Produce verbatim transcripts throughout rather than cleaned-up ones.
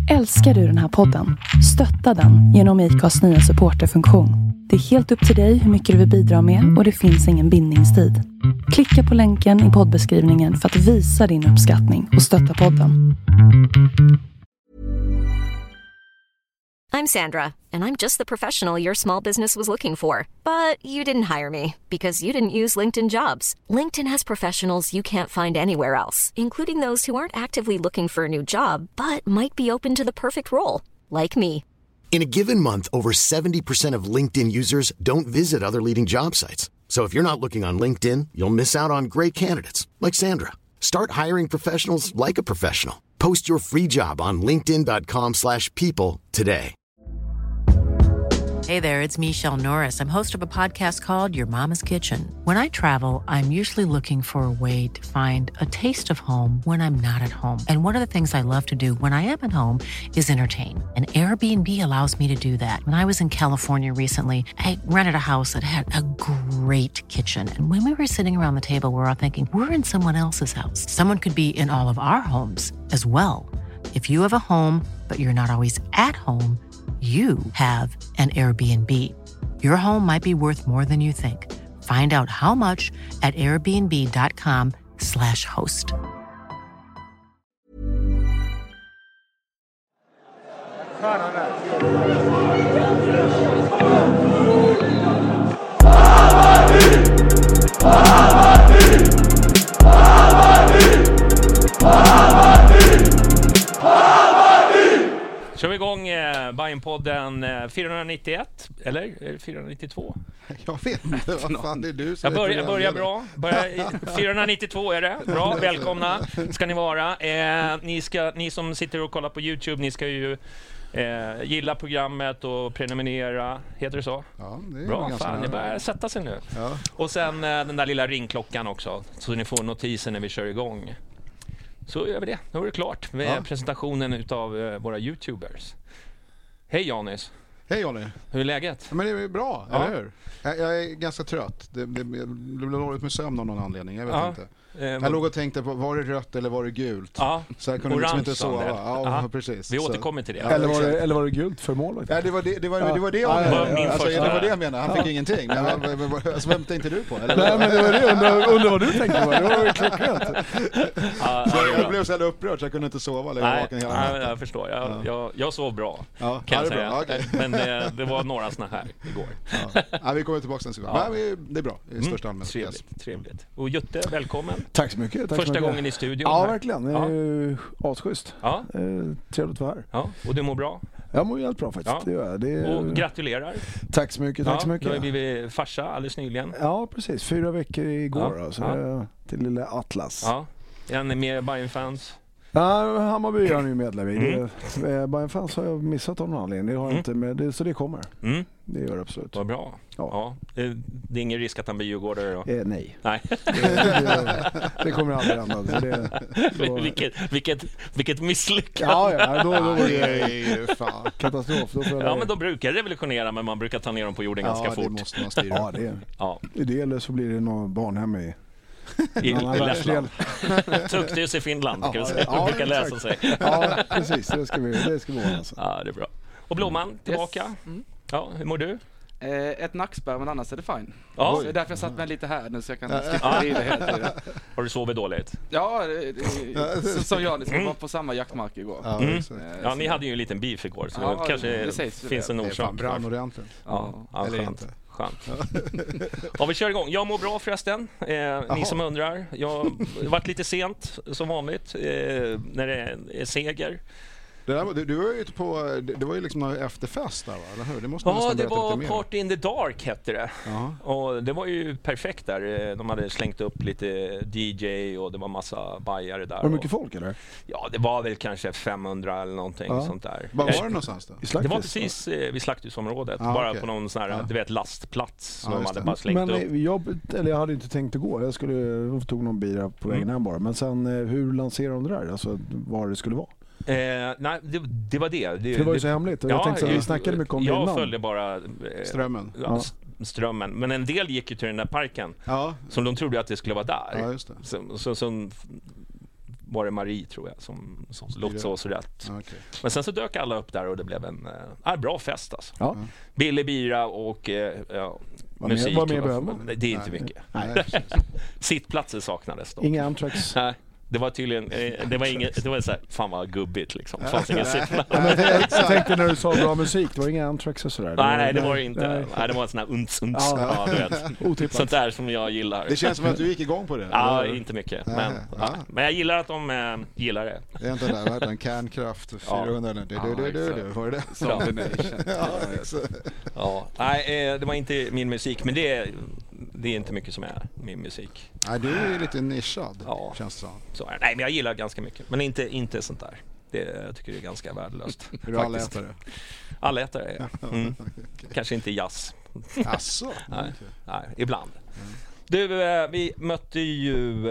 Älskar du den här podden? Stötta den genom I C A:s nya supporterfunktion. Det är helt upp till dig hur mycket du vill bidra med och det finns ingen bindningstid. Klicka på länken i poddbeskrivningen för att visa din uppskattning och stötta podden. I'm Sandra, and I'm just the professional your small business was looking for. But you didn't hire me because you didn't use LinkedIn Jobs. LinkedIn has professionals you can't find anywhere else, including those who aren't actively looking for a new job, but might be open to the perfect role, like me. In a given month, over seventy percent of LinkedIn users don't visit other leading job sites. So if you're not looking on LinkedIn, you'll miss out on great candidates like Sandra. Start hiring professionals like a professional. Post your free job on linkedin dot com slash people today. Hey there, it's Michelle Norris. I'm host of a podcast called Your Mama's Kitchen. When I travel, I'm usually looking for a way to find a taste of home when I'm not at home. And one of the things I love to do when I am at home is entertain. And Airbnb allows me to do that. When I was in California recently, I rented a house that had a great kitchen. And when we were sitting around the table, we were all thinking, we're in someone else's house. Someone could be in all of our homes as well. If you have a home, but you're not always at home, you have an Airbnb. Your home might be worth more than you think. Find out how much at airbnb dot com slash host. Kör vi igång eh, Bajenpodden eh, fyrahundranittioett, eller är det fyrahundranittiotvå? Jag vet inte, vad fan det är du som Jag börjar, börjar bra. Börjar, fyrahundranittiotvå är det. Bra, välkomna ska ni vara. Eh, ni, ska, ni som sitter och kollar på YouTube, ni ska ju eh, gilla programmet och prenumerera. Heter det så? Ja, det är bra, ganska fan, bra. ni börjar sätta sig nu. Ja. Och sen eh, den där lilla ringklockan också, så ni får notiser när vi kör igång. Så gör vi det. Nu är det klart med Ja. presentationen utav uh, våra YouTubers. Hej Janis. Hej Johnny. Hur är läget? Ja, men det är bra, Ja. eller hur? Jag, jag är ganska trött. Det, det, det blev dåligt med sömn av någon anledning, jag vet Ja. inte. Eh, Jag låg och tänkte på, var det rött eller var det gult? Ja, Så jag kunde liksom inte orange, sova. det. Ja, Aha. precis. Vi Så- återkommer till det. Ja, Eller var, det, exakt. eller var det gult för målvakten? Ja, det var det, det, var, Ja. det, var det Ja, jag ja, menade. ja, Alltså, första- det var det jag menade. Han fick ingenting. Men, vad- vad- vad- alltså, vem tänkte du på? Eller? Nej, men det var det. Undrar, undrar vad du tänkte på. Det var ju klockrent. Ja, Så ja, jag ja. blev så jävla upprörd så jag kunde inte sova eller jag var Nej, vaken hela nej, natten. jag förstår. Jag, Ja. jag, jag sov bra, Ja, kan ja, jag det är säga. bra. Okej. Men det, det var några såna här igår. Ja. Ja, vi kommer tillbaka sen. Ja. Ja. Vi, det är bra i största Mm, allmänhet. trevligt, trevligt. Och Jutte, välkommen. Tack så mycket. Tack så Första mycket. gången i studion. Ja, här. verkligen. Det är ju asschysst. Ja, Eh, trevligt att vara här. ja, och du mår bra. Jag mår ju helt bra faktiskt. Ja. Det gör jag. Det är... Och gratulerar. Tack så mycket. Tack Ja, så du mycket. har blivit farsa alldeles nyligen. Ja, precis. Fyra veckor igår. Ja, Alltså, ja. det- till lilla Atlas. Ja, en mer Bajen-fans. Ja, Hammarby är han ju medlem i. Mm. Det- eh, Bayern fans har jag missat av någon anledning. Det har jag Mm. inte med. Det, så det kommer. Mm, Det gör det absolut. vad bra. Ja. Ja. Det, det är ingen risk att han blir djurgårdare då? Eh, nej. Nej. Det, det, det kommer aldrig hända. Så det, så, vilket, vilket, vilket misslyckande. ja, ja, då, då var Det det är ju fan. katastrof. Då får jag Ja, men de brukar revolutionera, men man brukar ta ner dem på jorden ganska Ja, det fort. måste man styra. Ja, det, Ja, i det eller så blir det något barnhem i i, en annan i Lettland. världsdel. Tukthus i Finland, kan Ja, vi säga. ja, brukar läsa exakt. sig. Ja, precis. Det ska vi, det ska vi vara alltså. Ja, det är bra. Och Blomman, tillbaka. Yes. Mm. Ja, hur mår du? Eh, ett nackspärr, men annars är det fine. Ja. Så det är därför jag satt mig lite här nu så jag kan skippa i det hela tiden. Har du sovit dåligt? Ja, det, det, så- som jag, vi var på samma jaktmark igår. Ja, Mm. exakt. Eh, Ja, så- ni hade ju en liten beef igår, så Ja, det kanske det sägs ju finns det. en Det är orsak. fan brann ordentligt. Ja, ja, Eller skönt. inte. Skönt. Ja, vi kör igång. Jag mår bra förresten. Eh, ni som undrar. Jag har varit lite sent som vanligt eh, när det är seger. Det där, var- du, du var ju ute på, det, det var ju liksom någon efterfest där, va? Eller hur? Det måste man Ja, nästan det berätta var lite mer. Party in the Dark hette det. Ja. Och det var ju perfekt där. De hade slängt upp lite D J och det var massa bajare där. Var det mycket och, folk eller? ja, det var väl kanske femhundra eller någonting Ja. sånt där. Var Eh, var det någonstans då? I Det Slaktis? var precis eh, vid slakthusområdet, Ja, bara okej. på någon sån här, Ja. du vet, lastplats som Ja, de just hade det. bara slängt Men upp. eh, jag, eller jag hade inte tänkt att gå. Jag skulle, jag tog någon bira på vägen Mm. hem bara. Men sen eh, hur lanserade de det där? Alltså var det skulle vara? Eh, nej, det, det var det. Det, För det var ju det- så hemligt. Och jag tänkte att vi snackade mycket om det Jag innan. följde bara eh, Strömmen. ja, s- strömmen. Men en del gick ju till den där parken Ja, som de trodde att det skulle vara där. ja just det. Så, så, så var det Marie tror jag som, som lotsade oss rätt. Ah, okay. Men sen så dök alla upp där och det blev en äh, bra fest alltså. Ja. Billig bira och äh, ja, vad musik. Mer, vad mer behöver man? Det är inte Nej. mycket. Nej. Sittplatser saknades då. Inga Amtrax. Nej. Det var tydligen, eh, det var inget, det var så här, fan vad gubbigt liksom. Det fanns ingen sittplats. Ja, men jag, jag tänkte när du sa bra musik, det var inga Amtrax och sådär. Nej, nej, det var det inte. Nej, nej, det var en sån här unts, unts. Ja. Ja, du vet. Otippat. Sånt där som jag gillar. Det känns som att du gick igång på det. Ja, eller? inte mycket. Nej, Men, ja. ja. men jag gillar att de äh, gillar det. Det är inte den där, vad heter den? Kärnkraft fyrahundra eller du, du, du, du, du, var det det? Zombie Nation. Ja, exakt. Ja. Nej, eh, det var inte min musik, men det är, det är inte mycket som är min musik. Nej, du är lite nischad, Ja. känns det som. Så, nej, men jag gillar ganska mycket. Men inte, inte sånt där. Det, jag tycker det är ganska värdelöst. Är du allätare? Allätare, ja. Mm. Kanske inte jazz. Asså? Nej, nej, ibland. Mm. Du, eh, vi mötte ju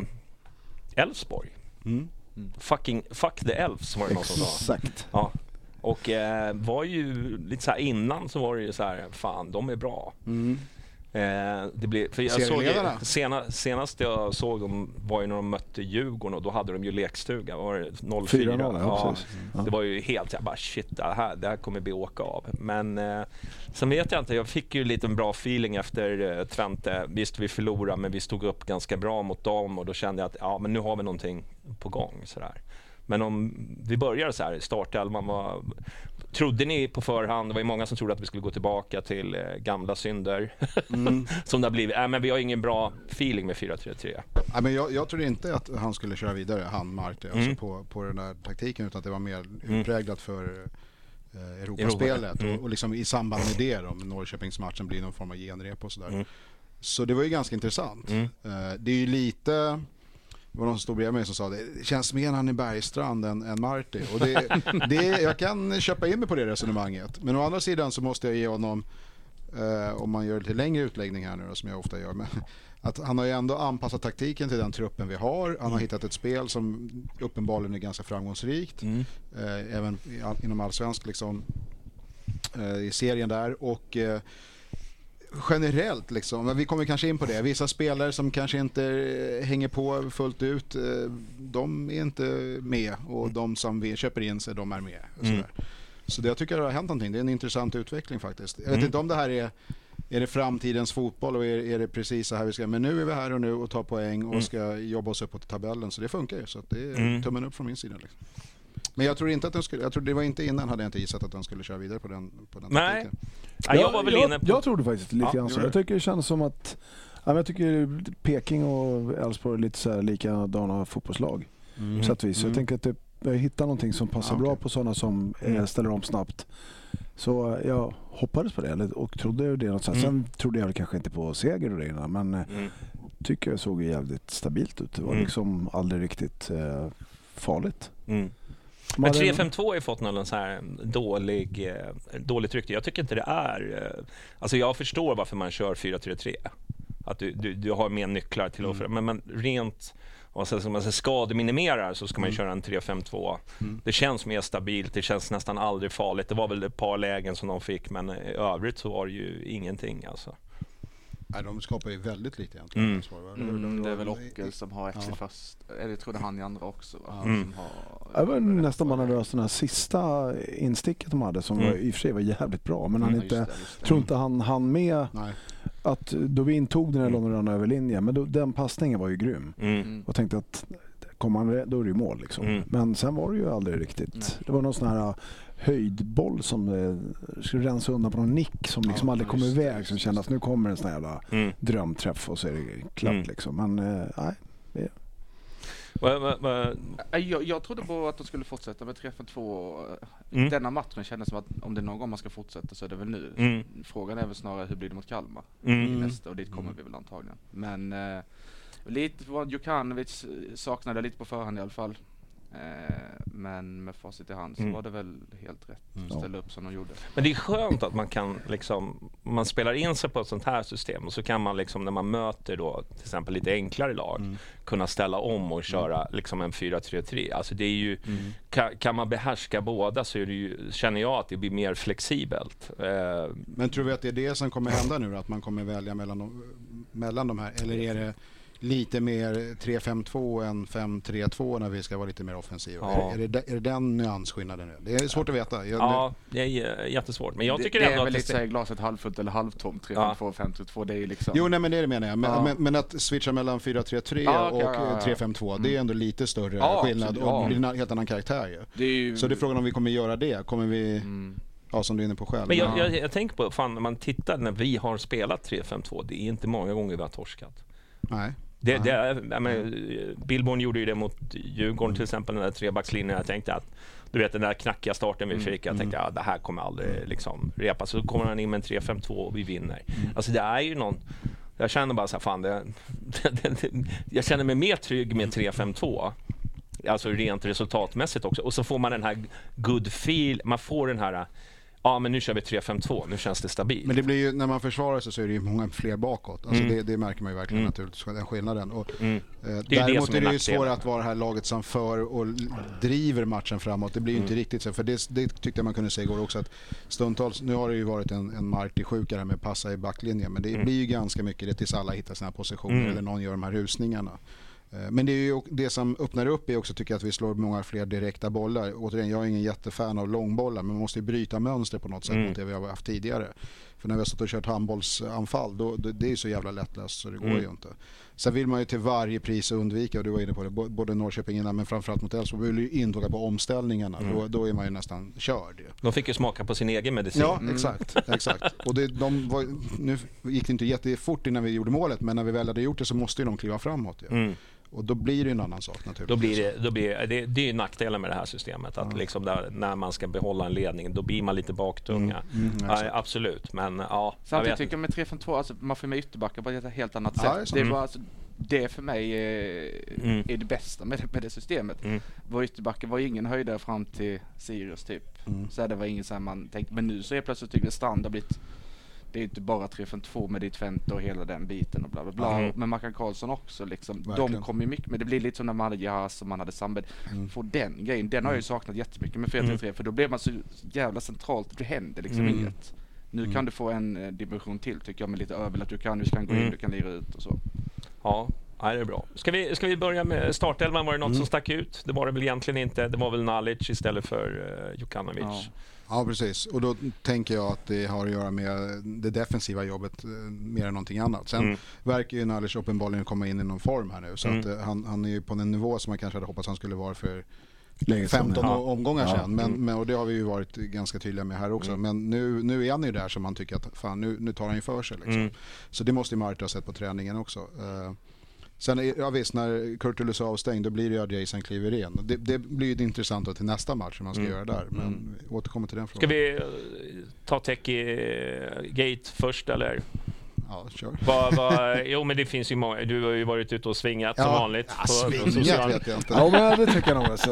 Elfsborg. Mm. Mm. Fucking, fuck the Elves var det någon som sa. Exakt. Ja. Och eh, var ju lite så här innan så var det ju så här, fan de är bra. Mm. Eh, det blev, för jag såg ju, Serieledarna? sena, senast jag såg dem var ju när de mötte Djurgården och då hade de ju lekstuga. Var det noll fyra? fyra noll, ja, precis. Ja. Det var ju helt, jag bara shit, det här, det här kommer bli åka av. Men eh, sen vet jag inte, jag fick ju lite en bra feeling efter eh, Twente. Visst vi förlorade men vi stod upp ganska bra mot dem och då kände jag att ja men nu har vi någonting på gång sådär. Men om vi börjar så här, startelvan var... Trodde ni på förhand, det var ju många som trodde att vi skulle gå tillbaka till eh, gamla synder. Mm. Som det har blivit. Äh, men vi har ingen bra feeling med fyra tre tre. Ja, men jag, jag trodde inte att han skulle köra vidare, han Marte, Mm. alltså på, på den där taktiken, utan att det var mer Mm. utpräglat för eh, Europaspelet. Mm. Och, och liksom i samband med det då, med Norrköpingsmatchen blir någon form av genrep och sådär. Mm. Så det var ju ganska intressant. Mm. Eh, det är ju lite... Det var någon som stod bredvid mig som sa det känns mer han i Bergstrand än, än Marti. Och det, det, jag kan köpa in mig på det resonemanget. Men å andra sidan så måste jag ge honom, eh, om man gör lite längre utläggning här nu då, som jag ofta gör, men, att han har ju ändå anpassat taktiken till den truppen vi har. Han har hittat ett spel som uppenbarligen är ganska framgångsrikt. Mm. Eh, även i, all, inom allsvensk liksom, eh, i serien där. Och... Eh, generellt liksom, men vi kommer kanske in på det. Vissa spelare som kanske inte hänger på fullt ut, de är inte med och de som vi köper in sig, de är med. Och mm. Så det, jag tycker det har hänt någonting. Det är en intressant utveckling faktiskt. Jag vet mm. inte om det här är är det framtidens fotboll och är, är det precis så här vi ska, men nu är vi här och nu och tar poäng och mm. ska jobba oss uppåt i tabellen, så det funkar ju, så att det är mm. tummen upp från min sida liksom. Men jag tror inte att den skulle, jag tror det var inte innan hade jag inte gissat att den skulle köra vidare på den på den Nej. taktiken. Ja, jag var väl jag, inne på... jag trodde faktiskt lite ja, grann så. Jag tycker det känns som att ja, jag tycker Peking och Elfsborg är lite så här likadana fotbollslag. Mm. Så att vi, så mm. jag tänker att det, jag hittar någonting som passar ja, okay. bra på sådana som mm. ställer om snabbt. Så jag hoppades på det och trodde det något mm. Sen trodde jag kanske inte på seger och det, men mm. tycker jag såg jävligt stabilt ut. Det var mm. liksom aldrig riktigt eh, farligt. Mm. Men tre fem två har ju fått någon så här dålig, dåligt rykte. Jag tycker inte det är... Alltså jag förstår varför man kör fyra tre tre. Att du, du, du har mer nycklar till att... Mm. Men, men rent... Och så, som man skademinimerar så ska man ju köra en tre fem två. Mm. Det känns mer stabilt, det känns nästan aldrig farligt. Det var väl ett par lägen som de fick, men i övrigt så var det ju ingenting alltså. Nej, de skapar ju väldigt lite egentligen. Mm. Mm, det är väl Ockel som har F C ja. Först. Eller jag tror det han i andra också. Va? Mm. Som har, jag var nästan bara nervös den här sista insticket de hade som mm. var, i och för sig var jävligt bra. Men han mm, inte, just det, just det. tror inte han hann med Nej. Att då vi intog den här mm. långa över linjen. Men då, den passningen var ju grym. Mm. Och tänkte att kom han, då är det ju mål liksom. Mm. Men sen var det ju aldrig riktigt. Nej. Det var någon sån här höjdboll som eh, skulle rensa undan på någon nick som liksom ja, aldrig kom iväg, som kändes nu kommer en sån här jävla mm. drömträff och så är det klart mm. liksom. Men eh, nej, det va, va, va. Jag, jag trodde på att de skulle fortsätta med tre fem två. Mm. Denna matchen kändes som att om det är någon gång man ska fortsätta så är det väl nu. Mm. Frågan är väl snarare hur blir det mot Kalmar mm. i nästa, och dit kommer mm. vi väl antagligen. Men eh, lite vad Djukanovic saknade lite på förhand i alla fall. Eh, men med facit i hand så mm. var det väl helt rätt att ställa mm. upp som de gjorde. Men det är skönt att man kan liksom, man spelar in sig på ett sånt här system och så kan man liksom när man möter då till exempel lite enklare lag mm. kunna ställa om och köra mm. liksom en fyra tre tre. Alltså det är ju mm. kan, kan man behärska båda så är det ju, känner jag att det blir mer flexibelt. Eh, men tror vi att det är det som kommer hända nu, att man kommer välja mellan de, mellan de här, eller är det lite mer tre fem två än fem tre två när vi ska vara lite mer offensiva. Ja. Är, är, det, är det den nyansskillnaden? Det är svårt att veta. Jag, ja, det är jättesvårt. Men jag tycker det, det ändå är väl att lite det... glaset halvfullt eller halvtomt. tre fem två, fem tre två, det är liksom... Jo, nej, men det menar jag. Men, ja. men, men att switcha mellan fyra tre tre ja, okay, och ja, ja. tre fem två, mm. det är ändå lite större ja, skillnad absolut, och ja. blir en helt annan karaktär. Ju. Det är ju... Så det är frågan om vi kommer göra det. Kommer vi... Mm. Ja, som du är inne på själv. Men jag, jag, jag tänker på, fan, när man tittar när vi har spelat tre fem två, det är inte många gånger vi har torskat. Nej. Det, det, jag menar, Billborn gjorde ju det mot Djurgården till exempel, den där trebackslinjen. Jag tänkte att, du vet den där knackiga starten vi fick, jag tänkte ja, det här kommer aldrig liksom repa. Så kommer han in med en tre fem två och vi vinner. Alltså det är ju någon, jag känner bara så här, fan det, det, det, jag känner mig mer trygg med tre fem två. Alltså rent resultatmässigt också. Och så får man den här good feel, man får den här, ja men nu kör vi tre fem två, nu känns det stabilt. Men det blir ju, när man försvarar sig så är det ju många fler bakåt. Alltså mm. det, det märker man ju verkligen mm. naturligtvis, den skillnaden. Och, mm. eh, det är däremot det är det ju svårt att vara det här laget som för och driver matchen framåt. Det blir ju mm. inte riktigt så. För det, det tyckte jag man kunde säga igår också, att stundtals, nu har det ju varit en, en Marti sjukare med passa i backlinjen, men det mm. blir ju ganska mycket det tills alla hittar sina positioner mm. eller någon gör de här rusningarna. Men det är ju det som öppnar upp är också, tycker jag, att vi slår många fler direkta bollar. Återigen, jag är ingen jättefan av långbollar, men man måste ju bryta mönster på något sätt mm. mot det vi har haft tidigare. För när vi har stått och kört handbollsanfall, då, det är ju så jävla lättlöst så det går mm. ju inte. Sen vill man ju till varje pris undvika, och du var inne på det, både Norrköping innan men framförallt mot Elfsborg, vill ju intåga på omställningarna. Mm. Då, då är man ju nästan körd. De fick ju smaka på sin egen medicin. Ja, mm. exakt. exakt. Och det, de var, nu gick det inte jättefort innan vi gjorde målet, men när vi väl hade gjort det så måste ju de kliva framåt. Ja. Mm. Och då blir det en annan sak naturligtvis. Då blir det, då blir det, det är ju nackdelen med det här systemet. Att ja. liksom där, när man ska behålla en ledning, då blir man lite baktunga. Mm. Mm, ja, absolut, men ja. Samtidigt tycker jag med tre fem två, alltså, man får med ytterbackar på ett helt annat ja, sätt. Det är, bara, alltså, det för mig är, mm. är det bästa med det, med det systemet. Mm. Vår ytterbackar var ingen höjdare fram till Sirius typ. Mm. Så det var ingen så här man tänkte. Men nu så är plötsligt tycker jag Strand har blivit... Det är inte bara tre fem två med ditt Fente och hela den biten och bla bla bla. Mm. Men Mackan Karlsson också liksom. Verkligen. De kommer ju mycket, men det blir lite som när man hade Jas och man hade Sambed. Mm. Får den grejen, den har jag ju saknat jättemycket med fyra tre tre, mm. för då blev man så jävla centralt, det händer liksom mm. inget. Nu mm. kan du få en eh, dimension till tycker jag med lite över att du kan, du kan gå in, mm. du kan lira ut och så. Ja. Ja, det är bra. Ska vi, ska vi börja med startelvan? Var det något mm. som stack ut? Det var det väl egentligen inte. Det var väl Nalic istället för uh, Jokanovic. Ja. Ja, precis. Och då tänker jag att det har att göra med det defensiva jobbet uh, mer än någonting annat. Sen mm. verkar ju Nalic uppenbarligen komma in i någon form här nu. Så mm. att, uh, han, han är ju på en nivå som man kanske hade hoppats han skulle vara för femton ja. omgångar ja. sedan. Men, mm. men, och det har vi ju varit ganska tydliga med här också. Mm. Men nu, nu är han ju där som man tycker att fan, nu, nu tar han ju för sig. Liksom. Mm. Så det måste ju Marta ha sett på träningen också. Uh, Sen, ja visst, när Kurtulus är avstängd då blir det ju Jason kliver in. Det, det blir ju intressant till nästa match som man ska mm. göra där. Men mm. återkommer till den frågan. Ska vi ta Teki Gate först eller? Ja, kör. Va, va, jo, men det finns ju många. Du har ju varit ute och svingat ja. som vanligt. Ja, svingat social... vet jag inte. Ja, men det tycker jag nog. Alltså.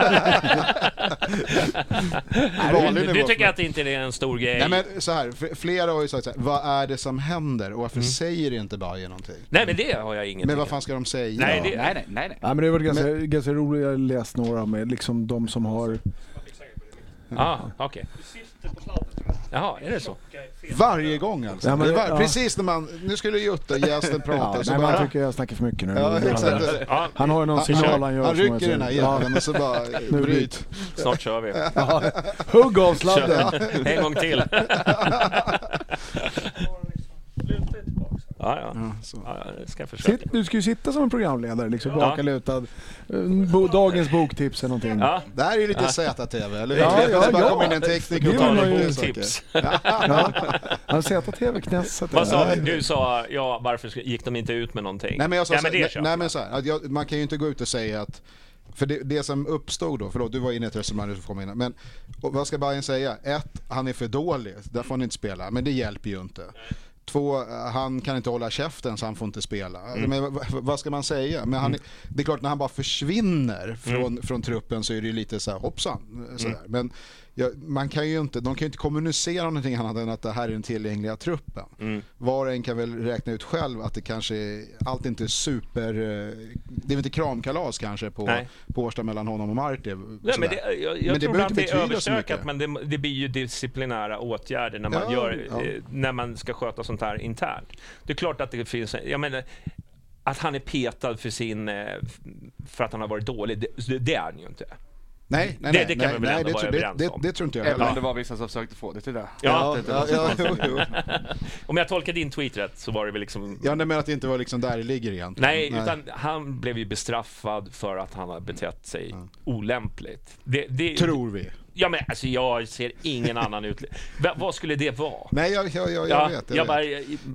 du, du tycker att det inte är en stor grej? Nej, men så här, flera har ju sagt så här, vad är det som händer? Och varför mm. säger inte Bayern någonting? Nej, men det har jag inget. Men vad fan ska de säga? Nej, det, nej, nej, nej, nej. Ja, men det var ganska, men... ganska roligt. Jag har läst några med liksom de som har... Ja, ah, okej. Okay. Jaha, är det så? Varje gång alltså. Ja, men, var, ja. Precis när man, nu skulle Jutta gästen prata. Ja, så nej, bara, man tycker jag snackar för mycket nu. Ja, exakt. Han, han har ju någon signal han gör. Han rycker den här hjälpen ja. och så bara bryt. Snart kör vi. Ja. Hugg av sladden. En gång till. Ja, ja. ja, så. ja ska jag försöka. Sitt, du ska ju sitta som en programledare, liksom ja. bakalutad. Bo, dagens boktips eller någonting. Ja. Det här är ju lite ja. Z-T V, eller hur? Ja, ja, det bara ja. kommer in en tekniker och tar en tips. Ja. Han Z-T V knässat. Vad sa du? sa, ja, varför gick de inte ut med någonting? Nej, men jag sa ja, så, men det nej, nej, men så här, att jag, man kan ju inte gå ut och säga att för det, det som uppstod då, förlåt, du var inne i ett resonemang som kom in, men vad ska Bayern säga? Ett, han är för dålig, där får han inte spela, men det hjälper ju inte. Två, han kan inte hålla käften så han får inte spela. Mm. Men v- vad ska man säga? Men han, mm. det är klart, när han bara försvinner från, mm. från truppen så är det ju lite så här hoppsan. Så mm. Men ja, man kan ju inte, de kan ju inte kommunicera någonting annat än att det här är den tillgängliga truppen. Mm. Var och en kan väl räkna ut själv att det kanske är, allt inte är super, det är inte kramkalas kanske på, på Årsta mellan honom och Marti. Nej, men det, jag jag men tror det att det är överstökat, men det, det blir ju disciplinära åtgärder när man, ja, gör, ja. när man ska sköta sånt här internt. Det är klart att det finns, jag menar, att han är petad för sin för att han har varit dålig, det, det är han ju inte. Nej, nej, det, nej, det kan nej, vi väl nej, ändå det, vara det, överens det, om. det, det tror inte jag heller. heller. Även om det var vissa som försökte få det till det. Ja, ja, ja, jo, jo. Om jag tolkar din tweet rätt så var det väl liksom... Ja, men att det inte var liksom där det ligger egentligen. Nej, nej, utan han blev ju bestraffad för att han har betett sig ja. olämpligt. Det, det, tror vi. Ja, men alltså jag ser ingen annan ut. V- vad skulle det vara? Nej, jag, jag, jag, ja, jag vet. Jag jag vet. bara,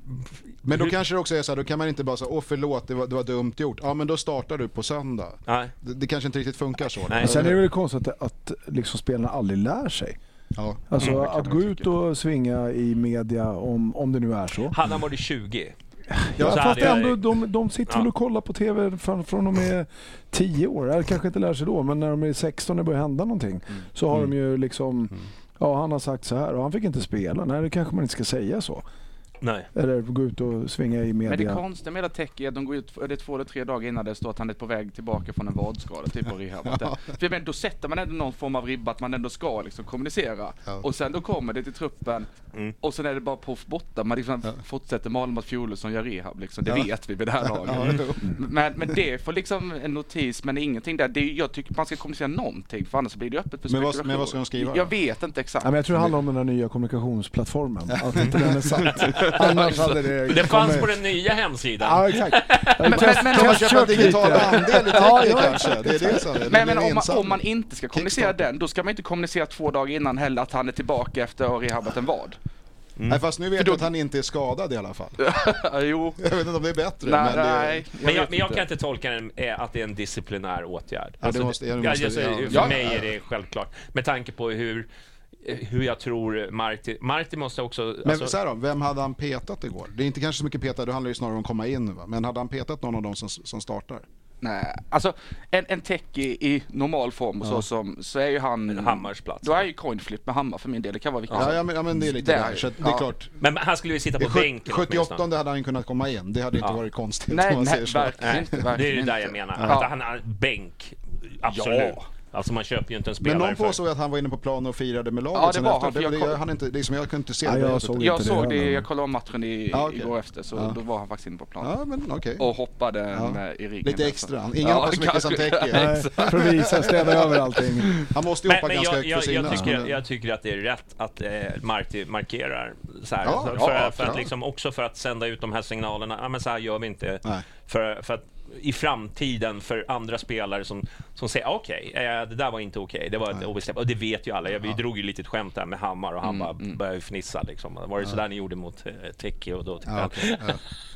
men då kanske det också är så här, då kan man inte bara säga, åh förlåt, det var, det var dumt gjort. Ja, men då startar du på söndag. Nej. Det, det kanske inte riktigt funkar så. Nej. Sen är det väl konstigt att, att liksom spelarna aldrig lär sig. Ja. Alltså mm, att gå ut och svinga i media om, om det nu är så. Han har varit tjugo. Ja, fast jag... ändå, de, de sitter väl ja. och kollar på tv från, från de är tio år. Eller kanske inte lär sig då, men när de är sexton och det börjar hända någonting mm. så har mm. de ju liksom, mm. ja han har sagt så här och han fick inte spela. Nej, det kanske man inte ska säga så. Nej. Eller gå ut och svinga i media. Men det konstiga med Tech är att de går ut det är två eller tre dagar innan det står att han är på väg tillbaka från en vadskada typ på rehab. Ja. För men då sätter man ändå någon form av ribba att man ändå ska liksom kommunicera. Ja. Och sen då kommer det till truppen mm. och sen är det bara på borta. Man liksom ja. fortsätter Malin mot Fjole som gör rehab liksom. Det ja. vet vi vid det här laget. Ja, mm. men, men det får liksom en notis men ingenting där. Det, jag tycker man ska kommunicera någonting för annars blir det öppet för spekulation. Men vad, men vad ska de skriva? Jag vet inte exakt. Ja, men jag tror det handlar om den här nya kommunikationsplattformen. Att inte den är satt. Annars hade det, det fanns på den nya hemsidan. Ja, exakt. men men, men om man köper digital andel i ja, ja, kanske. Det är det som är. Men, men om, man, om man inte ska kommunicera den, då ska man inte kommunicera två dagar innan heller att han är tillbaka efter att ha rehabat en vad. Mm. Nej, fast nu vet jag att han inte är skadad i alla fall. Jo. Jag vet inte om det är bättre. Nej, men, det, nej, jag, men, jag, men jag kan inte tolka den att det är en disciplinär åtgärd. Ja, alltså, det måste, det, det måste, alltså, ja, för ja, mig ja, är det självklart. Med tanke på hur hur jag tror Marti Marti måste också... Men alltså, så här då, vem hade han petat igår? Det är inte kanske så mycket petat, det handlar ju snarare om att komma in. Va? Men hade han petat någon av dem som, som startar? Nej, alltså en, en tech i, i normal form och ja. så, som, så är ju han... Hammars plats. Då är ju coinflip med Hammar för min del, det kan vara viktigt. Ja, ja, men, ja men det är lite det där, så det är ja. klart. Men han skulle ju sitta på bänken. sjuttioåttonde hade han kunnat komma in, det hade inte ja. varit konstigt. Nej, man nej, säger verkligen nej. inte. Verkligen det är ju där jag menar. Ja. Han har bänk, absolut. Ja. Alltså man köper ju inte en spelare. Men någon påstod att han var inne på planen och firade med laget. Ja, det var han. Det, det, han inte, liksom, jag kunde inte se ja, det. Jag såg, jag, inte såg det, det, jag kollade om matchen i, ja, okay. igår efter, så ja. då var han faktiskt inne på planen. Ja, men, okay. Och hoppade ja. med i ryggen. Lite extra. Ingen ja, hoppar så mycket som täcker. För att visa, städa över allting. Han måste ju hoppa men, ganska men jag, högt för jag, sina. jag, tycker, jag tycker att det är rätt att eh, Marti markerar så här. Ja, för, ja, för, för ja. att liksom också för att sända ut de här signalerna. Ja, men så här gör vi inte. För, för att i framtiden för andra spelare som, som säger okej, okay, eh, det där var inte okej, okay, det var ett obestämt, och det vet ju alla. Vi ja. drog ju lite ett skämt där med Hammar och han mm, bara mm. började fnissa liksom. Var det ja. så där ni gjorde mot eh, Teki och då tyckte ja, okay. ja.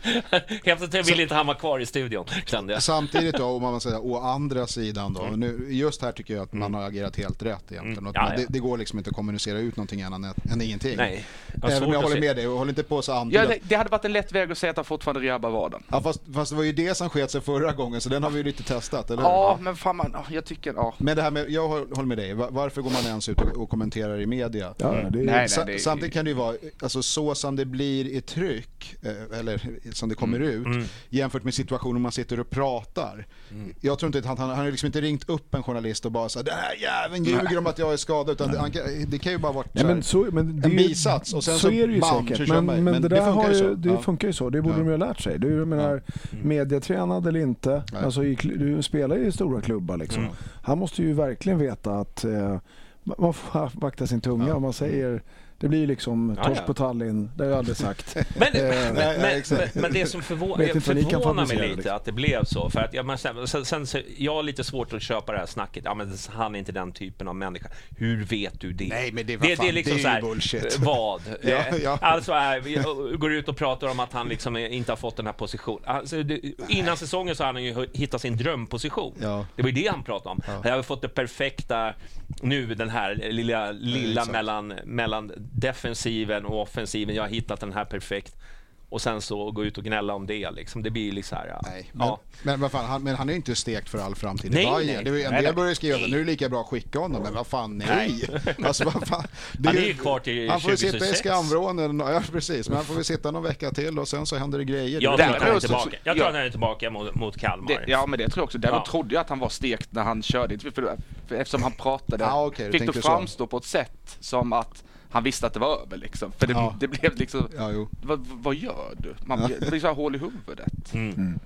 Helt plötsligt vill inte han vara kvar i studion, kände jag. Samtidigt då, om man säger å andra sidan då, mm. nu, just här tycker jag att man har agerat helt rätt egentligen. Mm. Ja, man, ja. Det, det går liksom inte att kommunicera ut någonting annat än, än ingenting. Nej. Även om jag håller med dig, och håller inte på så andra. Ja, det, det hade varit en lätt väg att säga att han fortfarande rehabbar vaden. Ja, fast, fast det var ju det som sket sig förra gången, så den har vi ju lite testat, eller? Ja, men fan man, jag tycker, ja. Men det här med, jag håller med dig, varför går man ens ut och, och kommenterar i media? Ja, det är, nej, Sa, nej, det är, samtidigt kan det ju vara, alltså så som det blir i tryck, eller som det kommer mm. ut, mm. jämfört med situationer man sitter och pratar. Mm. Jag tror inte att han, han, han har liksom inte ringt upp en journalist och bara sagt, den här jäveln ljuger om att jag är skadad, utan det, han, det kan ju bara vara nej, men så, men det en bisats, och sen så, så, så är det ju bam, säkert. Men, men, men det där det funkar ju så. Det ja. funkar ju så, det borde ja. de ju ha lärt sig. Du menar, ja. mediatränad eller inte, alltså, i, du spelar i stora klubbar liksom. Mm. Han måste ju verkligen veta att eh, man får vakta sin tunga ja. om man säger. Det blir liksom ja, torsk ja. på Tallinn, det har jag aldrig sagt. Men, eh, men, men, men, men det som förvå- förvånar mig lite liksom. Att det blev så. För att jag, men sen, sen, sen, jag har lite svårt att köpa det här snacket. Ja, men han är inte den typen av människa. Hur vet du det? Nej, men det, det, fan, det är liksom det är så här, bullshit. Vad? ja, ja. Alltså är, vi går ut och pratar om att han liksom inte har fått den här positionen. Alltså, det, innan säsongen så har han ju hittat sin drömposition. Ja. Det var ju det han pratade om. Ja. Jag har fått det perfekta nu, den här lilla, lilla ja, mellan, mellan defensiven och offensiven. Jag har hittat den här perfekt. Och sen så gå ut och gnälla om det liksom. Det blir liksom här, ja. Nej, men, ja. men vad fan, han, men han är inte stekt för all framtid. Nej, nej. nej. Det är, en nej, del börjar skriva, nej. nu är det lika bra att skicka honom, men vad fan, nej. nej. Alltså, vad fan, det han är ju kvar till han får ju tjugohundrasex. sitta i skamvrånen, ja precis, men han får väl sitta någon vecka till och sen så händer det grejer. Jag det tror att han är tillbaka. Jag tror att han är tillbaka mot, mot Kalmar. Det, ja, men det tror jag också. Däremot ja. trodde jag att han var stekt när han körde. För, för, för, eftersom han pratade, ah, okay, fick det framstå så. På ett sätt som att han visste att det var över liksom. För det, ja. det blev liksom, ja, vad, vad gör du? Man, ja. Det blir så här hål i huvudet. Mm. Mm.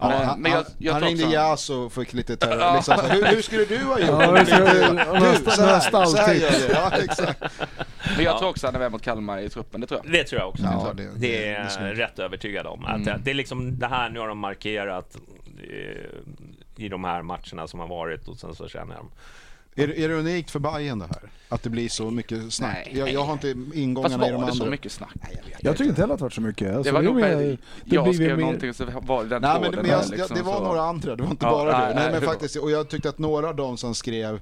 Ja, men, han men jag, jag han ringde Jas och fick lite terror. Liksom, så, hur, hur skulle du ha gjort? Ja, du, så, du, så här, så här gör det. Ja, exakt. Men jag tror också att han är med mot Kalmar i truppen, det tror jag. Det tror jag också. Ja, det, det, det är det rätt övertygad om. Att mm. det är liksom det här nu har de markerat eh, i de här matcherna som har varit och sen så känner de. Är, är det unikt för Bayern det här? Att det blir så mycket snack? Nej. Jag, jag har inte ingångarna i de andra. Fast var det så mycket snack? Nej, jag vet jag tycker inte heller att det har varit så mycket. Alltså, det var det nog mer, det jag skrev mer... någonting så var det den nej, tråden men, men jag, där, liksom, det var så... några andra, det var inte ja, bara nej, du. Nej, nej, men faktiskt, och jag tyckte att några av dem som skrev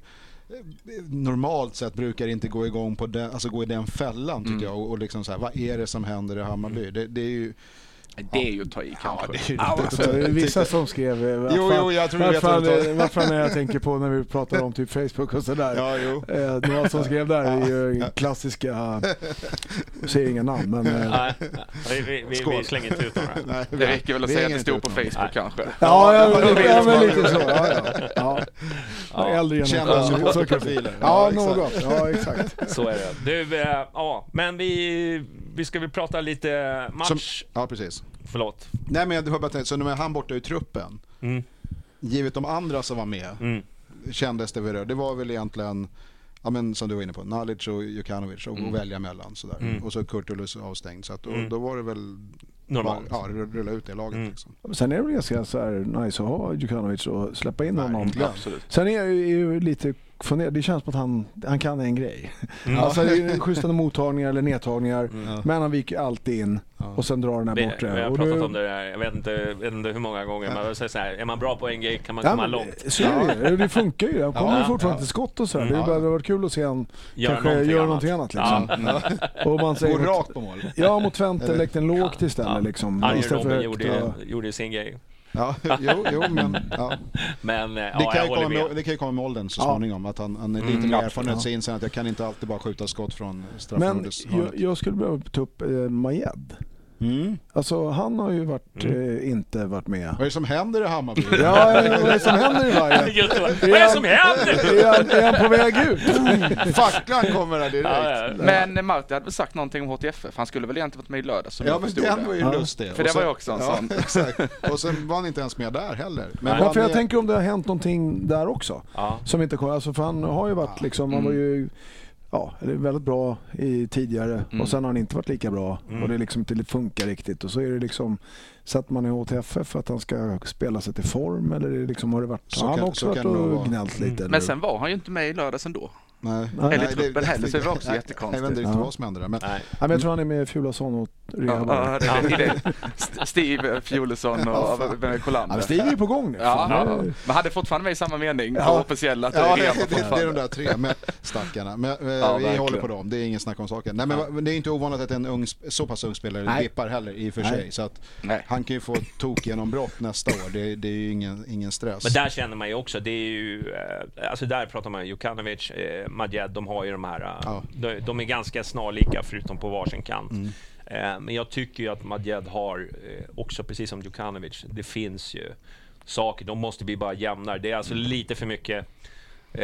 normalt sett brukar inte gå igång på den, alltså gå i den fällan tycker mm. jag och, och liksom så här, vad är det som händer i Hammarby? Det, det är ju det är ju att ta i kanske. Ja, det är ju ja, alltså, vissa som skrev jo, jo, jag tror varför, varför, varför när jag tänker på när vi pratar om typ Facebook och sådär. Ja, jo. Eh, några som skrev där är ju klassiska, jag säger inga namn men nej, vi, vi, vi, vi slänger inte ut några. Nej, det räcker väl att säga att det stod på Facebook nej. Kanske. Ja, ja, men, ja, men lite så. Ja, ja. Ja. Ja. Äldre generation så profiler. Ja, ja något. Ja, exakt. Så är det. Du, äh, ja, men vi vi ska väl prata lite match. Som, ja, precis. Förlåt. Nej, men jag har bara tänkt, så när han borta i truppen, mm. givet de andra som var med, mm. kändes det väl, det var väl egentligen, ja, men som du var inne på, Nalic och Jukanovic och mm. välja mellan sådär. Mm. Och så Kurtulus avstängd, så att, och, mm. då var det väl normalt. Ja, rulla ut det laget mm. liksom. Sen är det väl ganska så här nice att ha Jukanovic och släppa in honom. Ja, sen är jag ju, är ju lite funderar, det känns som att han, han kan en grej. Mm. Alltså det är schysstande mottagningar eller nedtagningar, mm. men han viker alltid in ja. Och sen drar den här bort. Vi, vi har och pratat du... om det där, jag vet inte, jag vet inte hur många gånger, ja. Men så här, är man bra på en grej kan man ja, komma långt. Så är det, det funkar ju. Han kommer ja, fortfarande ja. till skott och så här. Mm. Det hade varit kul att se han gör kanske någonting göra någonting annat. Liksom. Ja. Och man säger går rakt på mål. Ja, mot Twente läckte en lågt istället. Ja. Liksom, Arjen Robben gjorde, gjorde sin grej. Ja, jo, jo, men, ja. men ja, det, kan jag komma med, det kan ju komma med åldern så småningom, att han, han är lite mm, mer erfarenhet, så inser att jag kan inte alltid bara skjuta skott från straffområdet. Men jag, jag skulle behöva ta upp eh, Majed. Mm. Alltså han har ju varit, mm. eh, inte varit med. Vad är det som händer i Hammarby? Ja, vad är det som händer i Bayern? Vad är det som händer? Är han, är han på väg ut? Mm. Facklan kommer där direkt. Ja, ja. Men Martin hade väl sagt någonting om H T F F. Han skulle väl egentligen varit med i lördag. Ja, men den var ju ja. lustig. För det var ju också en ja, sån. Exakt. Och sen var han inte ens med där heller. Men ja, för jag med... tänker om det har hänt någonting där också. Ja. Som inte kom, alltså för han har ju varit ja. liksom, han var ju ja, det är väldigt bra i tidigare mm. och sen har han inte varit lika bra mm. och det liksom inte funkar riktigt och så är det liksom satt man i H T F F för att han ska spela sig till form eller det liksom har det varit så han kan, också varit och gnällt lite. Men sen var han ju inte med i lördags ändå. Nej. Eller nej, truppen heller, så det var också nej, jättekonstigt. Jag vet inte riktigt vad som händer där. Men, nej. Ja, men jag tror han är med Fjulasson och Rehab. Ja, ja, det är det. Steve, Fjulasson och ja, Kolander. Ja, Steve är på gång nu. Ja, ja. Men hade fortfarande med i samma mening ja. på officiella. Att ja, det, är det, det, det är de där tre med stackarna. Men, ja, vi verkligen. Håller på dem, det är ingen snack om saken. Nej, men ja. Det är inte ovanligt att en ung, så pass ung spelare dippar heller i och för sig. Så att han kan ju få tok genom brott nästa år. Det, det är ju ingen, ingen stress. Men där känner man ju också, det är ju, alltså där pratar man Jukanovic, eh, Majed, de har ju de här, ja. de, de är ganska snarlika förutom på varsin kant. Mm. Eh, men jag tycker ju att Majed har eh, också, precis som Jukanovic, det finns ju saker, de måste bli bara jämnare. Det är alltså mm. lite för mycket eh,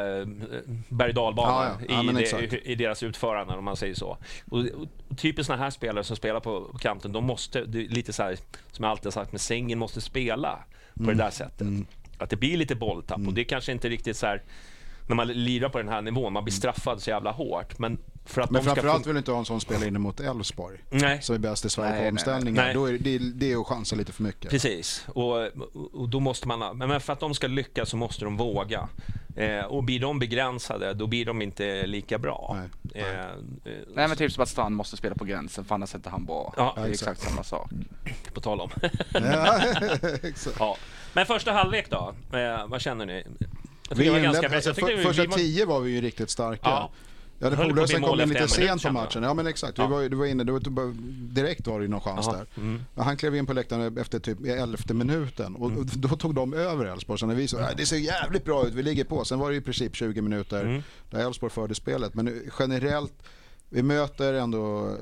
berg-dalbana ja, ja. ja, i, i, i deras utförande, om man säger så. Och, och typiskt såna här spelare som spelar på, på kanten, de måste, det är lite så här, som jag alltid har sagt, med sängen måste spela på mm. det där sättet. Mm. Att det blir lite bolltapp mm. och det är kanske inte riktigt så här när man lirar på den här nivån, man blir straffad så jävla hårt. Men, för att men de framförallt ska... vill inte ha en sån spelare inne mot Elfsborg som är bäst i Sverige nej, på omställningar. Nej. Då är det, det är att chansa lite för mycket. Precis, och, och då måste man, men för att de ska lyckas så måste de våga. Eh, och blir de begränsade, då blir de inte lika bra. Nej, eh, nej. nej men typ som att Strand måste spela på gränsen, för annars är inte han bra. Ja, det är exakt, exakt samma sak. På tal om. Ja, exakt. Ja. Men första halvlek då, eh, vad känner ni? Vi var ganska bra. Alltså, för, första var... tio var vi ju riktigt starka. Ja. Ja, det polare sen kom lite sent på matchen. Ja, men exakt. Ja. Vi var, du var inne, du var, direkt var det ju någon chans aha. Där. Mm. Men han klev in på läktaren efter typ elfte minuten och mm. då tog de över Elfsborg. Så när vi så, äh, det ser jävligt bra ut, vi ligger på. Sen var det i princip tjugo minuter mm. där Elfsborg förde spelet. Men generellt, vi möter ändå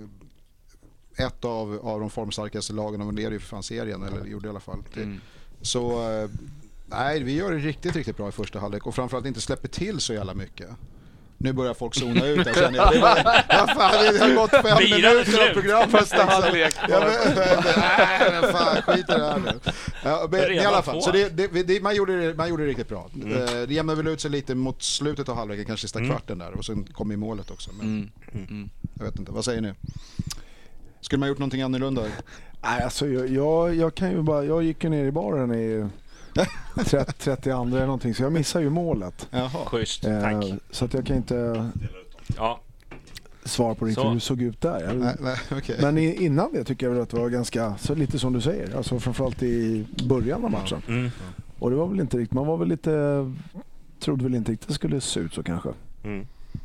ett av, av de formstarkaste lagen, och de leder ju för fan serien, eller gjorde i alla fall. Mm. Så... Nej, vi gör det riktigt, riktigt bra i första halvlek och framförallt inte släpper till så jävla mycket. Nu börjar folk zona ut, jag känner jag. Det, var, ja, fan, det har gått fem minuter av programmet. Första halvlek. Nej, men fan, skit i det här nu. Ja, men, i alla fall, så det, det, det, man, gjorde det, man gjorde det riktigt bra. Mm. Uh, det jämnade väl ut sig lite mot slutet av halvleken, kanske sista mm. kvarten där. Och sen kom i målet också. Men, mm. Mm. Jag vet inte, vad säger ni? Skulle man gjort någonting annorlunda? Nej, alltså jag, jag, jag kan ju bara, jag gick ju ner i baren i trettio, trettio eller någonting, så jag missar ju målet. Jaha. Schysst, tack. Eh, så att jag kan inte ja. svara på riktigt hur det såg ut där. Jag, nej, nej, okay. Men i, innan det tycker jag väl att det var ganska, så lite som du säger, alltså framförallt i början av matchen. Mm. Och det var väl inte riktigt, man var väl lite, trodde väl inte riktigt det skulle se ut så kanske. Mm.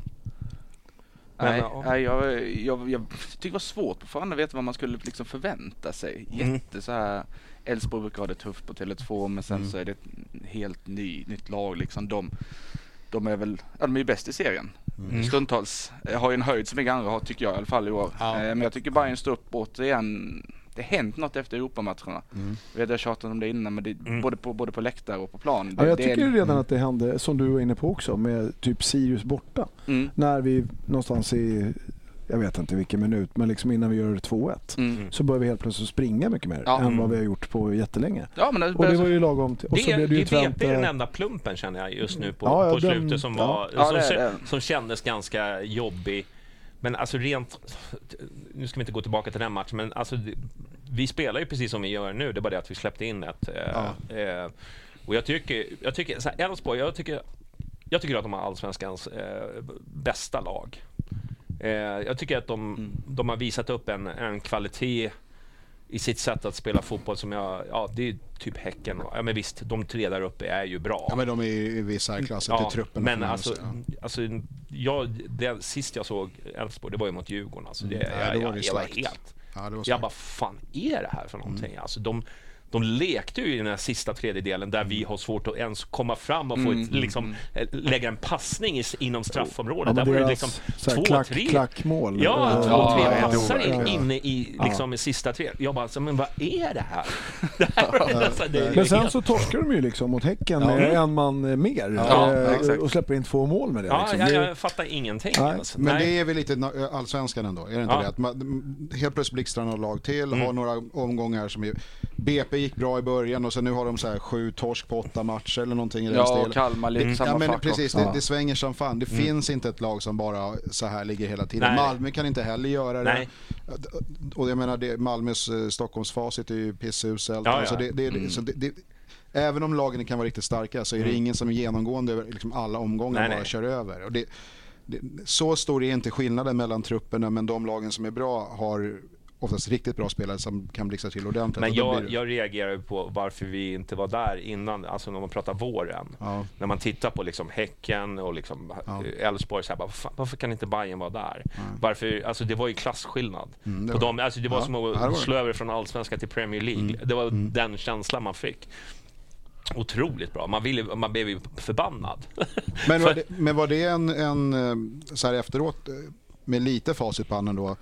Nej, nej jag, jag, jag tycker det var svårt på förhand att veta vad man skulle liksom förvänta sig. Mm. Jätte så här, Elfsborg brukar ha det tufft på Tele två, men sen mm. så är det ett helt ny, nytt lag liksom. De, de är väl, ja, de är ju bäst i serien. Mm. Stundtals har ju en höjd som inga andra har, tycker jag i alla fall i år. Ja. Eh, men jag tycker Bayern står upp återigen. Det har hänt något efter Europamatcherna. Mm. Vi hade tjatat om det innan, men det, mm. både, på, både på läktare och på plan. Det, ja, jag det tycker är, redan mm. att det hände, som du var inne på också, med typ Sirius borta. Mm. När vi någonstans i, jag vet inte vilken minut, men liksom innan vi gör två ett mm. så börjar vi helt plötsligt springa mycket mer ja. än vad vi har gjort på jättelänge. Ja, men det, och det var ju lagom till, och så det, blev det ju det V P är den enda plumpen känner jag just nu på, ja, ja, på slutet den, som, var, ja. som, ja, det, det. som kändes ganska jobbig. Men alltså rent, nu ska vi inte gå tillbaka till den matchen, men alltså vi spelar ju precis som vi gör nu, det är bara det att vi släppte in ett. Ja. Eh, och jag tycker, jag tycker så här, Elfsborg, jag tycker, jag tycker att de har allsvenskans eh, bästa lag. Eh, jag tycker att de, mm. de har visat upp en, en kvalitet i sitt sätt att spela fotboll som jag, ja det är typ Häcken. Ja men visst, de tre där uppe är ju bra. Ja men de är i vissa klasser ja, till truppen. Men alltså, ja. alltså jag, det sist jag såg Elfsborg, det var ju mot Djurgården. Alltså, det, mm. jag, jag, jag, jag var helt, ja, det var jag bara, fan är det här för någonting? Mm. Alltså de De lekte ju i den här sista tredjedelen där vi har svårt att ens komma fram och få ett, mm. liksom, lägga en passning i, inom straffområdet. Ja, där var det liksom två, klack, tre. Klackmål. Ja, två, ja, tre ja, passar ja, ja. inne i liksom, ja. sista tre. Jag bara, så, men vad är det här? det här ja, alltså, det men sen helt... så torskar de ju liksom mot Häcken ja. med en man mer ja, eh, och släpper in två mål med det. Ja, liksom. jag, jag fattar ingenting. Alltså. Men det är väl lite allsvenskan ändå, är det inte ja. det? Att man, helt plötsligt blixtrar några lag till, mm. har några omgångar som är, B P gick bra i början och sen nu har de så här sju torsk på åtta matcher eller någonting i den ja, stilen. Ja, Kalmar lite mm. samma ja, men fart precis, också. det, det svänger som fan. Det mm. finns inte ett lag som bara så här ligger hela tiden. Nej. Malmö kan inte heller göra det. Nej. Och jag menar, det, Malmös uh, Stockholmsfacit är ju pissuselt. Ja, alltså, ja. Det, det, mm. så det, det, även om lagen kan vara riktigt starka så är det mm. ingen som genomgående över liksom alla omgångar nej, bara nej. kör över. Och det, det, så stor är inte skillnaden mellan trupperna, men de lagen som är bra har oftast riktigt bra spelare som kan blixtra till ordentligt. Men jag, det... jag reagerar på varför vi inte var där innan, alltså när man pratar våren. Ja. När man tittar på liksom Häcken och liksom Elfsborg, så här, bara, varför kan inte Bayern vara där? Ja. Varför, alltså det var ju klasskillnad. Mm, det, på var... dem, alltså det var ja. som att ja, slå över från Allsvenska till Premier League. Mm. Det var mm. den känslan man fick. Otroligt bra. Man, ville, man blev ju förbannad. Men var det, men var det en, en så här efteråt med lite facit på handen då,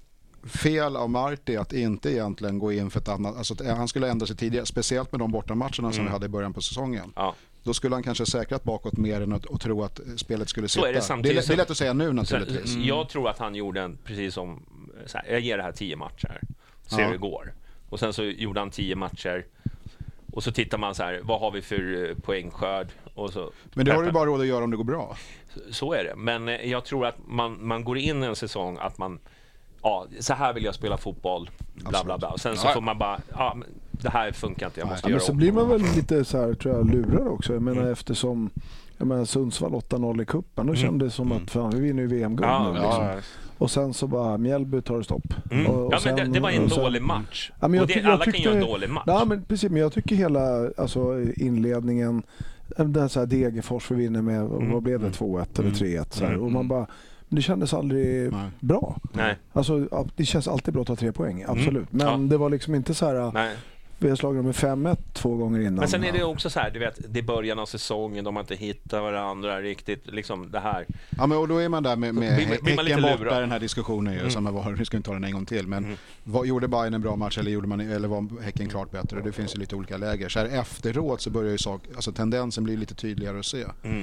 fel av Marti att inte egentligen gå in för ett annat, alltså att han skulle ändra sig tidigare, speciellt med de bortamatcherna mm. som vi hade i början på säsongen. Ja. Då skulle han kanske säkrat bakåt mer än att och tro att spelet skulle sitta. Så är det, det, är, det är lätt att säga nu naturligtvis. Mm. Jag tror att han gjorde en, precis som så här, jag ger det här tio matcher. Ser hur det går. Och sen så gjorde han tio matcher. Och så tittar man så här, vad har vi för poängskörd? Och så, men det har du bara råd att göra om det går bra. Så, så är det. Men jag tror att man, man går in i en säsong att man, ja, så här vill jag spela fotboll, bla bla bla. Och sen så ja. får man bara, ja, det här funkar inte, jag måste ja, göra men så blir man väl lite så här, tror jag, lurad också. Jag menar mm. eftersom, jag menar Sundsvall åtta noll i kuppen, då mm. kändes det som att fan, vi vinner ju V M-guld ja, nu liksom. Ja. Och sen så bara, Mjällby tar det stopp. Mm. Och, och ja, sen, men det, det var en sen, dålig match. Ja, men och det, tycker, alla tyckte, kan göra en dålig match. Ja, men precis, men jag tycker hela alltså, inledningen, den så här Degerfors vi vinner med, mm. vad blev det, två ett eller tre ett så här. Mm. Och man bara, det kändes aldrig Nej. bra. Nej. Alltså, det känns alltid bra att ta tre poäng, absolut. Mm. Men ja. det var liksom inte så här... Nej. Vi har slagit med fem ett två gånger innan. Men sen är det också så här, du vet, det är början av säsongen, de har inte hittat varandra riktigt, liksom det här. Ja, men och då är man där med, med Häcken borta, den här diskussionen ju, mm. som var, nu ska vi inte ta den en gång till, men mm. vad, gjorde Bayern en bra match eller, gjorde man, eller var Häcken klart bättre? Det finns ju lite olika läger. Så här efteråt så börjar ju sak, alltså tendensen blir lite tydligare att se. Mm.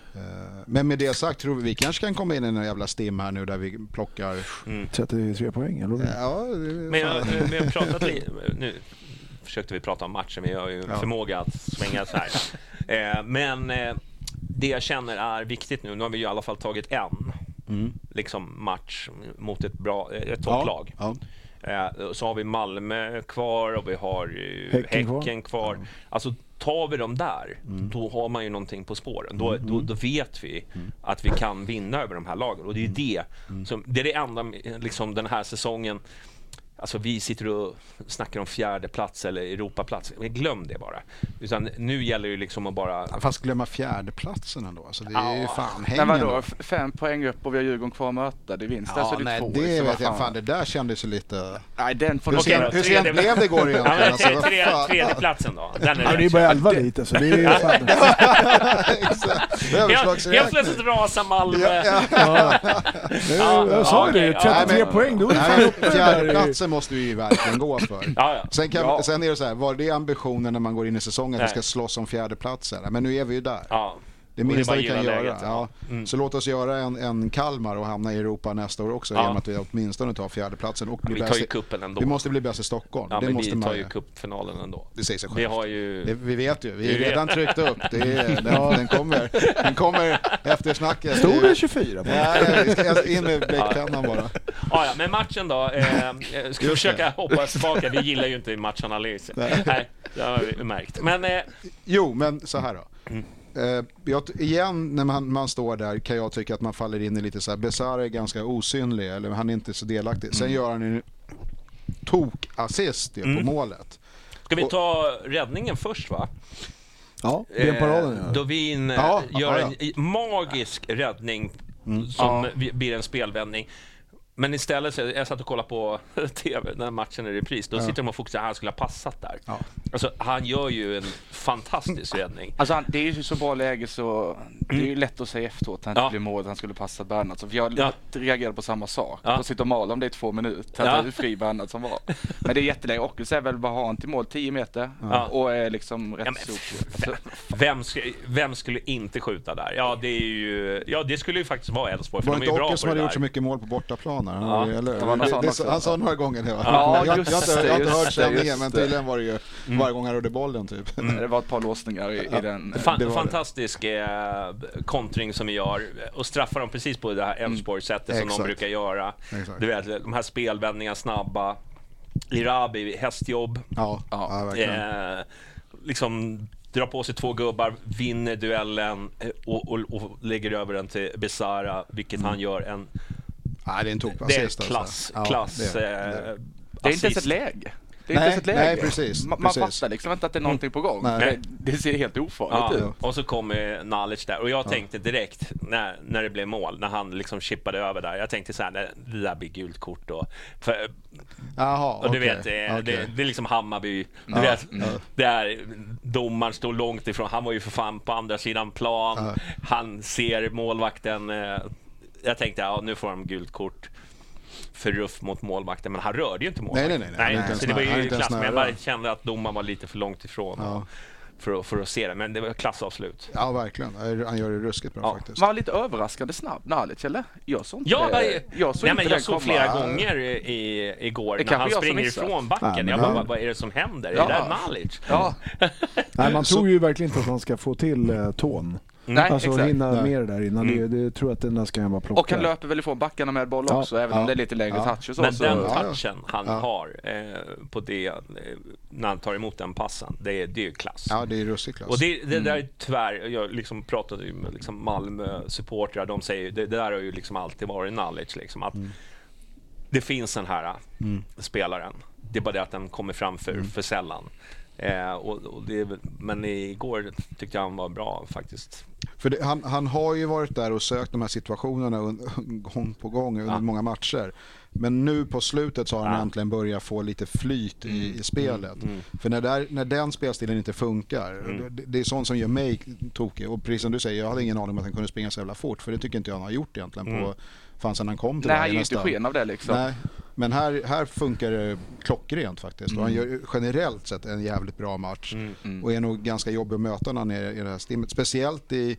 Men med det sagt tror vi vi kanske kan komma in i en jävla stim här nu där vi plockar mm. trettiotre poäng eller? Ja, men jag, vi har pratat lite nu försökte vi prata om matchen, men jag har ju ja. förmåga att svänga så här. eh, men eh, det jag känner är viktigt nu, nu har vi ju i alla fall tagit en mm. liksom match mot ett bra ett topplag. Ja. Ja. Eh, så har vi Malmö kvar och vi har eh, Häcken, Häcken kvar. kvar. Mm. Alltså tar vi dem där, mm. då har man ju någonting på spåren. Då, mm. då, då vet vi mm. att vi kan vinna över de här lagen. Och det är ju det mm. som, det är det enda liksom den här säsongen. Alltså vi sitter och snackar om fjärde plats eller Europaplats. Glöm det bara. Utan nu gäller det ju liksom att bara... Fast glömma fjärdeplatsen ändå. Alltså det är ju fan hängen. Men vadå? Fem poäng upp och vi har Djurgården kvar att möta. Det vinst. Ja, alltså det nej, två, det vet jag. Fan, det där kändes ju lite... Nej, den får hur sent, hur sent blev det går egentligen? Ja, alltså, tre, tredje platsen då. Den är ja, det är bara elva lite. Så det är ju fan... Helt plötsligt rasar Malmö. Ja, ja. Ja. Ja, jag sa okay, det. trettiotre ja, poäng. Då är fjärdeplatsen måste vi ju verkligen gå för. Ja, ja. Sen, kan, ja. sen är det så här, var det ambitionen när man går in i säsongen att vi ska slåss om fjärdeplatser? Men nu är vi ju där. Ja. Det minsta vi kan göra. Ja. Mm. Så låt oss göra en, en Kalmar och hamna i Europa nästa år också. Ja. Genom att vi åtminstone tar fjärdeplatsen. Och vi tar ju kuppen ändå. Vi måste bli bäst i Stockholm. Ja, det men måste vi tar man... ju cupfinalen ändå. Det säger sig själv. Vi, har ju... det, vi vet ju. Vi är redan tryckt upp. Det är, den, den, kommer, den kommer efter snacket. Stod det tjugofyra? Ja, jag ska in med bläckpennan bara. Ja, ja, men matchen då. Eh, ska vi försöka hoppa tillbaka. Vi gillar ju inte matchanalys. Nej. Nej, det har vi märkt. Men, eh... Jo, men så här då. Mm. Uh, jag, igen när man, man står där kan jag tycka att man faller in i lite så här. Besara är ganska osynlig, eller han är inte så delaktig. Mm. Sen gör han en tok-assist mm. på målet. Ska vi ta och, räddningen först va? Ja, det är paraden eh, Dovin ja, gör ja, ja. en magisk räddning mm. som ja. blir en spelvändning. Men istället så jag satt och kollade på tv när matchen är i repris. Då ja. sitter de och fokuserar att han skulle ha passat där. Ja. Alltså, han gör ju en fantastisk räddning. Alltså, han, det är ju så bra läge så det är ju lätt att säga efteråt att han ja. inte blir mål, att han skulle passa Bernhardsson. För jag ja. reagerade på samma sak. Ja. Jag sitter och malar om det i två minuter. Ja. Hur fri Bernhardsson var. Men det är jätteläge. Och så är väl bara ha han till mål tio meter. Ja. Och är liksom rätt ja, alltså, vem, sk- vem skulle inte skjuta där? Ja, det är ju... Ja, det skulle ju faktiskt vara Elfsborg. Var det inte Åke som hade gjort så mycket mål på bortaplan? Ja. Eller, det det, det, det, han sa några gånger det, ja, jag, jag, jag, jag, jag har inte hört sändningen, men tydligen var det ju mm. varje gång han rörde bollen typ. Mm. Det var ett par låsningar i, ja. i den. Fan, fantastisk eh, kontring som vi gör och straffar dem precis på det här Elfsborg-sättet mm. som de brukar göra. Exakt. Du vet, de här spelvändningarna snabba. Lirabi, hästjobb. Ja, ja, ja verkligen. Eh, liksom drar på sig två gubbar, vinner duellen och, och, och lägger över den till Besara, vilket mm. han gör en Nej, det är en tok det är klass, alltså. klass ja, det, är, det. det är inte ens ett läge. Det är nej, inte ens ett läge. Nej, precis. Man, man fattar liksom inte att det är någonting på gång. Det, det ser helt ofarligt ja, ut. Och så kommer Nalic där. Och jag tänkte direkt när, när det blev mål, när han liksom chippade över där. Jag tänkte så här, det där blir gult kort då. För, Aha, och du okay, vet, det, okay. det, det är liksom Hammarby. Du ja, vet, ja. där domaren står långt ifrån. Han var ju för fan på andra sidan plan. Ja. Han ser målvakten. Jag tänkte, ja nu får de gult kort för ruff mot målvakten, men han rörde ju inte målvakten. Nej, nej, nej. nej. nej. Så det var ju klass, men jag bara kände att domaren var lite för långt ifrån ja. för, för att se det, men det var klassavslut. Ja, verkligen. Han gör det ruskigt bra ja. faktiskt. Man var lite överraskande snabb, Nalic, eller? Jag såg inte ja, det. Jag såg, nej, men jag såg flera komma. gånger i, igår det när han springer ifrån backen. Nej, jag bara, vad är det som händer? Ja. Är det där Nalic? Ja. Nej, man tror ju verkligen inte att han ska få till eh, tån. Nej, alltså exakt. hinna Nej. mer där innan. Mm. Det, det tror jag att den där ska jag bara plocka. Och han löper väl ifrån backarna med boll också, ja. även ja. om det är lite lägre ja. touch och så. Men så. den touchen han ja. har eh, på det eh, när han tar emot den passen, det är, det är ju klass. Ja, det är russig klass. Och det, det mm. där är tyvärr, jag liksom pratade ju med liksom Malmö-supportrar, de säger, det, det där har ju liksom alltid varit knowledge liksom, att mm. det finns den här mm. spelaren. Det är bara det att den kommer fram för, mm. för sällan. Eh, och, och det, men igår tyckte jag han var bra faktiskt. För det, han, han har ju varit där och sökt de här situationerna gång på gång under ja. många matcher. Men nu på slutet så har han ja. äntligen börjat få lite flyt i, i spelet. Mm. Mm. För när, där, när den spelstilen inte funkar, mm. det, det är sånt som gör mig tokig. Och precis som du säger, jag hade ingen aning om att han kunde springa så jävla fort. För det tycker inte jag han har gjort egentligen mm. på fan sedan han kom till Nej, han ger inte sken av det liksom. Nej. Men här, här funkar det klockrent faktiskt. Mm. Och han gör generellt sett en jävligt bra match. Mm. Mm. Och är nog ganska jobbig att möta när han är i det här stimmet. Speciellt i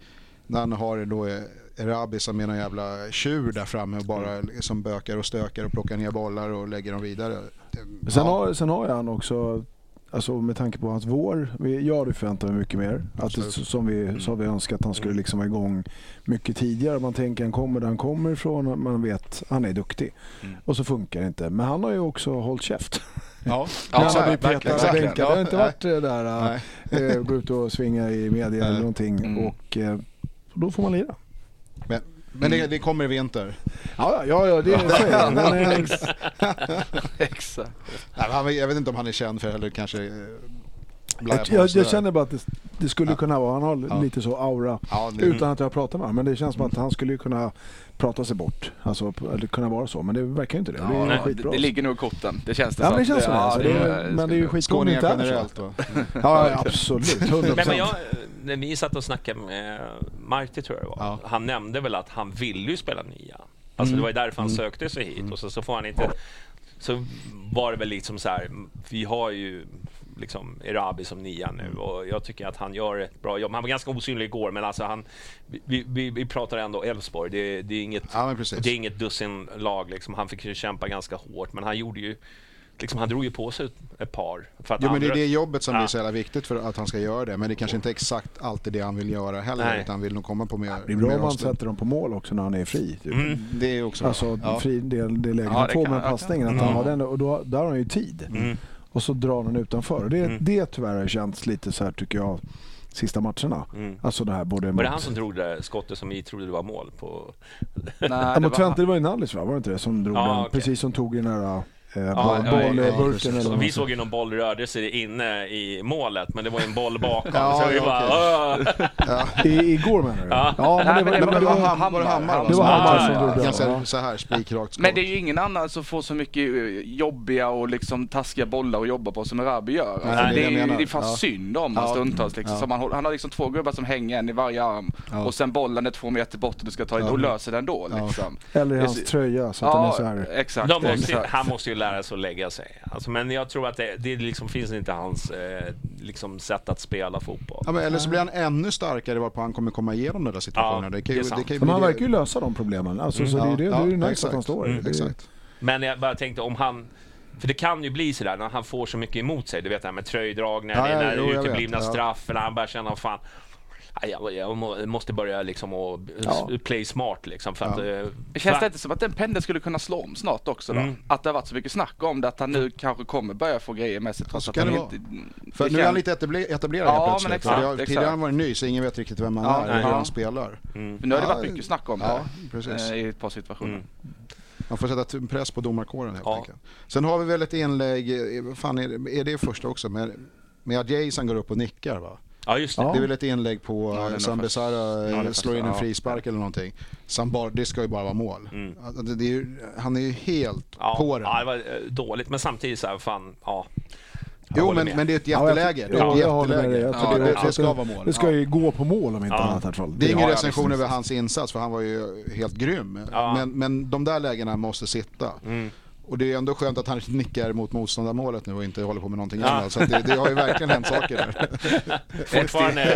när han har då Erabi som är någon jävla tjur där framme och bara mm. liksom bökar och stökar och plockar ner bollar och lägger dem vidare. Ja. Sen, har, sen har jag han också, alltså med tanke på hans vår, vi, jag hade förväntat mig mycket mer. Att det, som vi, så har vi önskat att han skulle liksom vara igång mycket tidigare. Man tänker han kommer där han kommer ifrån, man vet han är duktig. Mm. Och så funkar det inte. Men han har ju också hållit käft. Ja, ja så här, Peter, bänka. Det har inte varit det där äh, gå ut och svinga i media eller någonting. Mm. Och äh, då får man lira. Men, men det, det kommer i vinter. Ja, ja, ja det är så. Men, äh, exakt. Jag vet inte om han är känd för eller kanske... Jag, jag, jag känner bara att det, det skulle kunna vara, han har ja. lite så aura ja, det, utan att jag pratar med honom, men det känns som att han skulle kunna prata sig bort, alltså eller kunna vara så, men det verkar inte det. Ja, det, är nej, skitbra. Det, det ligger nog i korten, det känns det ja, så. Men det känns så, ja, alltså. det, det, men det är ju skitbra inte generellt då. Ja, absolut, hundra procent. Men, men jag, när vi satt och snackade med Marti tror jag det var, ja. han nämnde väl att han ville ju spela nia. Alltså mm. det var ju därför han mm. sökte sig hit mm. och så, så får han inte, så var det väl liksom så här, vi har ju liksom Erabi som nia nu och jag tycker att han gör ett bra jobb. Han var ganska osynlig igår, men alltså han vi, vi, vi pratar ändå Elfsborg. Det, det är inget ja, det är inget dussin lag liksom. Han fick ju kämpa ganska hårt, men han gjorde ju liksom, han drog ju på sig ett par för att jo, andra... men det är det jobbet som ja. är så jävla viktigt för att han ska göra det, men det är kanske inte exakt alltid det han vill göra heller. Nej. Utan han vill nog komma på mer. Det är bra om man sätter dem på mål också när han är fri typ. mm. Det är också alltså ja. fri del det lägger ja, två med passningen att mm. han har den och då där har han ju tid. Mm. Och så drar han utanför. Och det, mm. det tyvärr har känts lite så här tycker jag sista matcherna. Mm. Alltså det här både var mot... det han som drog det skottet som vi trodde det var mål på? Nej, ja, mot Twente, det var ju Nallis va? Var det inte det som drog ja, den? Okay. Precis som tog i nära Eh, ja, boll, ja, boll, ja, ja, burken eller vi såg ju någon boll rörde sig inne i målet, men det var ju en boll bakom. ja, så vi ja, bara okay. ja. I, igår menar du? Ja, ja men, men, det, var, men det var Hammar. Hammar det var Hammar som ja, gjorde det. Ganska så här spikrakt. Men det är ju ingen annan som får så mycket jobbiga och liksom taskiga bollar att jobba på som Erabi gör. Alltså, Nej, det, det, är, det är fan ja. synd om ja. stundtals. Liksom. Ja. Så man, han har liksom två gubbar som hänger en i varje arm ja. och sen bollen är två meter bort och du ska ta in ja. och löser den då. Liksom. Ja. Eller i hans tröja så att ja, den är så här. Exakt, måste, exakt. Han måste ju lära sig att lägga sig. Alltså, men jag tror att det, det liksom finns inte hans eh, liksom sätt att spela fotboll. Ja, men eller så blir han ännu starkare varpå han kommer komma igenom den där situationen. Ja, det kan ju, det, det kan ju men han verkar ju lösa de problemen. Alltså, mm. så det är ju ja, det, det är nice att han står. Mm, exakt. Men jag bara tänkte om han, för det kan ju bli sådär när han får så mycket emot sig, du vet det här med tröjdragningar, ja, ja, när det uteblivna ja. straff eller han börjar känna fan Jag, jag måste börja liksom och ja. play smart liksom för ja. att, det känns det inte som att den pendeln skulle kunna slå om snart också då? Mm. Att det har varit så mycket snack om det, att han nu kanske kommer börja få grejer med sig trots att han inte... För nu är han lite etablerad ja, plötsligt. Men exakt, för det, tidigare han var ny så ingen vet riktigt vem han ja, är eller hur han spelar. Mm. Men nu har det varit mycket snack om det ja, precis. i ett par situationer. Mm. Man får sätta press på domarkåren helt ja. enkelt. Sen har vi väl ett inlägg, fan är det, är det första också, med, med att Jason går upp och nickar va? Ja, just det. Det är väl ett inlägg på ja, Sambesara ja, slår in en frispark ja. eller någonting. Sambar, det ska ju bara vara mål. Mm. Det, det är ju, han är ju helt ja, på den. Ja, det var dåligt, men samtidigt så här, fan, ja. Jo, men, men det är ett jätteläge. Det, är ett jätteläge. Jag ja, det, det, det ska vara mål. Det ska ju gå på mål om inte ja. annat. Här, det är ingen ja, recension över hans insats, för han var ju helt grym. Ja. Men, men de där lägena måste sitta. Mm. Och det är ändå skönt att han nickar mot motståndarmålet nu och inte håller på med någonting ja. annat. Så det, det har ju verkligen hänt saker där. Fortfarande,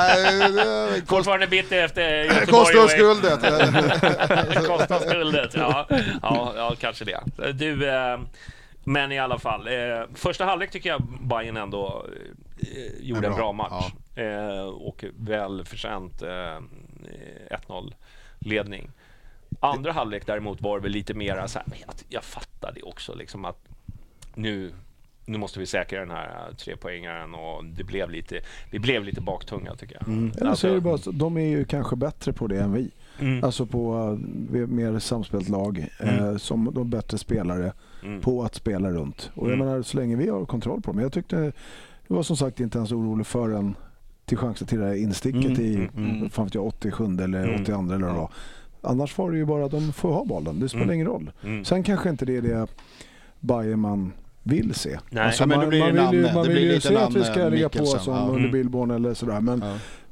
ja, fortfarande bitter efter kostnadsguldet. Kostnadsguldet, ja. ja. Ja, kanske det. Du, eh, men i alla fall. Eh, första halvlek tycker jag Bayern ändå eh, gjorde en bra, en bra match. Ja. Eh, och väl förtjänt eh, ett noll ledning. Andra halvlek däremot var det väl lite mer så här, jag, jag fattar det också liksom att nu nu måste vi säkra den här trepoängaren och det blev lite vi blev lite baktunga tycker jag. Mm. Eller så är det bara, de är ju kanske bättre på det än vi. Mm. Alltså på uh, mer samspelt lag mm. eh, som de bättre spelare mm. på att spela runt. Och jag mm. menar så länge vi har kontroll på dem. Jag tyckte det var som sagt inte ens orolig för en till chansen till det här insticket mm. i mm. fan vet jag, åttiosju eller mm. åttiotvå eller vad. Annars var det ju bara att de får ha bollen. Det spelar mm. ingen roll. Mm. Sen kanske inte det är det Bayern man vill se. Nej, alltså ja, men man, blir man vill ju, man det vill blir ju se att vi ska ligga på Mikkelsen, som ja. under Billborn eller sådär. Men, ja.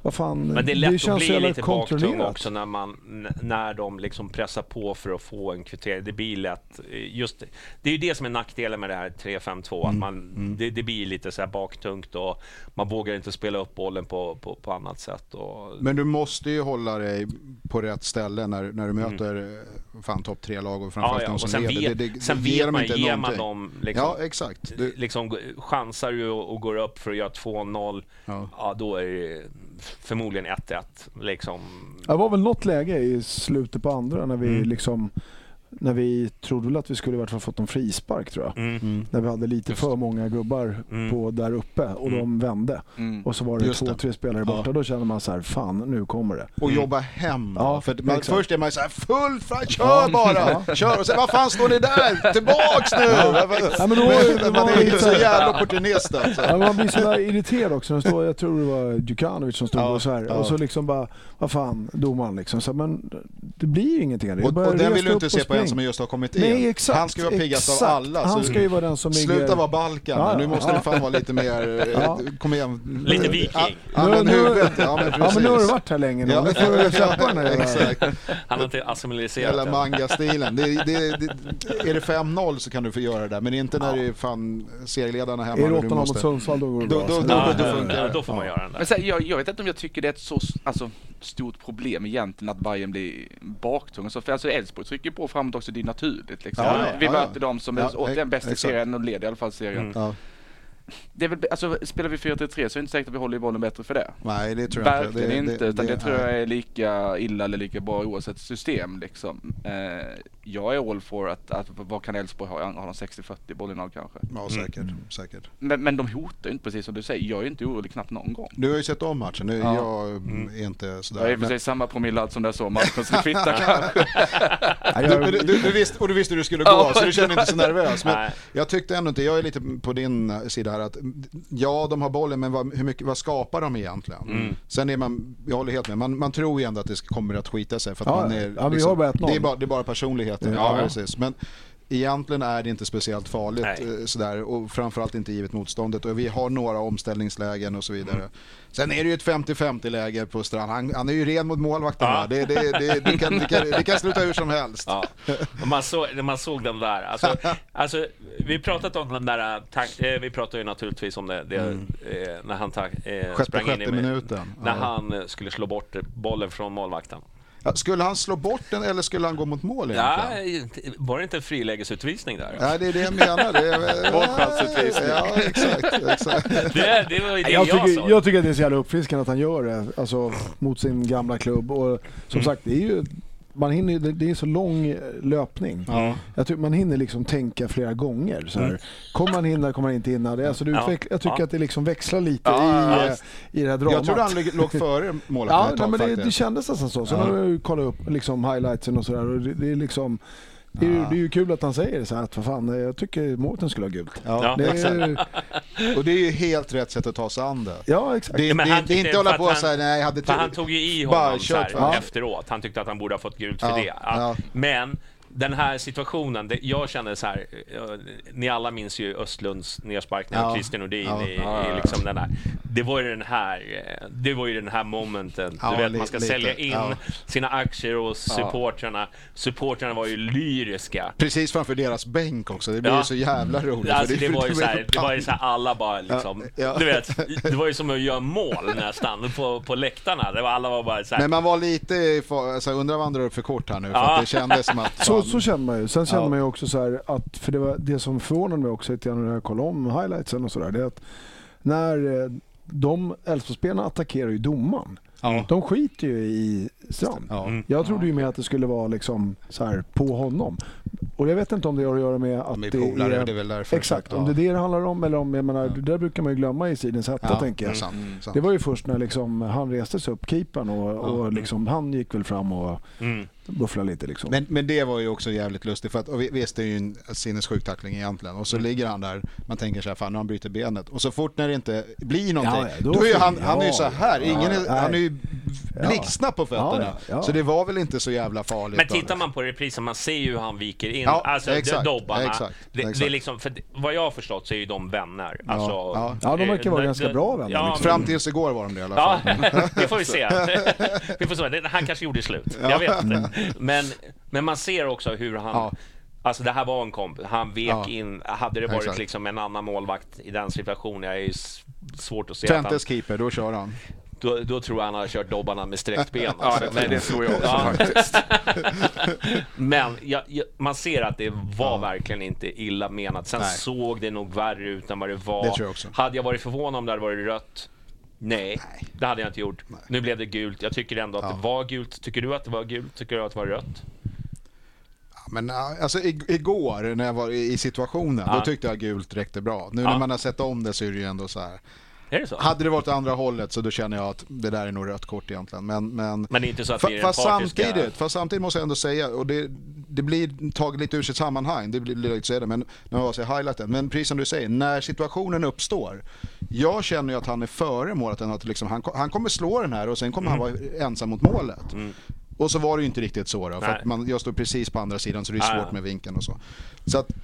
vad fan, men det är lätt det känns att bli lite kontrollerat baktung också när, man, när de liksom pressar på för att få en kvittering. Det blir lätt, just, det är ju det som är nackdelen med det här tre fem två, mm. att man, mm. det, det blir lite så här baktungt och man vågar inte spela upp bollen på, på, på annat sätt. Och... Men du måste ju hålla dig på rätt ställe när, när du möter mm. fan topp tre lag och framförallt ja, ja. de som sen leder. Vet, det, det, sen det vet ger man, inte ger man dem liksom, ja, exakt. Du... liksom chansar du och, och går upp för att göra två noll, ja. ja då är det förmodligen ett ett liksom. Det var väl något läge i slutet på andra när vi mm. liksom när vi trodde väl att vi skulle i vart fall fått en frispark tror jag. Mm. Mm. När vi hade lite Just. för många gubbar mm. på där uppe och mm. de vände. Mm. Och så var det Just två, det. tre spelare borta. Ja. Då kände man så här, fan nu kommer det. Och mm. jobba hem. Ja, för man, först är man så här, full fram, kör ja. bara. Ja. Kör och sen, vad fan står ni där? Tillbaks nu! Ja. Ja, men då, man, man är inte så jävla opportunist. Alltså. Ja, man blir så där irriterad också. Stod, jag tror det var Djukanovic som stod ja. och så här. Ja. Och så liksom bara, vad fan, domaren liksom. Så, men det blir ingenting. Det och, och den vill du inte se på en som just har kommit in. Nej, exakt, han ska ju vara piggast av alla. Han ska ju vara den som sluta ligger... vara Balkan. Ja, nu måste ja. det fan vara lite mer... Ja. Kom igen. Lite viking. Ja, men, huvudet. Ja, men, ja, men nu har du varit här länge nu. Ja. Nu får du köpa den här. Exakt. Han har inte assimiliserat hela manga-stilen. Det, det, det, är det fem noll så kan du få göra det där. Men inte när ja. det är fan serieledarna hemma. Är det åtta noll mot Sundsvall då går det bra. Då, då, då, ja, då, då, funkar ja, då får man göra den där. Men så här, jag, jag vet inte om jag tycker det är ett så alltså, stort problem egentligen att Bayern blir baktung. Så för alltså Elfsborg trycker på framåt också, det är naturligt liksom. Ja, ja, vi ja, möter ja. dem som är ja, återigen bäst i serien och leder i alla fall serien. Mm. Ja. Det är väl, alltså, spelar vi fyra tre tre så är det inte säkert att vi håller i bollen bättre för det. Nej, det tror jag Verkligen inte. Det, inte, det, utan det, det tror jag är lika illa eller lika bra oavsett system liksom. Eh, jag är all for att, att vad kan Elfsborg ha? Har de sextio fyrtio bollinnehav kanske? Ja, säkert. Mm. säkert. Men, men de hotar ju inte precis som du säger. Jag är inte orolig knappt någon gång. Du har ju sett om matchen. Nu, ja. Jag mm. är inte sådär. Jag är precis men... samma promillad som det så matchen som kvittar kanske. du, du, du, du visste, och du visste hur du skulle gå så du känner inte så nervös. Men jag tyckte ändå inte, jag är lite på din sida här att ja, de har bollen, men vad, hur mycket, vad skapar de egentligen? Mm. Sen är man, jag håller helt med, man, man tror ju ändå att det kommer att skita sig för att ja, man är, ja, liksom, det, är bara, det är bara personligheten. Ja, ja. Precis. Men egentligen är det inte speciellt farligt sådär, och framförallt inte givet motståndet, och vi har några omställningslägen och så vidare. Mm. Sen är det ju ett femtio femtio läge på Strand. Han, han är ju ren mot målvakten. Ja. Det, det, det, det, kan, det, kan, det kan sluta hur som helst. Ja. Och man, såg, man såg den där. Alltså, alltså, vi pratat om den där. Eh, vi pratade ju naturligtvis om det, det mm. eh, när han ta, eh, sjätte, sprang in i minuten. När ja. han skulle slå bort bollen från målvakten. Ja, skulle han slå bort den eller skulle han gå mot mål egentligen? Ja, var det inte en frilägesutvisning där? Ja, det är det jag menar. Bortpassutvisning. Ja, exakt. exakt. Det, det var ju det jag, jag tycker, sa. jag tycker att det är så jävla uppfriskande att han gör det, alltså, mot sin gamla klubb. Och som mm. sagt, det är ju... Man hinner, det är så lång löpning. Ja. Jag tycker man hinner liksom tänka flera gånger. Så här. Mm. Kommer man hinna, kommer man inte hinna. Det, alltså, det utveckla, jag tycker ja. att det liksom växlar lite ja, i, ja. i det här dramat. Jag tror han låg före målet. Ja, nej, men det, det kändes nästan så. Så ja. har jag kollat upp liksom, highlightsen och sådär. Och det, det är liksom... Det är, ja. det är ju kul att han säger det så här, att för fan, jag tycker Mårten skulle ha gult. Ja. Det är, och det är ju helt rätt sätt att ta sig an det. Ja, exakt. Det, men det, han det är inte hålla på så här, nej, jag hade för han tog ju i honom så här, ja. efteråt. Han tyckte att han borde ha fått gult för ja. det. Ja. Ja. Men den här situationen, det, jag känner så här, ni alla minns ju Östlunds nedsparkning av ja. Christian Nordin ja. i, i liksom den här. Det var ju den här, det var ju den här momenten. Ja, du vet, man ska lite. sälja in ja. sina aktier och supportrarna. Ja. Supportrarna var ju lyriska. Precis framför deras bänk också. Det blev ja. ju så jävla roligt. Alltså, det, det var ju så här, det var ju så här, alla bara liksom, ja. Ja. du vet, det var ju som att göra mål nästan på, på läktarna. Det var, alla var bara så här. Men man var lite, alltså, undrar vad han drar upp för kort här nu. För ja. att det kändes som att... Så, så känner man ju. Sen känner ja. man ju också så här att, för det var det som förvånade mig också lite när jag kollade om highlightsen och sådär, det är att när de Elfsborgsspelarna attackerar ju domaren. Ja. De skiter ju i Strand. Ja. Jag trodde ju med att det skulle vara liksom så här på honom. Och jag vet inte om det har att göra med att de är det polare, är... Det är väl därför. Exakt, om det är det det handlar om eller om, jag menar, ja. där brukar man ju glömma i sidens hetta, ja. tänker jag. Mm, sant. Det var ju först när liksom han reste sig upp, keepern, och, ja. och liksom, han gick väl fram och... Mm. bufflar lite liksom. Men, men det var ju också jävligt lustigt för att och visst, det är ju en sinnessjuk tackling egentligen och så mm. ligger han där, man tänker så här, fan nu han bryter benet och så fort när det inte blir någonting ja, ja, då, då är ju han, ja, han är ju så här ja, ingen är, han är ju blixtsnabb på fötterna ja, ja, ja. Så det var väl inte så jävla farligt. Men tittar man på reprisen, man ser ju hur han viker in ja, alltså exakt, dobbarna exakt, det, exakt. Det är liksom, för vad jag har förstått så är ju de vänner alltså, ja, ja. ja de verkar vara det, ganska det, bra vänner ja, liksom. Fram tills igår var de det i alla fall. Ja, det får vi se. Vi får se. Han kanske gjorde slut, jag vet inte. Men, men man ser också hur han ja. Alltså det här var en komp. Han vek ja. in. Hade det varit exakt. Liksom en annan målvakt i den situationen, jag är ju svårt att se. Trentes keeper, då kör han. Då, då tror jag han har kört dobbarna med sträckt ben. Ja, det, men det tror jag också ja. faktiskt. Men jag, jag, man ser att det var ja. verkligen inte illa menat. Sen Nej. såg det nog värre ut än vad det var. Det tror jag också. Hade jag varit förvånad om det hade varit rött? Nej, Nej. det hade jag inte gjort. Nej. Nu blev det gult. Jag tycker ändå att ja. det var gult. Tycker du att det var gult? Tycker du att det var rött? Men alltså igår när jag var i situationen ja. då tyckte jag gult räckte bra. Nu ja. när man har sett om det så är det ju ändå så här. Är det så? Hade det varit andra hållet så då känner jag att det där är nog rött kort egentligen. Men, men, men det är inte så att fa, det är fast, samtidigt, fast samtidigt måste jag ändå säga, och det, det blir taget lite ur sitt sammanhang, det blir lite så är det, men när man säger highlighten. Men precis som du säger, när situationen uppstår, jag känner ju att han är före målet, att liksom, han, han kommer slå den här och sen kommer mm. han vara ensam mot målet. Mm. Och så var det ju inte riktigt så då, för att man, jag står precis på andra sidan så det är svårt ah, med vinkeln och så. Så att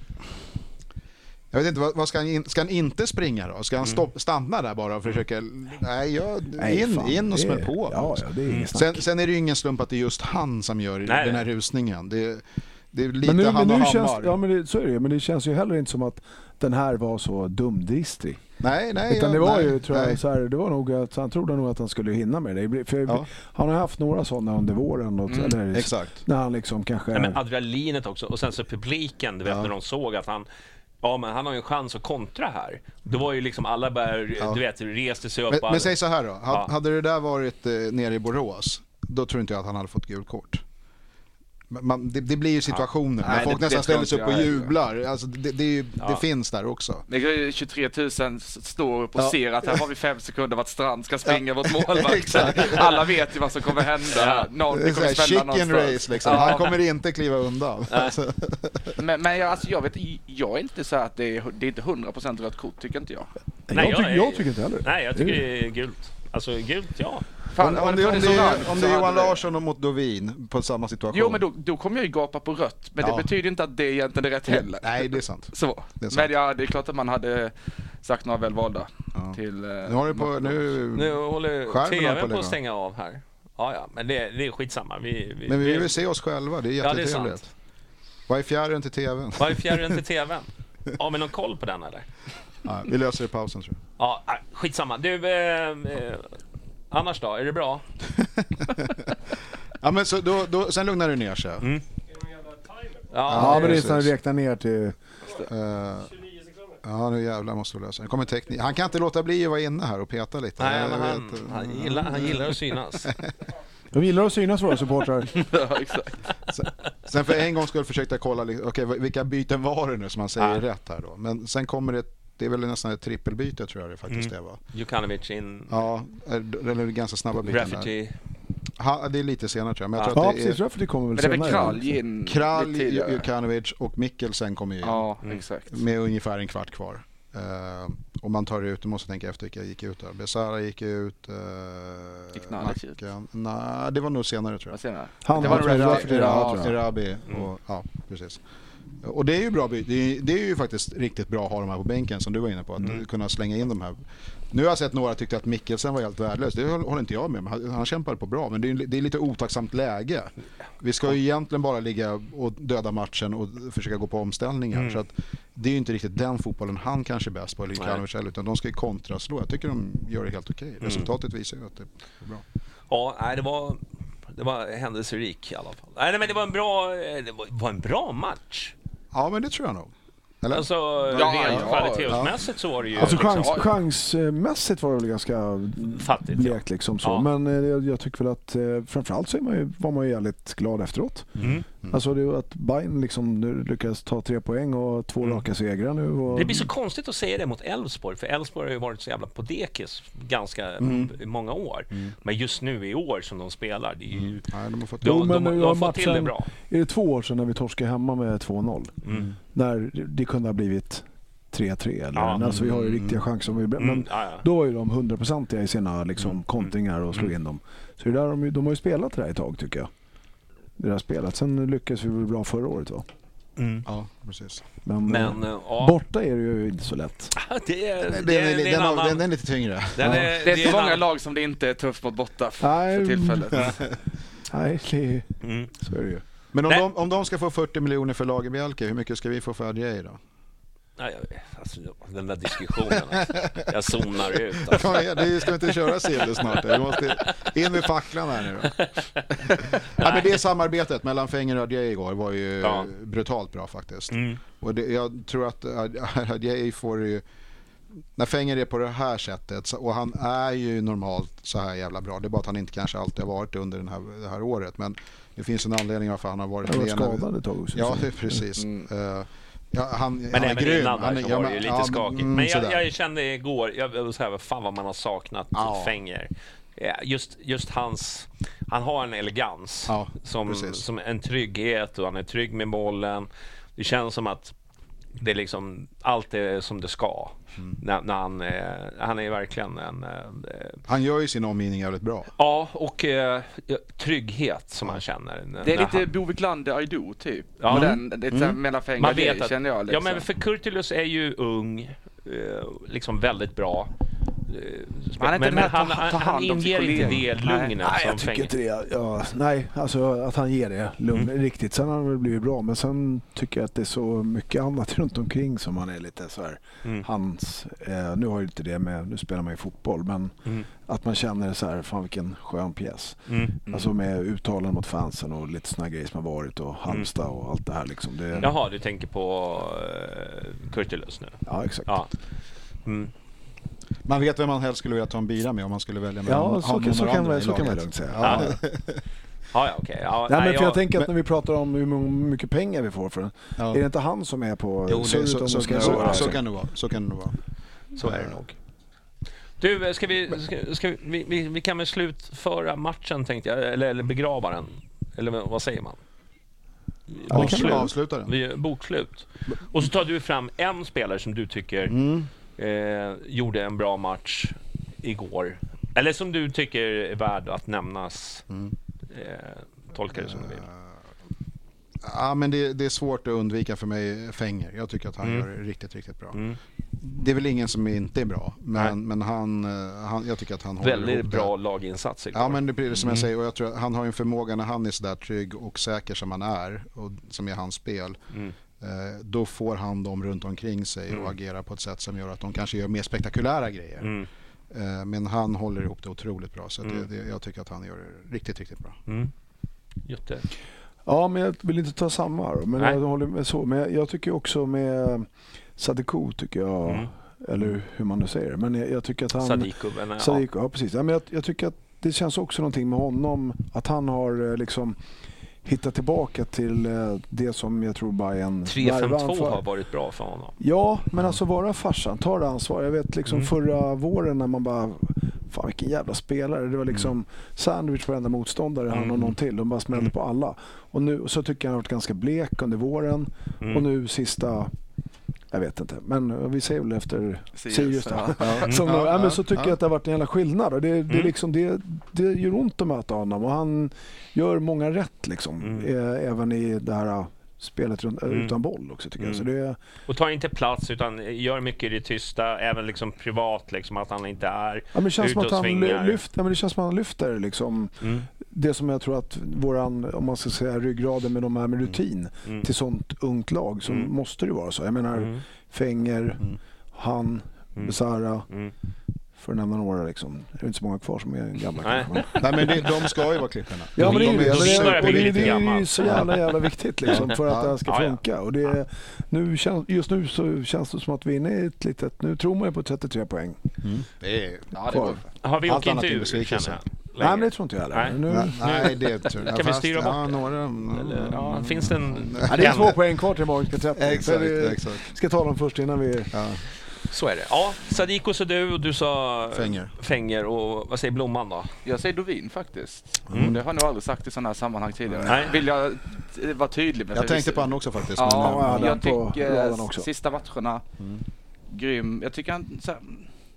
jag vet inte, vad, vad ska, han in, ska han inte springa då? Ska han stopp, stanna där bara och försöka... Nej, jag, nej in, fan, in och smäll på. Ja, ja, det är mm. sen, sen är det ju ingen slump att det är just han som gör nej, den här rusningen. Det, det är lite men nu, han men nu och känns, Hammar. ja, men det, så är det, men det känns ju heller inte som att den här var så dumdristig. Nej, nej. Utan det ja, var nej, ju, tror jag, nej. så här, det var nog att han trodde nog att han skulle hinna med det. För ja. Han har haft några sådana under våren. Och, mm, eller, exakt. När han liksom kanske... Ja, men adrenalinet också. Och sen så publiken, du vet, ja. när de såg att han... Ja, men han har ju en chans att kontra här. Då var ju liksom alla bär, ja. du vet, reste sig upp. Men, men säg så här då. Ja. Hade det där varit eh, nere i Borås, då tror inte jag att han hade fått gult kort. Man, det, det blir ju situationer. Ja. När folk det, nästan det ställer sig upp och jublar. Alltså, det, det, är ju, ja. det finns där också. Det är tjugotre tusen står upp och ja. ser att här har vi fem sekunder vart Strand ska springa ja. mot målvakt. Alla vet ju vad som kommer hända. Ja. Någon, det kommer chicken någonstans. Race liksom. Ja. Han kommer inte kliva undan. Alltså. Men, men jag, alltså, jag vet, jag är inte så att det är, det är inte hundra procent rött kort, tycker inte jag. Nej, jag, jag, är, jag tycker inte heller. Nej, jag tycker det är gult. Alltså gult, ja. Fan, om, om, det, om, det, är, om det är Johan Larsson och mot Dovin på samma situation. Jo, men då, då kommer jag ju gapa på rött. Men ja. det betyder inte att det egentligen är rätt heller. Nej, det är sant. Så. Det är sant. Men ja, det är klart att man hade sagt några välvalda. Ja. Till, eh, nu har du på, nu, nu håller tvn på att stänga av här. Ja, ja, men det, det är skitsamma. Vi, vi, men vi vi vill se oss själva, det är jättetrevligt. Ja, det är sant. Vad är fjärren till tvn? Vad är fjärren till tvn? Har vi någon koll på den eller? Ja, vi löser det i pausen, tror jag. Ja, skitsamma. Du... Eh, eh, annars då, är det bra? Ja, men så då, då, sen lugnar du ner sig. Mm. Ja, ja, men det är så att räkna ner till... Uh, ja, nu jävlar måste vi lösa. Kommer teknik. Han kan inte låta bli att vara inne här och peta lite. Nej, men han, vet, han, gillar, han gillar att synas. De gillar att synas, våra supportrar. Ja, exakt. Sen, sen för en gång skulle jag försöka kolla okay, vilka byten var det nu som man säger ja. rätt här då. Men sen kommer det, det är väl nästan ett trippelbyte tror jag det faktiskt mm. det var. Jukanovic in. Ja, eller ganska snabba byten där. Ha, det är lite senare tror jag. Men jag ja, tror ja att det precis. är... Rafferty kommer väl men det senare. Det är väl Kralj in. Kralj, Jukanovic och Mikkelsen kommer ju in. Ja, exakt. Med ungefär en kvart kvar. Uh, och man tar ut, du måste tänka efter vilka jag gick ut där. Besara gick ut. Uh, gick Nalic ut? Nej, det var nog senare tror jag. Senare. Han det var Rafferty, Erabi och ja, precis. Och det är ju bra, det är, det är ju faktiskt riktigt bra att ha de här på bänken som du var inne på, att mm. kunna slänga in de här. Nu har jag sett några tyckte att Mikkelsen var helt värdelös, det håller inte jag med, han, han kämpade på bra, men det är, det är lite otacksamt läge. Vi ska ju egentligen bara ligga och döda matchen och försöka gå på omställningar, mm. så att det är ju inte riktigt den fotbollen han kanske är bäst på, eller Jukanovic, utan de ska ju kontraslå. Jag tycker de gör det helt okej. Resultatet visar ju att det är bra. Ja, nej, det var det var händelserik i alla fall. Nej, men det var en bra det var, var en bra match. Ja, men det tror jag nog. Eller? Alltså, ja, rent ja, kvalitetsmässigt ja. så var det ju... Alltså chans, liksom, chansmässigt var det väl ganska fattigt, blekt liksom så. Ja. Men jag, jag tycker väl att framförallt så är man ju, var man ju jävligt glad efteråt. Mm. Mm. Alltså det är att Bayern liksom nu lyckas ta tre poäng och två mm. raka segrar nu. Och... Det blir så konstigt att säga det mot Elfsborg, för Elfsborg har ju varit så jävla på dekis ganska mm. många år. Mm. Men just nu i år som de spelar, det är ju... Mm. Ja, de har fått, de, de, de, de har fått till det bra. Är det två år sedan när vi torskade hemma med två noll? Mm. När det kunde ha blivit tre tre eller ja, alltså vi har ju mm, riktiga chanser vi, men mm, ja, ja. Då var ju de hundraprocentiga i sina liksom mm, kontringar och slog mm. in dem. Så det där de, de har ju spelat det här ett tag tycker jag. Det där spelat. Sen lyckades vi väl bra förra året va? Mm. Ja, precis. Men, men äh, ja. borta är det ju inte så lätt. det är, det är, det är, det är den, annan... den, den är lite tyngre. Den ja. är, det är det är många annan... lag som det inte är tufft mot borta för, Nej, för tillfället. Nej, det, mm. så är det ju. Men om de, om de ska få fyrtio miljoner för Lagerbielke, hur mycket ska vi få för Adjei då? Nej, alltså, den där diskussionen alltså. Jag zonar ut alltså. Ja, det ska inte köra Silde snart. Du måste in med facklan här nu då. Ja, men det samarbetet mellan Fenger och Adjei igår var ju ja. brutalt bra faktiskt. Mm. Och det, jag tror att Adjei får ju, när Fenger är på det här sättet, och han är ju normalt så här jävla bra, det är bara att han inte kanske alltid har varit under den här, det här året, men det finns en anledning varför han har varit med. Han var skadad ett tag också. Ja, precis. Mm. Uh, Ja, han, men han även är innan han där är, så var ja, det ju lite ja, skakigt. Mm, men jag, jag kände igår, jag vill säga, fan vad man har saknat ja. Fenger. Just, just hans, han har en elegans ja, som, som en trygghet och han är trygg med bollen. Det känns som att det är liksom allt är som det ska. Mm. När, när han, eh, han är verkligen en... Eh, han gör ju sin omgivning jävligt bra. Ja, och eh, trygghet som man känner. Det är lite han... Boviklande I do typ. Ja. Den, det är mm. mellan fängar, man vet det, att, känner jag. Liksom. Ja, men för Kurtulus är ju ung, eh, liksom väldigt bra. Han men, men han, han, han inger inte det lugnet. Nej, jag tycker inte det. Ja, nej, alltså att han ger det lugn mm. riktigt. Sen har han väl blivit bra, men sen tycker jag att det är så mycket annat runt omkring som han är lite så här. Mm. Hans, eh, nu har ju inte det med, nu spelar man ju fotboll, men mm. att man känner så här, fan vilken skön pjäs. Mm. Mm. Alltså med uttalanden mot fansen och lite såna grejer som har varit och Halmstad och allt det här liksom. Det... Jaha, du tänker på uh, Kurtulus nu? Ja, exakt. Ja. Mm. Man vet vem man helst skulle vilja ta en bira med om man skulle välja med. Ja, så, kan, så, kan, man, så kan man lugnt säga. Ja. Ja, ja, okej. Okay. Ja, nej, men för jag, jag tänker att när vi pratar om hur mycket pengar vi får för den, ja. Är det inte han som är på... Jo, det, så, så, så, ska så, så, så kan det vara. Så kan det vara. Så är det nog. Du, ska vi, ska, ska vi, vi, vi kan väl slutföra matchen tänkte jag, eller, eller begrava den. Eller vad säger man? Ja, bokslut. Avsluta den. Vi, bokslut. Och så tar du fram en spelare som du tycker... Mm. Eh, gjorde en bra match igår. Eller som du tycker är värd att nämnas. Mm. Eh, tolkar det som du vill. Ja, men det, det är svårt att undvika för mig Fenger. Jag tycker att han mm. gör det riktigt, riktigt bra. Mm. Det är väl ingen som inte är bra. Men, men han, han, jag tycker att han har väldigt bra laginsats igår. Ja, men det blir som mm. jag säger. Och jag tror att han har en förmåga när han är så där trygg och säker som han är. Och som är hans spel. Mm. Då får han dem runt omkring sig mm. och agerar på ett sätt som gör att de kanske gör mer spektakulära grejer. Mm. Men han håller ihop det otroligt bra. Så mm. det, det, jag tycker att han gör det riktigt, riktigt bra. Mm. Jätte. Ja, men jag vill inte ta samma. Men jag håller med så. Men jag, jag tycker också med Sadiko tycker jag, mm. eller hur man nu säger det. Men jag, jag tycker att han... Sadiko, men, Sadiko ja. ja, precis. Ja, men jag, jag tycker att det känns också någonting med honom. Att han har liksom... hitta tillbaka till det som jag tror Bayern tre fem två har varit bra för honom. Ja, men alltså vara farsan, ta det ansvar. Jag vet liksom mm. förra våren när man bara fan vilken jävla spelare. Det var liksom mm. sandwich på enda motståndare, mm. han och någon till. De bara smällde mm. på alla. Och nu så tycker jag han har varit ganska blek under våren. Mm. Och nu sista jag vet inte, men vi ser väl efter Sirius då. Ja. Ja. Som, ja, ja, men så tycker ja. jag att det har varit en jävla skillnad. Och det, mm. det, är liksom, det, det gör ont att möta honom. Och han gör många rätt liksom. Mm. Även i det här spelet runt, mm. utan boll också tycker mm. jag. Så det... Och tar inte plats utan gör mycket i det tysta. Även liksom privat, liksom, att han inte är ja, men det känns ute och som att svingar. Han lyfter, ja, men det känns som att han lyfter liksom. Mm. Det som jag tror att våran, om man ska säga ryggraden med de här med rutin mm. till sånt ungt lag så mm. måste det vara så. Jag menar mm. Fenger, mm. han, mm. Besara mm. för att nämna några liksom. Det är inte så många kvar som är gamla. Nej, men, Nej, men det, de ska ju vara klipparna. Ja, men det är, de är, de det, det, det är ju så jävla jävla viktigt liksom, för att det här ska funka. Och det, nu känns, just nu så känns det som att vi är inne i ett litet... Nu tror man ju på trettiotre poäng. Mm. Det är, ja, det var, har vi åkt inte ur, känner jag. Nej, men det tror inte jag heller. Nej, nu, nej, nej det tror jag. Kan vi styra bort ja, några, Eller, ja, finns det en... Ja, det är två poäng kvar till Magiska trettio. Exakt, vi exakt. ska ta dem först innan vi... Ja. Så är det. Ja, Sadiko så du och du sa Fänger. Fänger och vad säger Blomman då? Jag säger Dovin faktiskt. Mm. Och det har jag nog aldrig sagt i sådana här sammanhang tidigare. Nej. Vill jag vara tydlig med. Jag tänkte på han också faktiskt. Ja, men, jag på tycker också. sista matcherna Mm. grym. Jag tycker han så här,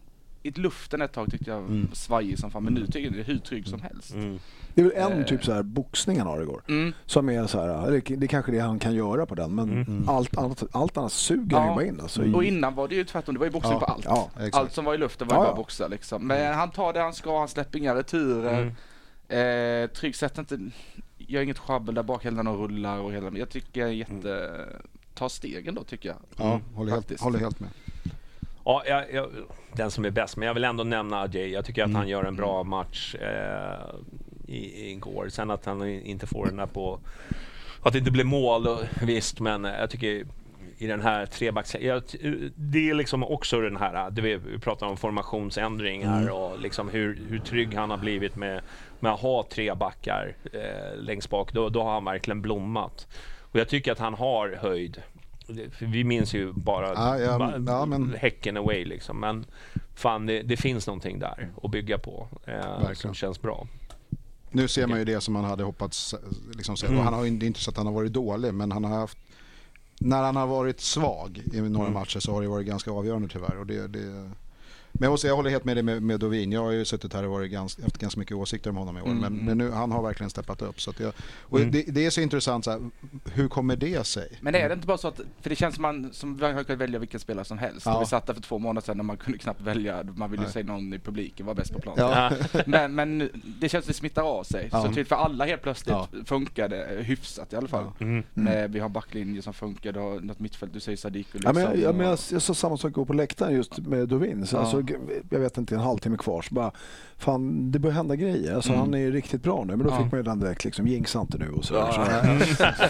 i luften ett tag tyckte jag mm. svajig som fan, men nu tycker jag det är hur trygg som helst. Mm. Det är väl en eh. typ så här boxning han har igår. Mm. Som är så här, det, det är kanske det han kan göra på den, men mm. allt, allt, allt annat suger han ja. ju bara in. Alltså. Mm. Och innan var det ju tvärtom, det var ju boxning ja. på allt. Ja, allt som var i luften var ju ja, bara ja. boxa liksom. Men mm. han tar det han ska, han släpper inga returer. Mm. Eh, trygg sätt inte, gör inget schabbel där bak, hela och rullar och hela. Jag tycker jätte, mm. ta stegen då tycker jag. Ja, mm. håller, helt, håller helt med. Ja, jag, jag, den som är bäst, men jag vill ändå nämna Ajay. Jag tycker att mm. han gör en bra match eh, i, igår. Sen att han inte får den där på... Att det inte blir mål, och, visst, men jag tycker i den här trebacks... Jag, det är liksom också den här... Det vi, vi pratar om formationsändringar mm. och liksom hur, hur trygg han har blivit med, med att ha tre backar eh, längst bak. Då, då har han verkligen blommat. Och jag tycker att han har höjd. Vi minns ju bara ja, ja, ba, ja, men... Häcken away liksom. Men fan, det, det finns någonting där att bygga på eh, som känns bra. Nu ser man ju det som man hade hoppats liksom, mm. och han har ju inte så att han har varit dålig, men han har haft, när han har varit svag i några mm. matcher så har det varit ganska avgörande tyvärr, och det, det... Men jag, jag håller helt med dig med, med Dovin. Jag har ju suttit här och varit ganska, haft ganska mycket åsikter om honom i år. Mm. Men, men nu, han har verkligen steppat upp. Så att jag, och mm. det, det är så intressant, så här, hur kommer det sig? Men är det inte bara så att, för det känns som man som vi har kunnat välja vilken spelare som helst. Ja. Vi satt där för två månader sedan när man kunde knappt välja. Man ville ju säga någon i publiken var bäst på plan. Ja. men, men det känns att det smittar av sig. Ja. Så typ för alla helt plötsligt ja. funkar det hyfsat i alla fall. Ja. Mm. Med, vi har backlinje som funkar, du har något mittfält, du säger Sadiko. Liksom, ja, men jag, men jag, jag sa samma sak på läktaren just med Dovin. Så ja. alltså, jag vet inte, en halvtimme kvar så bara, fan, det börjar hända grejer. Alltså, mm. han är ju riktigt bra nu, men då ja. fick man ju den direkt liksom, jinxa inte nu och så. Ja. Så, så,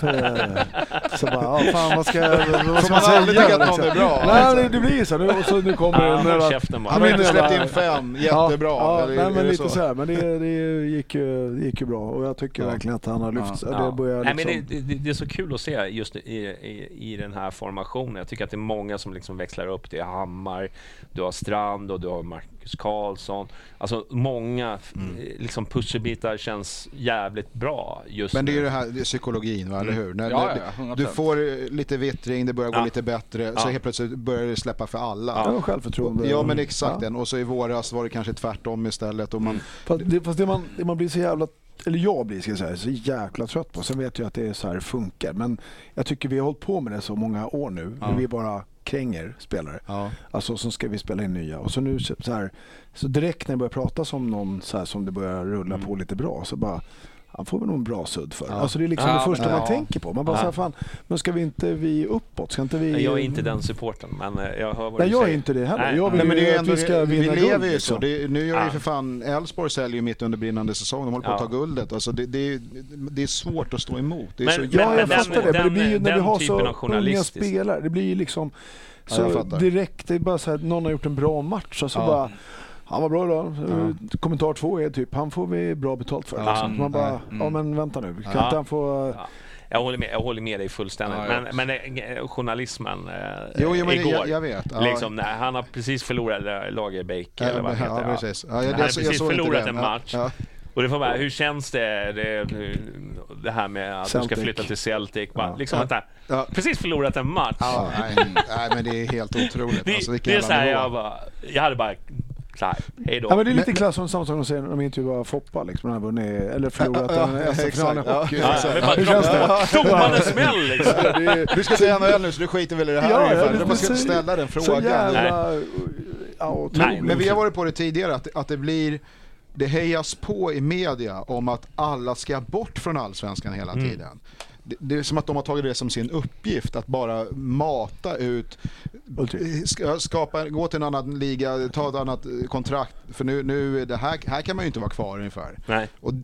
så, så bara, ja, fan, vad ska, vad ska man säga? aldrig tycka att någon är bra. Nej, alltså. det, det blir så. Nu, och så nu kommer ja, den käften, han har inte släppt in fem, jättebra. Ja, ja, eller, nej, men lite så, så här, men det, det, gick ju, det gick ju bra, och jag tycker ja. verkligen att han har lyft. Ja. Det, börjar liksom... nej, men det, det, det är så kul att se just i, i, i den här formationen. Jag tycker att det är många som liksom växlar upp. Det är Hammar, du har Strand och du har Marcus Karlsson. Alltså många mm. liksom pusselbitar känns jävligt bra just men det är nu. ju det här det är psykologin, va, eller hur? När, ja, när ja, du får lite vittring, det börjar ja. gå lite bättre, ja. så helt plötsligt börjar det släppa för alla. Ja, självförtroende. Ja, men exakt ja. den. Och så i våras var det kanske tvärtom istället. Och man... mm. Fast, det, fast det, man, det man blir så jävla, eller jag blir ska jag säga, så jäkla trött på. Sen vet jag att det är så här funkar. Men jag tycker vi har hållit på med det så många år nu. Ja. Vi bara kränger spelare. Ja. Alltså så ska vi spela in nya. Och så nu så här, så direkt när jag börjar prata som någon så här, som det börjar rulla mm. på lite bra, så bara, han får väl nog en bra sudd för. Ja. Alltså det är liksom ja, det första ja. man tänker på. Man bara ja. så här, fan, men ska vi inte vi uppåt? Ska inte vi... Jag är inte den supporten, men jag hör vad Nej, du jag säger. är inte det heller. Nej. Jag vill Nej, men det är att ändå, vi ska vinna vi lever guld, ju så. Det, nu gör ja. ju för fan, Elfsborg säljer ju mitt under brinnande säsong. De håller på ja. att ta guldet. Alltså det, det, det är svårt att stå emot. Det är men, så men, ja, jag den, fattar det. Men det blir ju när vi har så unga spelare. spelare. Det blir ju liksom så ja, direkt, det är bara så här, någon har gjort en bra match och så ja. bara, han var bra idag. Ja. Kommentar två är typ, han får vi bra betalt för. Ja. Liksom. Man bara, mm. ja men vänta nu, kan ja. inte han få... Ja. Jag håller med, jag håller med dig fullständigt. Ja, men, men äh, journalismen äh, jo, jo, men igår, jag, jag vet. Ja. Liksom, nej, han har precis förlorat Lagerbäck ja, eller vad ja, heter ja, precis. Ja, jag, han har jag, precis jag förlorat en ja. match. Ja. Och det får vara, hur känns det, det, det här med att Celtic. Du ska flytta till Celtic? Bara, ja. Liksom, ja. Ja. Precis förlorat en match. Ja, nej, nej, men det är helt otroligt. Det, alltså, det är så här, jag, bara, jag hade bara... Så här, hej då. Ja, men det är lite klass som samma sak de säger när de intervjuar Foppa liksom, när han vunnit eller förlorat ja, ja, en S M-final i hockey. Ja, ja, hur känns det? Domaren smäll liksom. Du ska säga N H L nu så du skiter väl i det här ja, ungefär. Ja, man ska inte ställa den frågan. Så jävla... Ja, Nej, men vi har varit på det tidigare att, att det blir det hejas på i media om att alla ska bort från allsvenskan hela mm. tiden. Det, det är som att de har tagit det som sin uppgift att bara mata ut, skapa, gå till en annan liga, ta ett annat kontrakt, för nu, nu det här, här kan man ju inte vara kvar ungefär. Nej. Och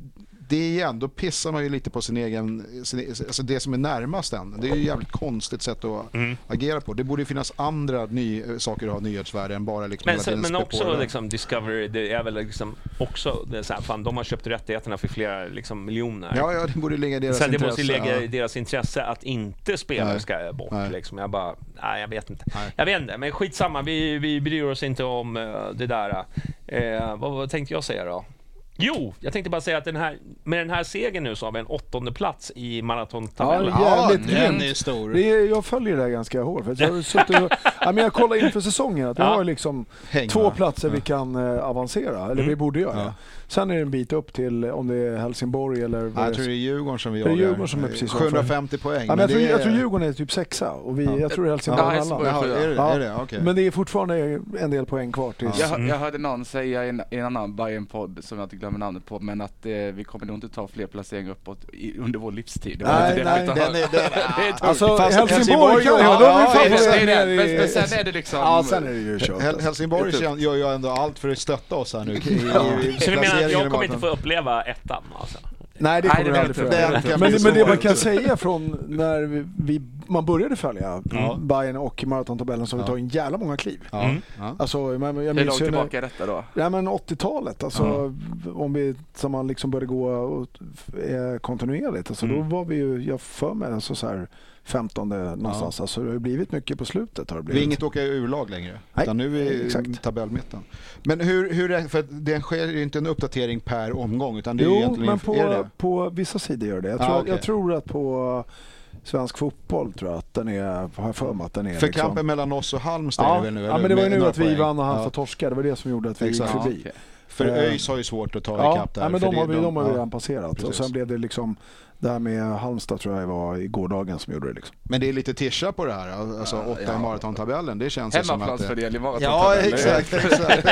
det igen, då pissar man ju lite på sin egen, sin, alltså det som är närmast den. Det är ju ett jävligt konstigt sätt att mm. agera på. Det borde finnas andra ny, saker att ha nyhetsvärde än bara liksom... Men, sen, men också liksom Discovery, det är väl liksom också, det är så här, fan, de har köpt rättigheterna för flera liksom, miljoner. Ja, ja, det borde ligga i deras sen intresse. Det måste ligga ja. i deras intresse att inte spelare ska bort. Liksom. Jag bara, nej, jag vet inte. Nej. Jag vet inte, men skitsamma, vi, vi bryr oss inte om uh, det där. Eh, vad, vad tänkte jag säga då? Jo, jag tänkte bara säga att den här, med den här segern nu så har vi en åttonde plats i maratontabellen. Ja, jävligt ja, den är stor. Det är, jag följer det här ganska hårt. För jag, har suttit och, ja, men jag kollar inför säsongen att vi ja. har liksom Häng, två va? platser ja. vi kan uh, avancera, eller mm. vi borde göra. Ja. Sen är det en bit upp till om det är Helsingborg eller... Ja, jag tror det är Djurgården som vi jagar. Det är Djurgården som är precis sjuhundrafemtio poäng. Ja, men jag, tror, är... jag tror Djurgården är typ sexa och vi, ja. jag tror det är Helsingborg. Ja, Helsingborg ja, är det, ja. är det? Okay. Men det är fortfarande en del poäng kvar till. Ja. Jag, jag hörde någon säga i en, en annan Bayern-podd som jag inte glömmer namnet på, men att eh, vi kommer nog inte ta fler placeringar uppåt i, under vår livstid. Det nej, det nej, den är, det är alltså Fast Helsingborg kan ja, de ja, är ja, ja, det är det. Men, men sen är det liksom... Ja, sen är det ju kört. Hel- Helsingborg gör ju ändå allt för att stötta oss här nu. I, i, i så du menar att jag kommer inte få uppleva ettan alltså? Nej, det kommer Nej, aldrig för. Men, men, men det man kan säga från när vi, vi man började följa ja. Bayern och maratontabellen så vi tar en jävla många kliv. Ja. Mm. Ja. Alltså, jag Hur långt tillbaka är detta då? Ja, men åttiotalet. Alltså, mm. om vi som man liksom började gå och, eh, kontinuerligt. Alltså, mm. Då var vi ju, jag för mig, alltså, så här femtonde någonstans. Ja. Alltså, det har blivit mycket på slutet. Har det blivit. Vi är inget åka ur-lag längre. Nej, utan nu är vi exakt. i tabellmitten. Men hur, hur är, för det sker ju inte en uppdatering per omgång. Utan det är jo, ju egentligen, men på, är det? på vissa sidor gör det. Jag, ah, tror, okay. jag tror att på svensk fotboll tror jag att den är, har jag för mig att den är för liksom... kampen mellan oss och Halmstad ja, är det väl nu? Ja, men det var ju nu att vi poäng. vann och Halmstad ja. torskade. Det var det som gjorde att vi exakt. gick förbi. Okay. För uh, ÖIS har ju svårt att ta ja, ikapp där. Ja, men för de har det, vi, de, de har vi ja. redan passerat. Precis. Och sen blev det liksom det här med Halmstad tror jag var i gårdagen som gjorde det liksom. Men det är lite tischa på det här. Alltså ja, åtta ja. i maratontabellen. Det känns ju som att... Hemmaplansfördel i maratontabellen. Ja, exakt. exakt.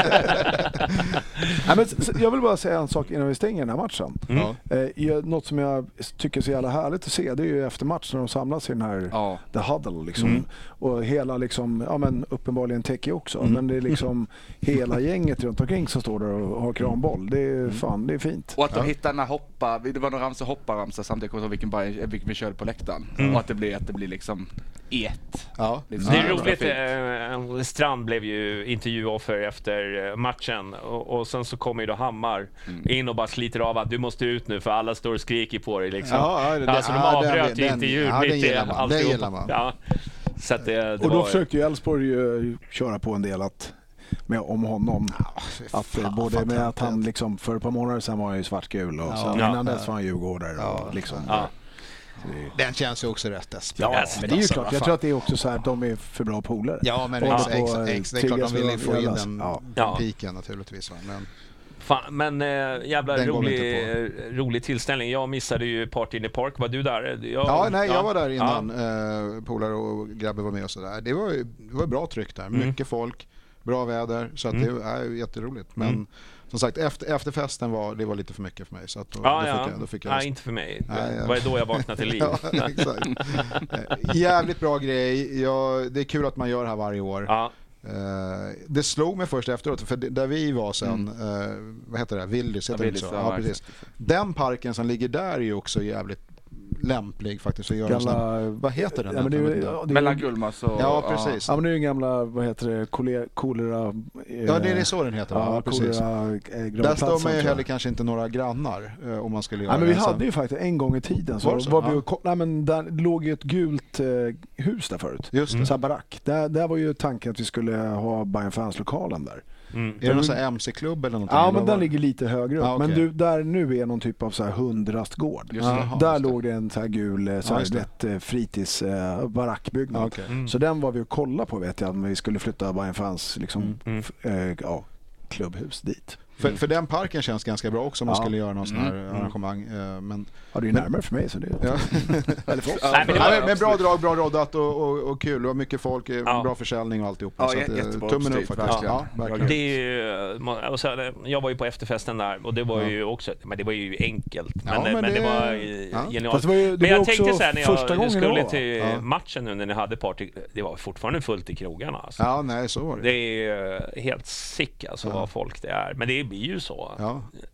Nej, men jag vill bara säga en sak innan vi stänger den här matchen. Mm. Eh, något som jag tycker är så jävla härligt att se, det är ju efter matchen när de samlas i den här ja. The Huddle liksom. Mm. Och hela liksom, ja men uppenbarligen Teki också, mm. men det är liksom hela gänget runt omkring som står där och har kramboll. Det är fan, det är fint. Och att de ja. hittar den här hoppa, det var någon ramsa hoppa ramsa samtidigt kommer vilken, vilken vi körde på läktaren. Mm. Och att det blir att det blir liksom ett. Ja. Det är roligt, eh, Strand blev ju intervjuoffer efter matchen och, och sen så kommer ju då Hammar mm. in och bara sliter av att du måste ut nu för alla står och skriker på dig liksom. Ja, ja, det, alltså de ja, avbröt ju intervjun ja, mitt i alltihop. Ja. Så att det, det och då var... försökte ju Elfsborg ju köra på en del att med om honom ja, att fan, både med att han liksom för ett par månader sedan var han ju svartgul och ja, sen ja, innan dess var han Djurgårdare ja, och liksom ja. Det... Den känns ju också rätt desperat. Ja, men det är ju klart. Jag tror att det är också så här att de är för bra polare. Ja, men ja, ex, ex, ex, det är klart de vill få in den ja. piken naturligtvis. Men, Fan, men äh, jävla rolig, rolig tillställning. Jag missade ju Party in the Park. Var du där? Jag, ja, nej, jag ja. var där innan. Ja. Eh, polare och grabbar var med och sådär. Det var, det var bra tryck där. Mm. Mycket folk, bra väder. Så att mm. det är jätteroligt. Men mm. som sagt, efter, efter festen var det var lite för mycket för mig. Så att då, ja, då ja. fick jag, då fick jag nej, inte för mig. Nej, det var då jag vaknade till liv. ja, exakt. Jävligt bra grej. Jag, det är kul att man gör det här varje år. Ja. Uh, det slog mig först efteråt för där vi var sen mm. uh, vad heter det? Willys heter ja, det så. Ja, ja, precis. Den parken som ligger där är ju också jävligt lämplig faktiskt att göra gamla, sån, vad heter den? Ja, men det är, ja, det är, mellan Gullmars och ja, precis. Ja, men det är ju gamla, vad heter det, kolera eh, ja, det är så den heter. Ja, ja, precis. Kolera, eh, där står man ju heller kanske inte några grannar eh, om man skulle göra. Ja, men vi det. hade ju faktiskt en gång i tiden så var, så? var vi ja. ju, nej, men där låg ju ett gult eh, hus där förut. Just det. Så här barack. Där, där var ju tanken att vi skulle ha Bayern Fans-lokalen där. Mm. Är det någon sån här M C-klubb eller någonting? Ja, men den ligger lite högre upp. Ah, okay. Men du, där nu är någon typ av så här hundrastgård. Aha, där låg det en så här gul så här, ja, rätt fritids eh, barackbyggnad. Ah, okay. mm. Så den var vi och kolla på vet jag, när vi skulle flytta Bayern Fans liksom, mm. f- eh, ja, klubbhus dit. För, för den parken känns ganska bra också om man ja. skulle göra någon sån här mm. arrangemang. Men, ja, det är ju närmare för mig så det är ja. eller för oss. Ja, men, ja, men bra drag, bra roddat och, och, och kul. Det var mycket folk, ja. bra försäljning och alltihop. Ja, så att, jättebra tummen upp uppstyrt, faktiskt. Ja, ja, verkligen. det är ju, och så, jag var ju på efterfesten där och det var ju också, men det var ju enkelt. Men, ja, men, men det, det var ja. genialt. Det var ju, det men jag var tänkte så här när jag skulle då, till ja. matchen nu när ni hade party, det var fortfarande fullt i krogarna. Alltså. Ja, nej, så var det. Det är helt sick alltså ja. vad folk det är. Men det blir ju så. Ja.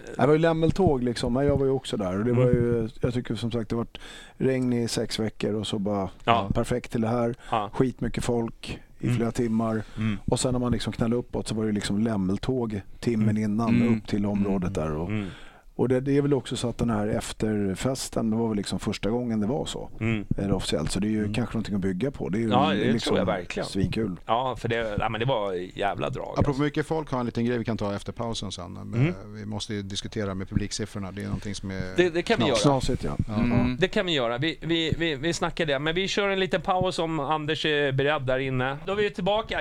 Det var ju lämmeltåg liksom, men jag var ju också där och det Mm. var ju, jag tycker som sagt det var regn i sex veckor och så bara Ja. perfekt till det här. Ja. Skitmycket folk i Mm. flera timmar Mm. och sen när man liksom knallade uppåt så var det liksom lämmeltåg timmen Mm. innan Mm. upp till området där och, Mm. och det, det är väl också så att den här efterfesten, det var väl liksom första gången det var så. Mm. Eller officiellt, så det är ju Mm. kanske någonting att bygga på. Det är ju Ja, det liksom tror jag verkligen. svinkul. Ja, för det, ja, men det var jävla drag. Apropå Alltså. mycket folk har en liten grej vi kan ta efter pausen sen. Men Mm. vi måste ju diskutera med publiksiffrorna. Det är någonting som är... Det, det kan vi göra. Snasigt, ja. Mm. Det kan vi göra. Vi, vi, vi, vi snackar det. Men vi kör en liten paus om Anders är beredd där inne. Då är vi tillbaka.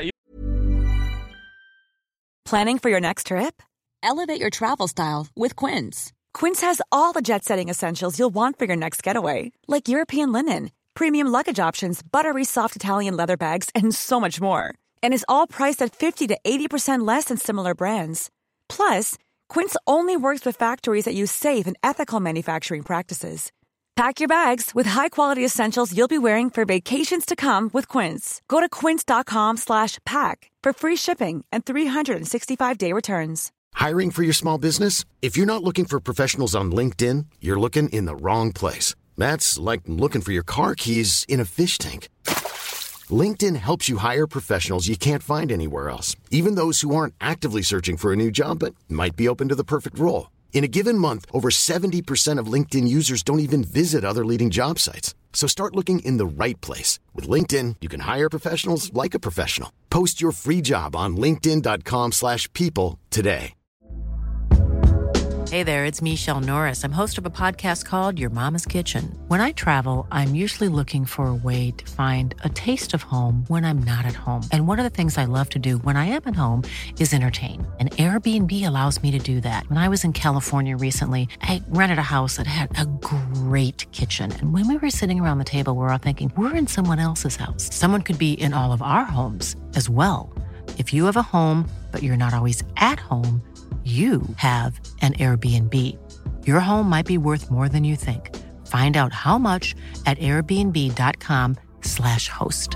Planning for your next trip? Elevate your travel style with Quince. Quince has all the jet-setting essentials you'll want for your next getaway, like European linen, premium luggage options, buttery soft Italian leather bags, and so much more. And is all priced at fifty to eighty percent less than similar brands. Plus, Quince only works with factories that use safe and ethical manufacturing practices. Pack your bags with high-quality essentials you'll be wearing for vacations to come with Quince. Go to quince.com slash pack for free shipping and three sixty-five day returns. Hiring for your small business? If you're not looking for professionals on LinkedIn, you're looking in the wrong place. That's like looking for your car keys in a fish tank. LinkedIn helps you hire professionals you can't find anywhere else, even those who aren't actively searching for a new job but might be open to the perfect role. In a given month, over seventy percent of LinkedIn users don't even visit other leading job sites. So start looking in the right place. With LinkedIn, you can hire professionals like a professional. Post your free job on linkedin.com slash people today. Hey there, it's Michelle Norris. I'm host of a podcast called Your Mama's Kitchen. When I travel, I'm usually looking for a way to find a taste of home when I'm not at home. And one of the things I love to do when I am at home is entertain. And Airbnb allows me to do that. When I was in California recently, I rented a house that had a great kitchen. And when we were sitting around the table, we were all thinking, we're in someone else's house. Someone could be in all of our homes as well. If you have a home, but you're not always at home, you have an Airbnb. Your home might be worth more than you think. Find out how much at airbnb.com slash host.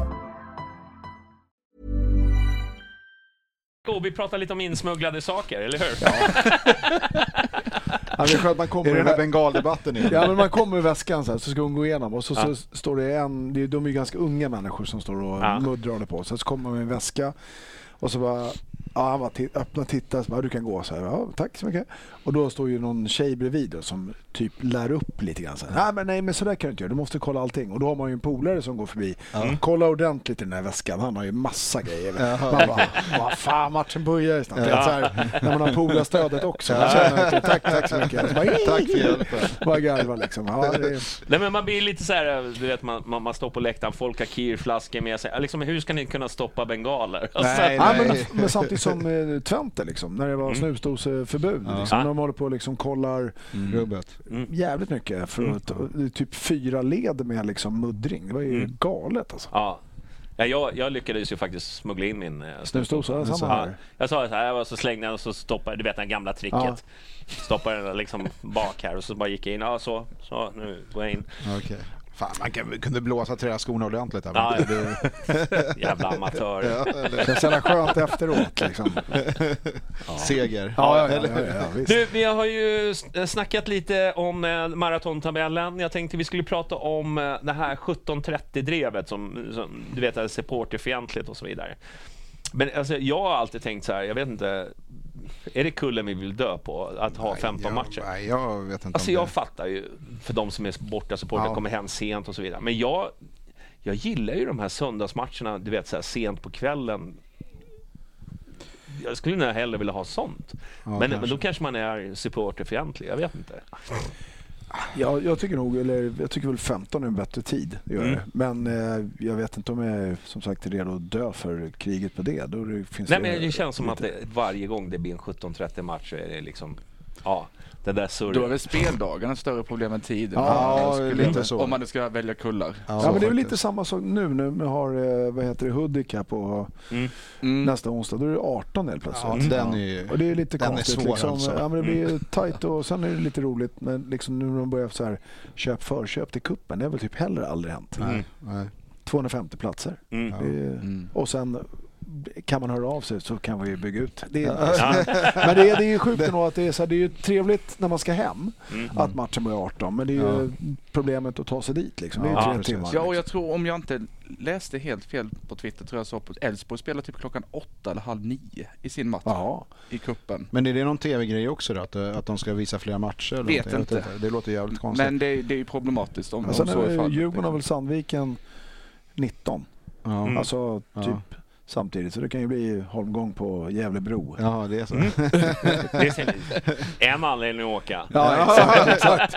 Och vi pratar lite om insmugglade saker, eller hur? Ja. Ja, det är skönt, man kommer är det den här bengaldebatten igen? Ja, men man kommer i väskan så, här, så ska hon gå igenom och så, ja. så står det en, det är, de är ju ganska unga människor som står och ja. muddrar på. Så, så kommer man med en väska och så bara, ja, han bara t- öppna, titta, så bara, du kan gå så här, ja, tack så mycket. Och då står ju någon tjej bredvid då, som typ lär upp lite grann så här, nej men nej men så där kan du inte göra, du måste kolla allting. Och då har man ju en polare som går förbi, mm. kolla ordentligt i den här väskan, han har ju massa grejer. Man bara, vad fan, matchen börjar snart. Ja. Så här, när man har polarstödet också, man känner, tack, tack så mycket. Så bara, tack för hjälpen. Bara garva liksom. Ja, det... Nej, men man blir lite så här, du vet, man, man, man står på läktaren, folk har kirflaskor med sig. Liksom, hur ska ni kunna stoppa bengaler? Nej, nej. Ja, men, men samtidigt som eh, Twente liksom, när det var mm. snusdoseförbud. Ja. Liksom, de håller på och liksom kollar mm. rubbet. Mm. jävligt mycket för att, mm. typ fyra led med liksom muddring. Det var ju mm. galet alltså. Ja. Ja, jag, jag lyckades ju faktiskt smuggla in min eh, snusdosa. Samma ja, jag sa så här, jag så slängde den och så stoppade, du vet den gamla tricket. Ja. Stoppade den liksom bak här och så bara gick jag in. Ja, så, så nu går jag in. Okej. Okay. Fan, man kunde blåsa träskorna ordentligt där. Ja, det... Jävla amatör. Ja, det är så skönt efteråt liksom. Ja. Seger. Ja, ja, ja, ja, ja, du, vi har ju snackat lite om maratontabellen. Jag tänkte vi skulle prata om det här sjutton trettio-drevet som, som du vet är supporterfientligt och så vidare. Men alltså, jag har alltid tänkt så här, jag vet inte, är det kullen vi vill dö på att ha femton jag, matcher? Nej, jag vet inte. Alltså jag fattar ju för de som är borta supportrar, ja. kommer hem sent och så vidare. Men jag jag gillar ju de här söndagsmatcherna, du vet så här sent på kvällen. Jag skulle nog hellre vilja ha sånt. Ja, men, men då kanske man är supporterfientlig, jag vet inte. Ja, jag tycker nog, eller jag tycker väl femton är en bättre tid, gör mm. det. Men eh, jag vet inte om jag är som sagt redo att dö för kriget på det. Då det finns Nej, det men det känns lite... som att det, varje gång det blir en sjutton trettio match så är det liksom, ja, det där surr. Då är väl speldagen ett större problem än tiden. Ja, ja lite så. Om man ska välja kullar. Ja, ja men det är väl lite samma sak nu när vi har, vad heter det, Hudik här på mm. nästa onsdag. Då är det arton helt plötsligt. Ja, den är, och det är lite den konstigt. Är svår, liksom. alltså. Ja, men det blir tajt och sen är det lite roligt. Men liksom nu när de börjar så här, köp förköp till kuppen, det har väl typ heller aldrig hänt. Mm. Nej. tvåhundrafemtio platser. Mm. Det, och sen kan man höra av sig så kan vi ju bygga ut. Det är, ja. Men det är, det är ju sjukt ändå att det är, så här, det är ju trevligt när man ska hem mm. att matchen börjar arton, men det är ju ja. problemet att ta sig dit liksom. Det är ju ja, tre timmar. Ja, och jag tror, om jag inte läste helt fel på Twitter, tror jag så på Elfsborg spelar typ klockan åtta eller halv nio i sin match ja. i kuppen. Men är det någon tv-grej också då, att, att de ska visa flera matcher? Eller vet inte. inte. Det låter jävligt konstigt. Men det, det är ju problematiskt om, alltså, om så är fallet. Djurgården har väl Sandviken nitton. Ja. Mm. Alltså typ ja. samtidigt, så det kan ju bli holmgång på Gävlebro. Ja, det är så. Mm. Det är en anledning att åka. Ja, exakt. exakt.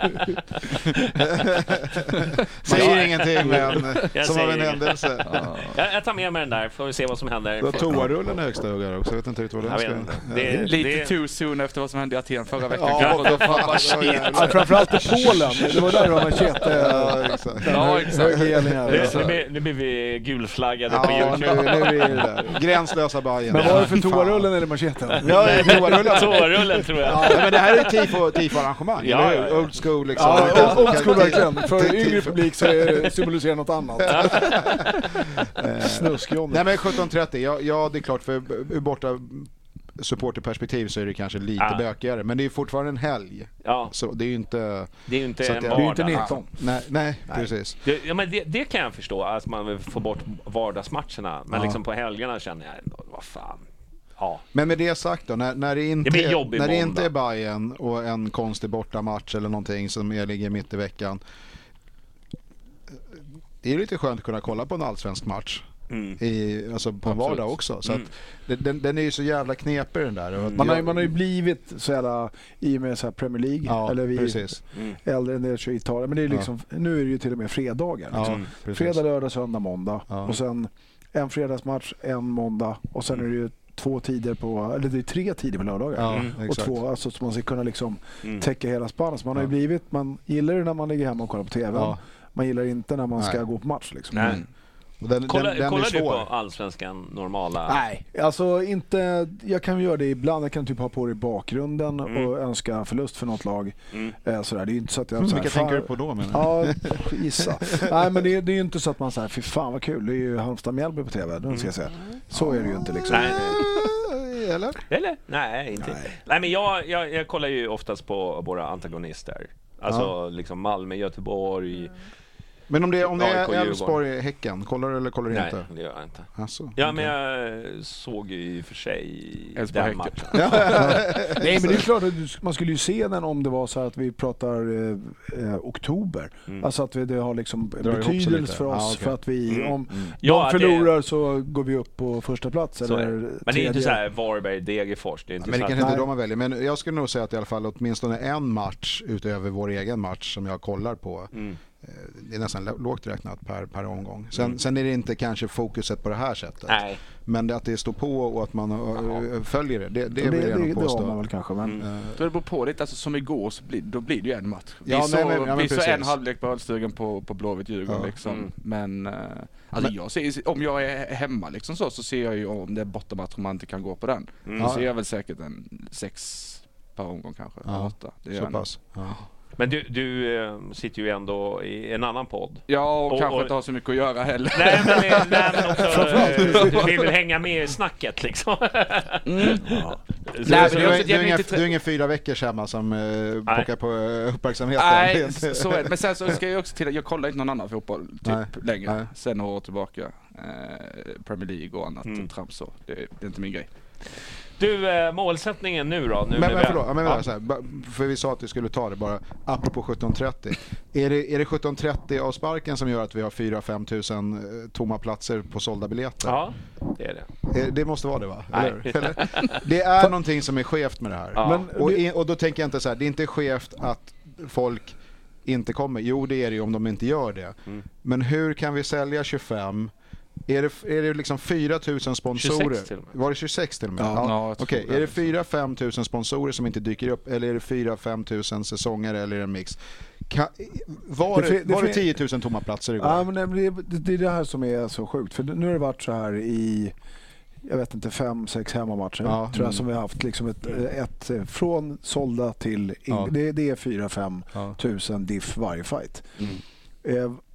Säger ja. ingenting, men jag som av en händelse. Ja. Jag, jag tar med mig den där, får vi se vad som händer. Då toarullen högsta huggar också. Jag vet inte riktigt vad den ska. Det är lite det... too soon efter vad som hände i Aten förra veckan. Ja, ja, ja, framförallt i Polen. Det var där de var machete. Ja, exakt. Ja, exakt. Nu, nu, nu blir vi gulflaggade ja, på YouTube. Nu, nu blir det där. Gränslösa Bajen. Men vad är det för toarullen eller macheten? Ja, toarullen. Toarullen tror jag. Ja, men det här är tifo, tifo-arrangemang. Ja, ja, ja. Old school liksom. Ja, old school verkligen. För yngre publik så är, symboliserar något annat. Snuskjobb. Nej, men sjutton trettio. Ja, ja, det är klart, för ur borta supporterperspektiv så är det kanske lite ja. bökigare, men det är fortfarande en helg. Ja. Så det är ju inte det är ju inte en det, vardag. Det är ju inte nitton. Nej, nej, nej. Precis. Det, ja, men det, det kan jag förstå, att man vill få bort vardagsmatcherna, men ja. liksom på helgerna känner jag ändå, vad fan. Ja. Men med det sagt då, när, när det inte det är, när det inte är Bayern och en konstig bortamatch eller någonting som är ligger mitt i veckan. Det är lite skönt att kunna kolla på en allsvensk match. Mm. I, alltså på en vardag också. Så mm. att den, den är ju så jävla knepig den där. Mm. Man, har, man har ju blivit så jävla i och med så här Premier League. Ja, eller vi precis. Mm. äldre än det kör i Italien. Men det är liksom, ja. nu är det ju till och med fredagar. Liksom. Ja, fredag, lördag, söndag, måndag. Ja. Och sen en fredagsmatch, en måndag. Och sen mm. är det ju två tider på, eller det är tre tider på lördagar. Ja, mm. Och två, alltså så man ska kunna liksom mm. täcka hela spannet. Så man har ju blivit, man gillar det när man ligger hemma och kollar på tv. Ja. Man gillar inte när man ska Nej. gå på match liksom. Nej. Den, Kolla, den, den kollar du på allsvenskan normala? Nej, alltså inte. Jag kan göra det ibland. Jag kan typ ha på det i bakgrunden mm. och önska förlust för något lag. Mm. Eh, sådär. Det är ju inte så att jag... Mm, så här, vilka tänker du på då? Menar? Ja, gissa. Nej, men det, det är ju inte så att man säger fy fan vad kul. Det är ju Halmstad-Mjällby på tv. Mm. Ska jag säga. Så är det ju inte liksom. Nej. Eller? Eller? Nej, inte. Nej, Nej men jag, jag, jag kollar ju oftast på våra antagonister. Alltså ja. liksom Malmö, Göteborg... Mm. Men om det, om det är Elfsborg, Häcken, kollar du eller kollar du Nej, inte? Nej, det gör jag inte. Alltså, ja, okay. men jag såg ju i och för sig Elfsborg, den matchen. Nej, men det är klart att man skulle ju se den om det var så här att vi pratar eh, oktober. Mm. Alltså att vi, det har liksom betydelse för oss. Ah, okay. För att vi, mm. om mm. de ja, förlorar det... så går vi upp på första plats. Eller men det är inte så här Varberg, Degerfors. Det är inte men det så kan inte de man väljer. Men jag skulle nog säga att i alla fall åtminstone en match utöver vår egen match som jag kollar på. Mm. Det är nästan lågt räknat per, per omgång. Sen, mm. sen är det inte kanske fokuset på det här sättet. Nej. Men det att det står på och att man Jaha. följer det, det, det, det vill jag nog påstå. Det har man väl kanske, men... Mm. Då det beror på lite, alltså som igår så blir, då blir det ju en match. Ja, vi så, nej, men, ja, vi så en halvlek på Ölstugan på, på Blåvitt Djurgården ja. liksom. Mm. Men, alltså men, jag ser, om jag är hemma liksom så, så ser jag ju om det är bortamatch man inte kan gå på den. Mm. Så ja. ser jag väl säkert en sex per omgång kanske. Ja. åtta. Det så pass. Ja. Men du, du äh, sitter ju ändå i en annan podd. Ja, och, och kanske och, inte har så mycket att göra heller. Nej, men, nej, men också, vi vill hänga med i snacket liksom. Mm. Ja. Så, nej, så, men du, du, är ingen, du är ingen fyra veckors hemma som uh, pockar på uh, uppmärksamheten. Nej, så är det. Men sen så ska jag också till att jag kollar inte någon annan fotboll typ nej. längre. Nej. Sen några år tillbaka. Uh, Premier League och annat mm. trams så. Det, det är inte min grej. Du, äh, målsättningen nu då? Nu men men förlåt, jag menar, ja. så här, för vi sa att vi skulle ta det bara, apropå sjutton trettio. är, det, är det sjutton trettio av sparken som gör att vi har fyra till fem tusen tomma platser på sålda biljetter? Ja, det är det. Det måste vara det, va? Eller? Eller? Det är någonting som är skevt med det här. Ja. Men, och, in, och då tänker jag inte så här, det är inte skevt att folk inte kommer. Jo, det är det ju om de inte gör det. Mm. Men hur kan vi sälja tjugofem? Är det, är det liksom fyra tusen sponsorer? Var det tjugosex till och med? Ja, ja. No, Okej, okay. Är det fyra till fem tusen sponsorer som inte dyker upp? Eller är det fyra till fem tusen säsonger eller är det en mix? Kan, var det, det, var det tio tusen tomma platser igår? Ja, men det, det är det här som är så sjukt. För nu har det varit så här i... jag vet inte, fem, sex hemmamatcher ja, tror jag mm. som vi har haft liksom ett, ett, ett från sålda till in, ja. det, det är fyra, fem ja. tusen diff varje fight. Mm. Eh,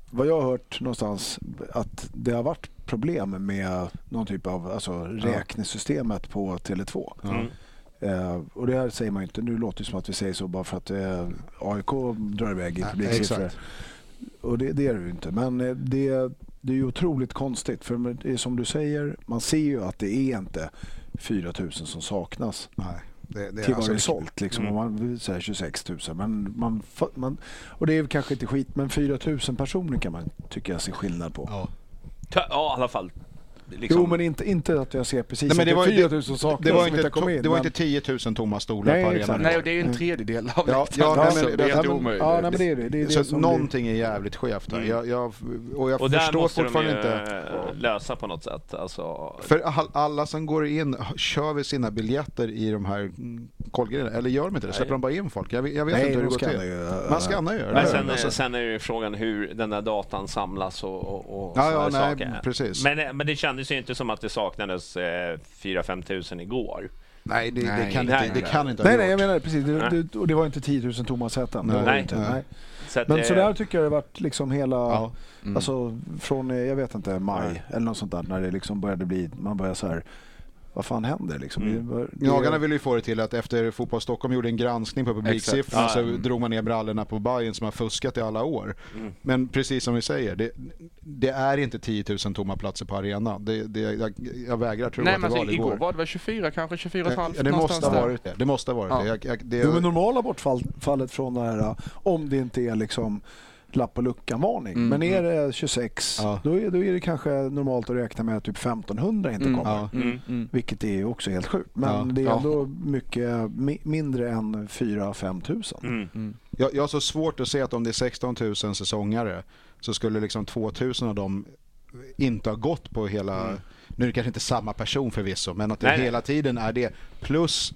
vad jag har hört någonstans att det har varit problem med någon typ av alltså, räknesystemet på Tele två. Mm. Uh, och det här säger man ju inte. Nu låter det som att vi säger så bara för att uh, A I K drar iväg i publiksiffror. Och det, det är det ju inte. Men uh, det, det är ju otroligt konstigt. För det är som du säger, man ser ju att det är inte fyra tusen som saknas. Nej. Det, det till alltså vad det är sålt liksom, mm. om man säger tjugosex tusen, men man, man, och det är kanske inte skit, men fyra tusen personer kan man tycka jag ser skillnad på. Ja, ja i alla fall. Liksom. Jo, men inte, inte att jag ser precis. Nej, men det, det var fyra tusen saker det var som inte, inte kom in. Det var men... inte tio tusen tomma stolar nej, på arenan. Nej, och det är ju en tredjedel av ja, det. Ja, ja, men, det, det är helt omöjligt. Ja, nej, men det är det. det, är det så som någonting blir... är jävligt skevt där. Mm. Jag, jag, och jag och förstår måste fortfarande de ju inte... lösa på något sätt. Alltså... För alla som går in, kör vi sina biljetter i de här kollgrejerna? Eller gör de inte det? Släpper de bara in folk? Jag, jag vet nej, inte hur det går till. Ju, man skannar ju. Men sen, alltså, sen är det frågan hur den där datan samlas och, och, och ja, ja, nej, saker. Precis. Men, men det kändes ju inte som att det saknades eh, fyra fem tusen igår. Nej, det, nej, det kan nej, inte, det kan inte nej, ha nej, gjort. jag menar precis. Det, det, och det var inte tio tusen tomma sätten. Nej, nej. Inte, nej. Så men det... så där tycker jag det har varit liksom hela, ja. mm. alltså från, jag vet inte, maj nej. eller något sånt där, när det liksom började bli, man började så här, vad fan händer liksom? Mm. Gnagarna ville ju få det till att efter Fotboll Stockholm gjorde en granskning på publiksiffrorna ja, så mm. drog man ner brallorna på Bayern som har fuskat i alla år. Mm. Men precis som vi säger, det, det är inte tio tusen tomma platser på arenan. Det, det, jag, jag vägrar tro nej, att det var det igår. Igår var det väl tjugofyra, kanske tjugofyra och ett halvt. Ja, det måste ha varit det. Det måste ha varit ja. det. Jag, jag, det jo, men normala bortfallet från det här, om det inte är liksom lapp och luckan-varning. Mm. Men är det tjugosex, ja. då, är, då är det kanske normalt att räkna med att typ femtonhundra inte mm. kommer. Ja. Mm. Mm. Vilket är också helt sjukt. Men ja. det är ändå mycket mi- mindre än fyra fem tusen. Mm. Mm. Jag, jag har så svårt att se att om det är sexton tusen säsongare så skulle liksom två tusen av dem inte ha gått på hela... Mm. Nu är det kanske inte samma person förvisso, men att det nej, hela nej. tiden är det. Plus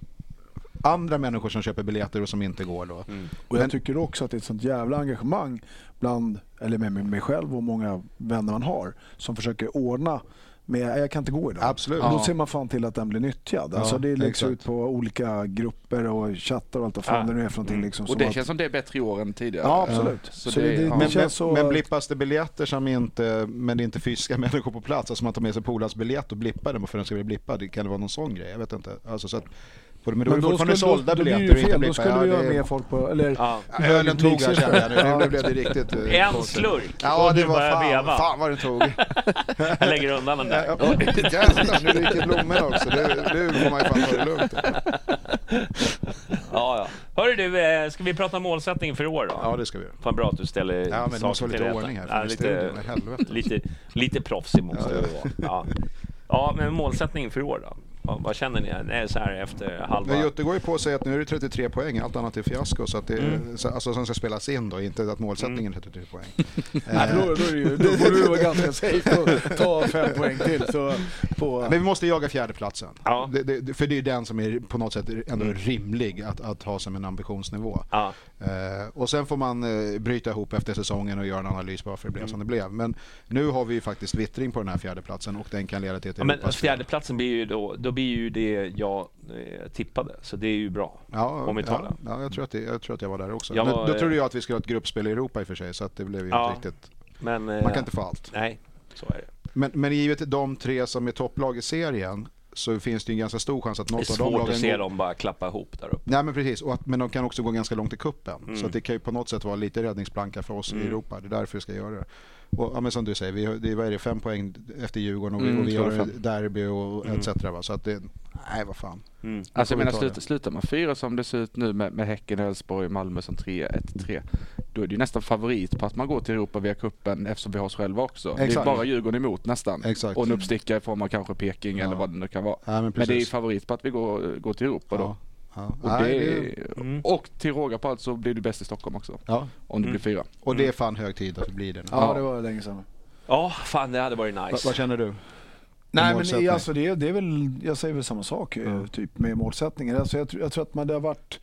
andra människor som köper biljetter och som inte går då. Mm. Och jag men, tycker också att det är ett sånt jävla engagemang bland, eller med mig själv och många vänner man har, som försöker ordna med, jag kan inte gå idag. Absolut. Och då ser man fan till att den blir nyttjad. Ja, alltså det läggs ut på olika grupper och chattar och allt vad fan ja. det nu är för någonting. Liksom, och det att... känns som det är bättre i år än tidigare. Ja, absolut. Ja. Så så det, det, det, ja. det men, så... men blippas det biljetter som inte, men det är inte fysiska människor på plats, alltså man tar med sig polars biljett och blippar dem och för den ska bli blippad, kan det vara någon sån grej? Jag vet inte. Alltså så att men då, men då är fortfarande sålda biljetter och inte blippa. Då skulle vi göra med folk på... Eller, ja. Ölen tog här kände jag nu. Ja. Nu blev det riktigt... En slurk. Ja, det var fan, veva. fan vad det tog. Jag lägger undan den där. Ja, jävlar, nu ryker blommorna också. Nu, nu får man ju fan ta det lugnt. Ja, ja. Hörru du, ska vi prata om målsättningen för år då? Ja, det ska vi göra. Fan bra att du ställer ja, men det måste vara lite ordning här. Ja, lite, lite, lite proffsig måste ja, det vara. Ja. Ja, men målsättningen för år då? Ja, vad känner ni? Det är så här efter halva... Men Göte går ju på att säga att nu är det trettiotre poäng, allt annat är fiasko, så att det mm. alltså som ska spelas in då, inte att målsättningen är trettiotre poäng. Nej, då, då, är det ju, då får du vara ganska safe och ta fem poäng till. Så på... Men vi måste jaga fjärdeplatsen. Ja. Det, det, för det är den som är på något sätt ändå mm. rimlig att, att ha som en ambitionsnivå. Ja. Uh, och sen får man uh, bryta ihop efter säsongen och göra en analys på varför det blev mm. som det blev. Men nu har vi ju faktiskt vittring på den här fjärdeplatsen och den kan leda till ett ja, men fjärdeplatsen blir ju då, då blir ju det jag eh, tippade, så det är ju bra. Ja, om vi tar ja, ja jag, tror att det, jag tror att jag var där också. Jag var, då trodde jag att vi skulle ha ett gruppspel i Europa i och för sig, så att det blev ju ja, inte riktigt... Men, man kan inte få allt. Nej, så är det. Men, men givet de tre som är topplag i serien så finns det ju en ganska stor chans att något av de lagen... Det är svårt att se dem bara klappa ihop där uppe. Nej, men precis. Och att, men de kan också gå ganska långt i kuppen. Mm. Så att det kan ju på något sätt vara lite räddningsplanka för oss mm. i Europa. Det är därför vi ska göra det. Och ja, men som du säger, vi har, det är, vad är det, fem poäng efter Djurgården och vi, mm, och vi har derby och mm. et cetera. Va? Så att det... Nej, vad fan. Mm. Alltså jag menar, sluta, sluta med fyra som det ser ut nu med, med Häcken, Elfsborg, Malmö som tre, ett, tre. Då är det ju nästan favorit på att man går till Europa via kuppen eftersom vi har oss själva också. Exakt. Det är bara Djurgården emot nästan. Exakt. Och en uppstickare i form av kanske Peking ja. eller vad det nu kan vara. Ja, men, men det är ju favorit på att vi går, går till Europa ja. då. Ja. Och, det, Nej, det mm. och till råga på allt så blir du bäst i Stockholm också. Ja. Om det mm. blir fyra. Och det är fan hög tid att det blir det nu. Ja, ja, det var länge sedan. Ja, fan det hade varit nice. Va, vad känner du? Nej, men alltså det, det är väl, jag säger väl samma sak mm. typ med målsättningen. Alltså jag, jag tror att man det har varit,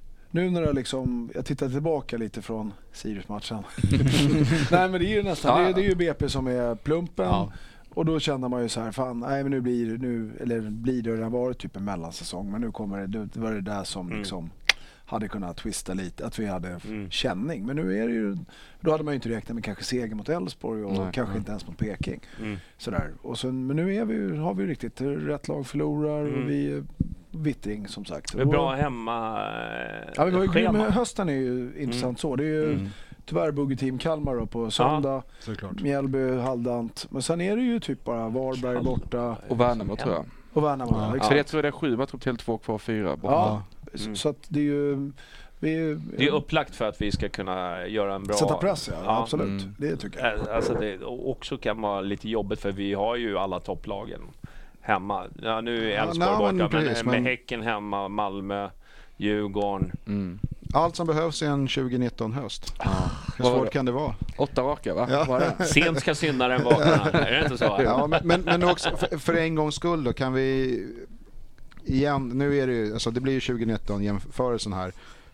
nu när jag liksom, jag tittar tillbaka lite från Sirius-matchen. Nej, men det är ju nästan, ja. det, det är ju B P som är plumpen. Ja. Och då känner man ju så här, fan, nej men nu blir det, nu, eller blir det, det har varit typ en mellansäsong, men nu kommer det, det var det där som mm. liksom hade kunnat twista lite, att vi hade mm. känning. Men nu är det ju, då hade man ju inte räknat med kanske seger mot Elfsborg och Nej. kanske mm. inte ens mot Peking. Mm. Sådär. Och sen, men nu är vi, har vi riktigt rätt lag förlorar mm. och vi Vitting som sagt. Det är bra hemma. Ja, vi var ju grym. Hösten är ju intressant mm. så. Det är ju mm. tyvärr Buggeteam Kalmar då på söndag. Ja, Mjällby, Halldant. Men sen är det ju typ bara Varberg borta. Och Värnamo tror jag. Och Värnamo, ja. Ja. Så jag tror det är sju matcher till två kvar fyra borta. Ja, mm. så att det är ju... Vi, det är upplagt för att vi ska kunna göra en bra... Sätta press, ja. ja. Absolut. Mm. Det tycker jag. Alltså det också kan vara lite jobbigt för vi har ju alla topplagen hemma. Ja, nu är Elfsborg ja, borta, men, precis, men med Häcken hemma, Malmö, Djurgården. Mm. Allt som behövs i en tjugo nitton höst. Ja. Hur svårt kan det vara? Åtta raka, va? Ja. Var det? Sent ska syndaren vakna. Är det inte så? Ja, men, men, men också för, för en gångs skull då kan vi igen, nu är det ju, alltså det blir ju tjugo nitton jämförelsen här.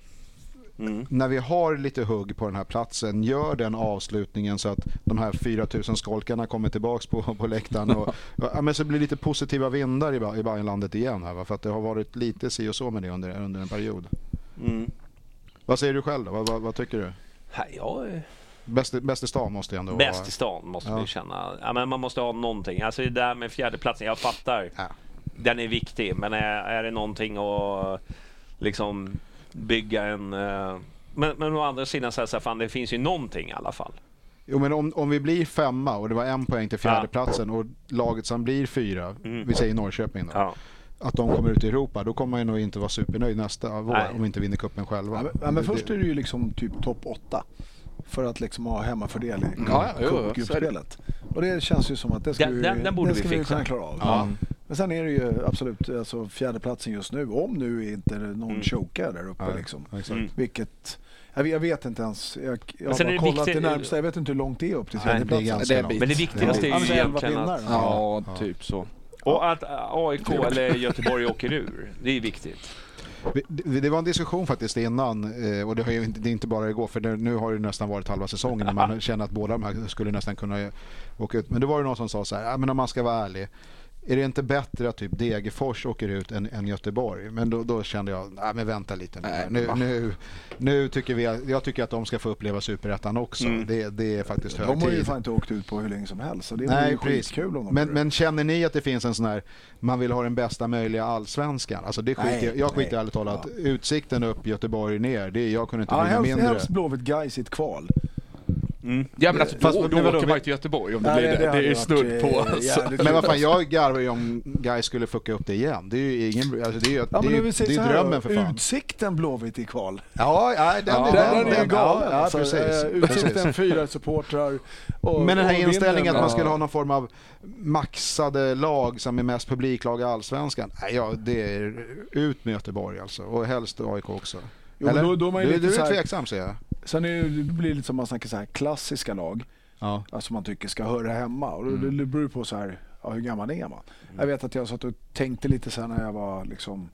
Mm. När vi har lite hugg på den här platsen, gör den avslutningen så att de här fyra tusen skolkarna kommer tillbaks på, på läktaren och, ja, men så blir det lite positiva vindar i, i Bayernlandet igen här, va? För att det har varit lite si och så med det under, under en period. Mm. Vad säger du själv då? Vad, vad, vad tycker du? Ja, bäst, bäst i stan måste ändå bäst vara... i stan måste ja. vi känna. Ja, men man måste ha någonting. Alltså det där med fjärdeplatsen, jag fattar. Ja. Den är viktig, men är, är det någonting att liksom bygga en... Uh... Men, men å andra sidan så här, så här, fan, det finns ju någonting i alla fall. Jo, men om, om vi blir femma och det var en poäng till fjärdeplatsen ja. och laget som blir fyra, mm. vi säger Norrköping då. Ja. Att de kommer ut i Europa, då kommer man nog inte vara supernöjd nästa vår om vi inte vinner kuppen själva. Ja, men, ja, men först är det ju liksom typ topp åtta för att liksom ha hemmafördel i ja, ja, gruppspelet. Och det känns ju som att det ska den, vi, den, den borde det ska vi, vi kunna klara av. Ja. Men sen är det ju absolut alltså fjärdeplatsen just nu, om nu inte någon mm. chokar där uppe ja, liksom. Mm. Vilket... Jag, jag vet inte ens. Jag, jag har bara kollat det närmsta. Jag vet inte hur långt det är upp till fjärdeplatsen. Men det viktigaste är ju egentligen att... Ja, ja, typ så. Och att A I K eller Göteborg åker ur. Det är viktigt. Det, det var en diskussion faktiskt innan, och det, har ju inte, det är inte bara igår, för det, nu har det nästan varit halva säsongen när man känner att båda de här skulle nästan kunna åka ut. Men det var ju någon som sa så här, ja, men om man ska vara ärlig, är det inte bättre att typ Degerfors åker ut än, än Göteborg? Men då, då kände jag, nej men vänta lite nu. Nej, nu, nu, nu tycker vi, jag tycker att de ska få uppleva Superettan också. Mm. Det, det är faktiskt hög tid. De har ju fan inte åkt ut på hur länge som helst. Så det är ju skitkul om de men, men känner ni att det finns en sån här, man vill ha den bästa möjliga allsvenskan? Alltså det skiter, nej, jag skiter ärligt talat. Ja. Utsikten upp, Göteborg ner, det jag kunde inte ja, vilja mindre. Helst Blåvitt Gais i ett kval. Mm. Ja, men alltså, fast då, då åker man till Göteborg om det nej, blir det. Det, det är ju snudd på. Alltså. Ja, men vad fan, jag garvar ju om Gais skulle fucka upp det igen. Det är ju ingen, alltså det är ju ja, det är, det är drömmen för fan. Utsikten Blåvitt i kval. Ja, ja den, ja, den, den, den, är ju galen. Ja, alltså, precis. Utsikten fyra supportrar. Och, men den här inställningen att man ja. skulle ha någon form av maxade lag som är mest publiklag i allsvenskan. Nej, ja, det är ut med Göteborg alltså. Och helst A I K också. Jo, eller? Då, då man du, du är tveksam, säger jag. Sen är det, det blir lite som man snackar så här klassiska lag. Ja. Alltså man tycker ska höra hemma. Och det, mm. det beror på så här, ja, hur gammal är man? Mm. Jag vet att jag satt och tänkte lite sen när jag var liksom,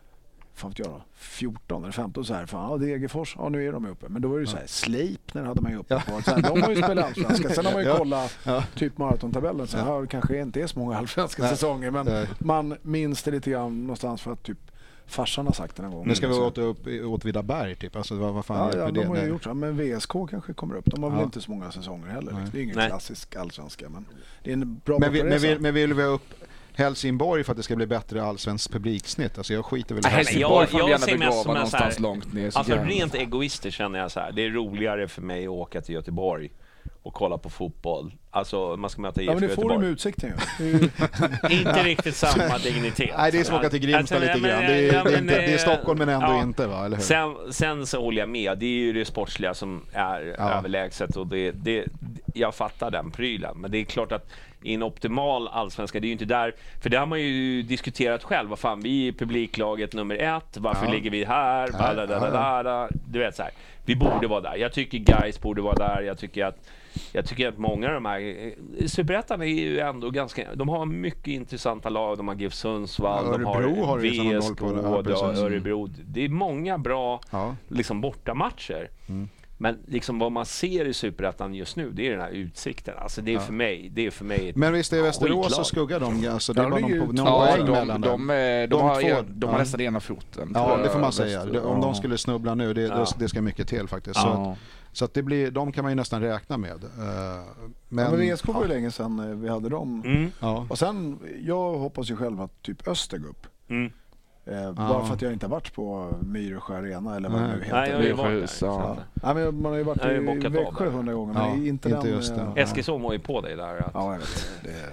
fan vet jag då, fjorton eller femton så här. Fan, ja, Degerfors, ja nu är de uppe. Men då var det ju ja. så här, Sleipner hade man ju uppe på. Så här, de har ju spelat allsvenska. Sen har man ju ja. kollat ja. typ maratontabellen. Så här, ja. kanske inte är så många allsvenska Nej. säsonger. Men Nej. man minns det lite grann någonstans för att typ farsan har sagt den en gång. Nu ska vi åt, upp, åt Vidaberg typ. Alltså, vad, vad fan ja, ja, de det? har ju Nej. gjort så. Men V S K kanske kommer upp. De har ja. väl inte så många säsonger heller. Nej. Det är ingen Nej. klassisk allsvenska. Men det är en bra men, vi, men, vi, men vill vi ha upp Helsingborg för att det ska bli bättre allsvensk publiksnitt? Alltså jag skiter väl i Helsingborg. Jag, jag, jag ser mest som någonstans här, långt ner. Alltså rent egoister känner jag så här. Det är roligare för mig att åka till Göteborg och kolla på fotboll. Alltså man ska möta I F K ja, men det får du med utsikten ju. Inte riktigt samma dignitet. Nej, det är som att åka till Grimsta alltså, lite men, grann. Det är, ja, det, är inte, det är Stockholm men ändå ja. inte, va? Eller hur? Sen, sen så håller jag med. Det är ju det sportsliga som är ja. överlägset och det, det, jag fattar den prylen. Men det är klart att i en optimal allsvenska, det är ju inte där, för det har man ju diskuterat själv. Vad fan, vi är publiklaget nummer ett. Varför ja. ligger vi här? Ja, da, da, da, da, da. Du vet så här. Vi borde vara där. Jag tycker Gais borde vara där. Jag tycker att Jag tycker att många av de här Superettan är ju ändå ganska, de har mycket intressanta lag. De har GIF Sundsvall, ja, de har, har V S K, ja, Örebro. Det är många bra ja. liksom bortamatcher. Mm. Men liksom vad man ser i Superettan just nu, det är den här utsikten. Alltså det är ja. för mig, det är för mig. Men visst är Västerås och skuggar de, alltså det är ja, bara någon, någon, någon ja, poäng de, mellan de, dem. de, de, de har, två, de har ja. nästan ena foten. Ja, det får man säga. Väster, Om ja. de skulle snubbla nu, det, ja. det ska mycket till faktiskt. Ja. Så, att, så att det blir, de kan man ju nästan räkna med. Uh, men, ja, men V S K var ju ja. länge sedan vi hade dem. Mm. Ja. Och sen, jag hoppas ju själv att typ Öster går upp. Mm. Eh, ja. Bara för att jag inte har varit på Myresjö Arena eller vad det nu heter. Nej, jag har ju varit där. Ja. Ja, men man har ju varit i Växjö hundra gånger, men ja, inte, inte den. Just det. Eskilsson var ju på dig där. Att... Ja, jag vet.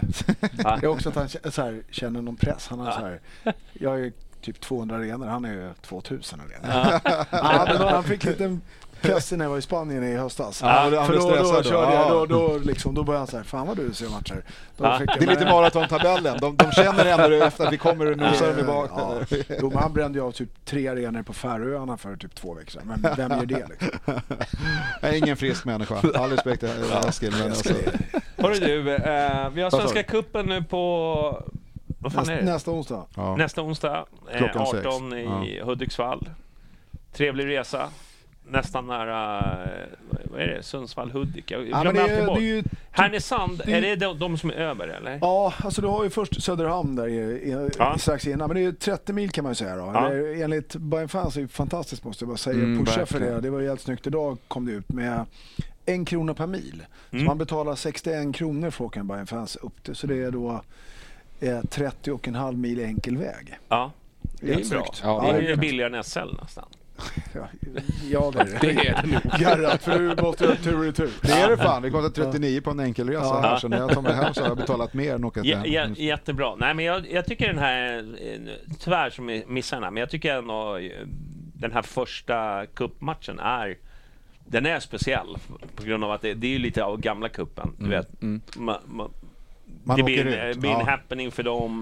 Det är, det är också att han så här, känner någon press. Han har så här, jag är typ tvåhundra arenor, han är ju tvåtusen arenor. Ja. Ja, men han fick lite press när jag var i Spanien i höstas. Ja, ja, för då, då, då körde ja. jag, då, då, liksom, då började han så här, fan vad du ser matcher. Då ja. fick jag, det är lite maratontabellen. De, de känner ändå efter att vi kommer och nosar dem i bak. Ja. Jo, men han brände ju av typ tre arenor på Färöarna för typ två veckor sedan. Men vem gör det liksom? Jag är ingen frisk människa. All respekt till Eskil. Men alltså. Hörru du, eh, vi har Svenska cupen nu på... Vad fan Nästa, är det? nästa onsdag. Ja. Nästa onsdag, eh, arton i ja. Hudiksvall. Trevlig resa. Nästan nära, vad är det? Sundsvall, Hudik. Jag ja, men det är, det är ju, Härnösand, det är, är det de, de som är över eller? Ja, alltså du har ju först Söderhamn där i, i, ja. strax innan. Men det är ju trettio mil kan man ju säga då. Ja. Eller, enligt Bayern Fans är det fantastiskt måste jag bara säga. Mm, Pusha för det. Det var helt snyggt. Idag kom det ut med en krona per mil. Mm. Så man betalar sextioen kronor för att åka en Bayern Fans upp till. Så det är då eh, trettio och en halv mil enkel väg. Ja, det är, det är bra. Ja, det är, det är billigare än S L nästan. Ja, ja det är det. Det är det nog. Garrat, för du måste ha tur i tur. Det är det fan. Det kostar trettionio på en enkelresa ja. här. Så när jag tar mig hem så har jag betalat mer än åkat hem. Ja, jättebra. Nej, men jag, jag tycker den här, tyvärr som missarna, men jag tycker ändå den här första cupmatchen är, den är speciell på grund av att det, det är ju lite av gamla kuppen. Du mm. vet. Mm. Ma, ma, Man det blir en, ut. blir en ja. happening för dem.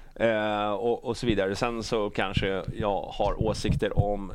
Uh, och, och så vidare. Sen så kanske jag har åsikter om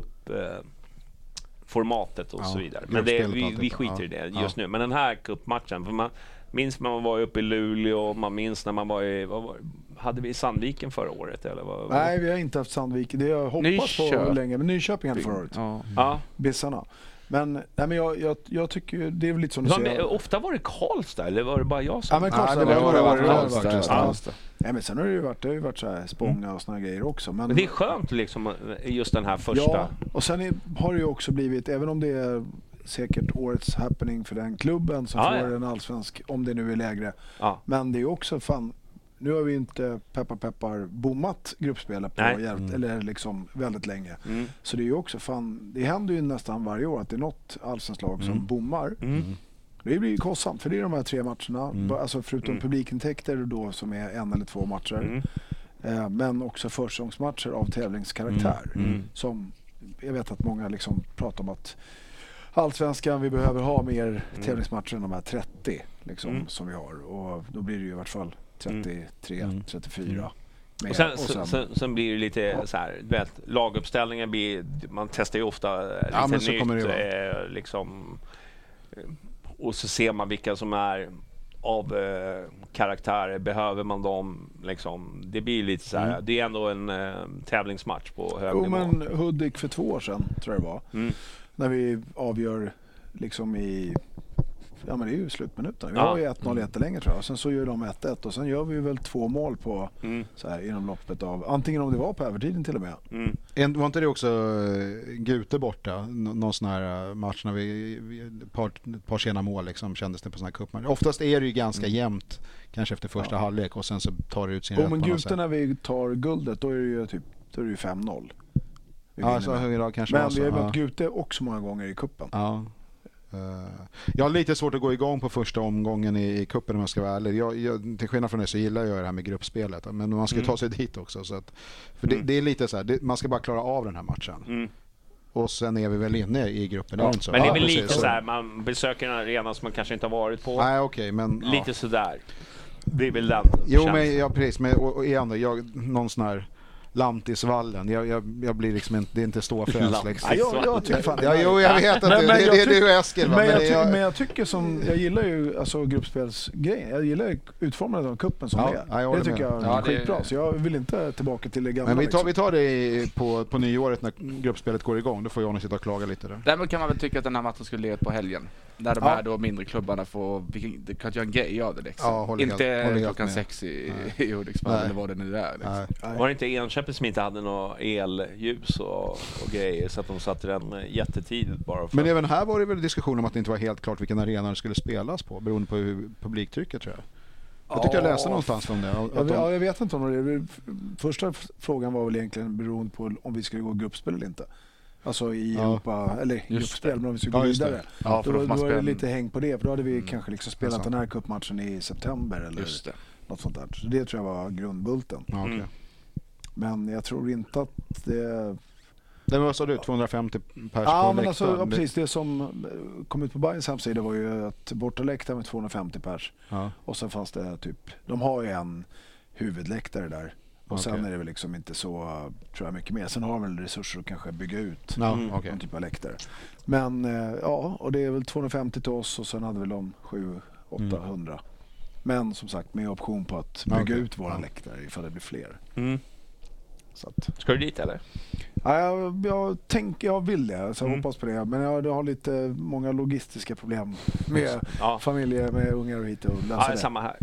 cupformatet uh, och ja, så vidare. Men det, vi, vi skiter ja. i det just ja. nu. Men den här cupmatchen, för man minns när man var uppe i Luleå, man minns när man var i, vad var, hade vi i Sandviken förra året? Eller vad, Nej, vi har inte haft Sandviken. Det har jag hoppats på länge. Men Nyköping hade förra året. Ja. Ja. Bissarna. Men, nej, men jag, jag, jag tycker det är väl lite som du men, säger. Ofta var det Karlstad, eller var det bara jag som... Ja, men Karlstad nej, det var det var det Nej, men sen har det ju varit, det har ju varit så här Spånga och såna grejer också. Men, men det är skönt liksom, just den här första... Ja, och sen är, har det ju också blivit, även om det är säkert årets happening för den klubben som ja, får ja. en allsvensk, om det nu är lägre. Ja. Men det är ju också fan... Nu har vi inte peppar peppar bommat gruppspelet på hjälp, mm. eller liksom väldigt länge. Mm. Så det är ju också fan, det händer ju nästan varje år att det är något allsvenskt lag som mm. bommar. Mm. Det blir ju kostsamt för det är de här tre matcherna, mm. alltså förutom mm. publikintäkter då som är en eller två matcher. Mm. Eh, men också försäsongsmatcher av tävlingskaraktär. Mm. Mm. Som jag vet att många liksom pratar om att allsvenskan, vi behöver ha mer mm. tävlingsmatcher än de här trettio liksom, mm. som vi har. Och då blir det ju i vart fall trettiotre, mm. trettiofyra. Och sen, och sen, sen, sen blir det lite ja. så här, du vet, laguppställningen blir, man testar ju ofta lite ja, men så nytt, kommer det eh, liksom, och så ser man vilka som är av eh, karaktärer, behöver man dem liksom, det blir lite så här, mm. det är ändå en eh, tävlingsmatch på hög jo, nivå. Men Hudik för två år sedan tror jag det var, mm. när vi avgör liksom i ja men det är ju slutminuten. Vi ja. har ju ett noll jättelänge tror jag. Och sen så gör de ett ett och sen gör vi väl två mål på mm. så här inom loppet av, antingen om det var på övertiden till och med. Mm. En, var inte det också Gute borta? Nå, någon sån här match när vi, ett par, par sena mål liksom kändes det på såna här cupmatcher. Oftast är det ju ganska mm. jämnt kanske efter första ja. halvlek och sen så tar det ut sin rätt oh, på men Gute när vi tar guldet då är det ju typ då är det ju fem noll. Ja, så högre kanske men vi har ja. mött Gute också många gånger i kuppen. Ja. Uh, jag har lite svårt att gå igång på första omgången i, i kuppen om jag ska vara ärlig. Jag, jag, till skillnad från det så gillar jag det här med gruppspelet. Men man ska mm. ta sig dit också. Så att, för mm. det, det är lite så här, det, man ska bara klara av den här matchen. Mm. Och sen är vi väl inne i gruppen. Ja. Så. Men det är väl ja, lite precis, så här, man besöker en arena som man kanske inte har varit på. Nej, okay, men, lite ja. sådär. Det är väl den. Jo, men, ja, precis. Men och, och igen då, jag, någon sån här Lantisvallen. Jag, jag, jag blir liksom inte, det är inte ståfräs. Liksom. Ja, jag, jag tycker fan ja, jo, jag vet att det, det, det är du och Eskil. Men, men, jag, jag, men jag tycker som, jag gillar ju alltså gruppspelsgrejen. Jag gillar utformandet av kuppen som ja, det är. Ja, det tycker jag är ja, skitbra. Det... Så jag vill inte tillbaka till det gamla. Men vi tar, liksom. vi tar det på, på nyåret när gruppspelet går igång. Då får Johnny sitta och klaga lite där. Däremot kan man väl tycka att den här matchen skulle leda på helgen. Där de ja. här då mindre klubbarna får, det kan göra en grej av det liksom. Ja, inte helt, klockan sex i, i Hudiksvall eller vad det nu är. Liksom. Nej. Var det inte Enköping som inte hade något elljus och, och grejer så att de satte den jättetidigt bara för... Men även här var det väl diskussion om att det inte var helt klart vilken arena det skulle spelas på beroende på hur publiktrycket, tror jag. Jag tyckte jag läste någonstans om det. Att jag, de... ja, jag vet inte om det. Första frågan var väl egentligen beroende på om vi skulle gå gruppspel eller inte. Alltså i ja. Europa, eller gruppspel, men om vi skulle gå ja, vidare. Ja, då, då var det lite häng på det, för då hade vi mm. kanske liksom spelat alltså. den här cupmatchen i september eller något sånt där. Så det tror jag var grundbulten. Ja, okay. mm. Men jag tror inte att det... Det var så du, tvåhundrafemtio pers ja, på men alltså, ja, det... precis. Det som kom ut på Bayerns hemsida var ju att bortaläktaren med tvåhundrafemtio pers. Ja. Och sen fanns det typ, de har ju en huvudläktare där. Och okay. sen är det väl liksom inte så, tror jag, mycket mer. Sen har de väl resurser att kanske bygga ut ja, mm. okay. någon typ av läktare. Men ja, och det är väl tvåhundrafemtio till oss och sen hade väl de sju åttahundra. Mm. Men som sagt, med option på att bygga okay. ut våra ja. läktare ifall det blir fler. Mm. Så att, ska du dit eller? Ja, jag, jag tänker, jag vill det, så jag mm. hoppas på det. Men jag, jag har lite många logistiska problem med ja. familjer, med ungar och hit och lösa ja, det. Samma här.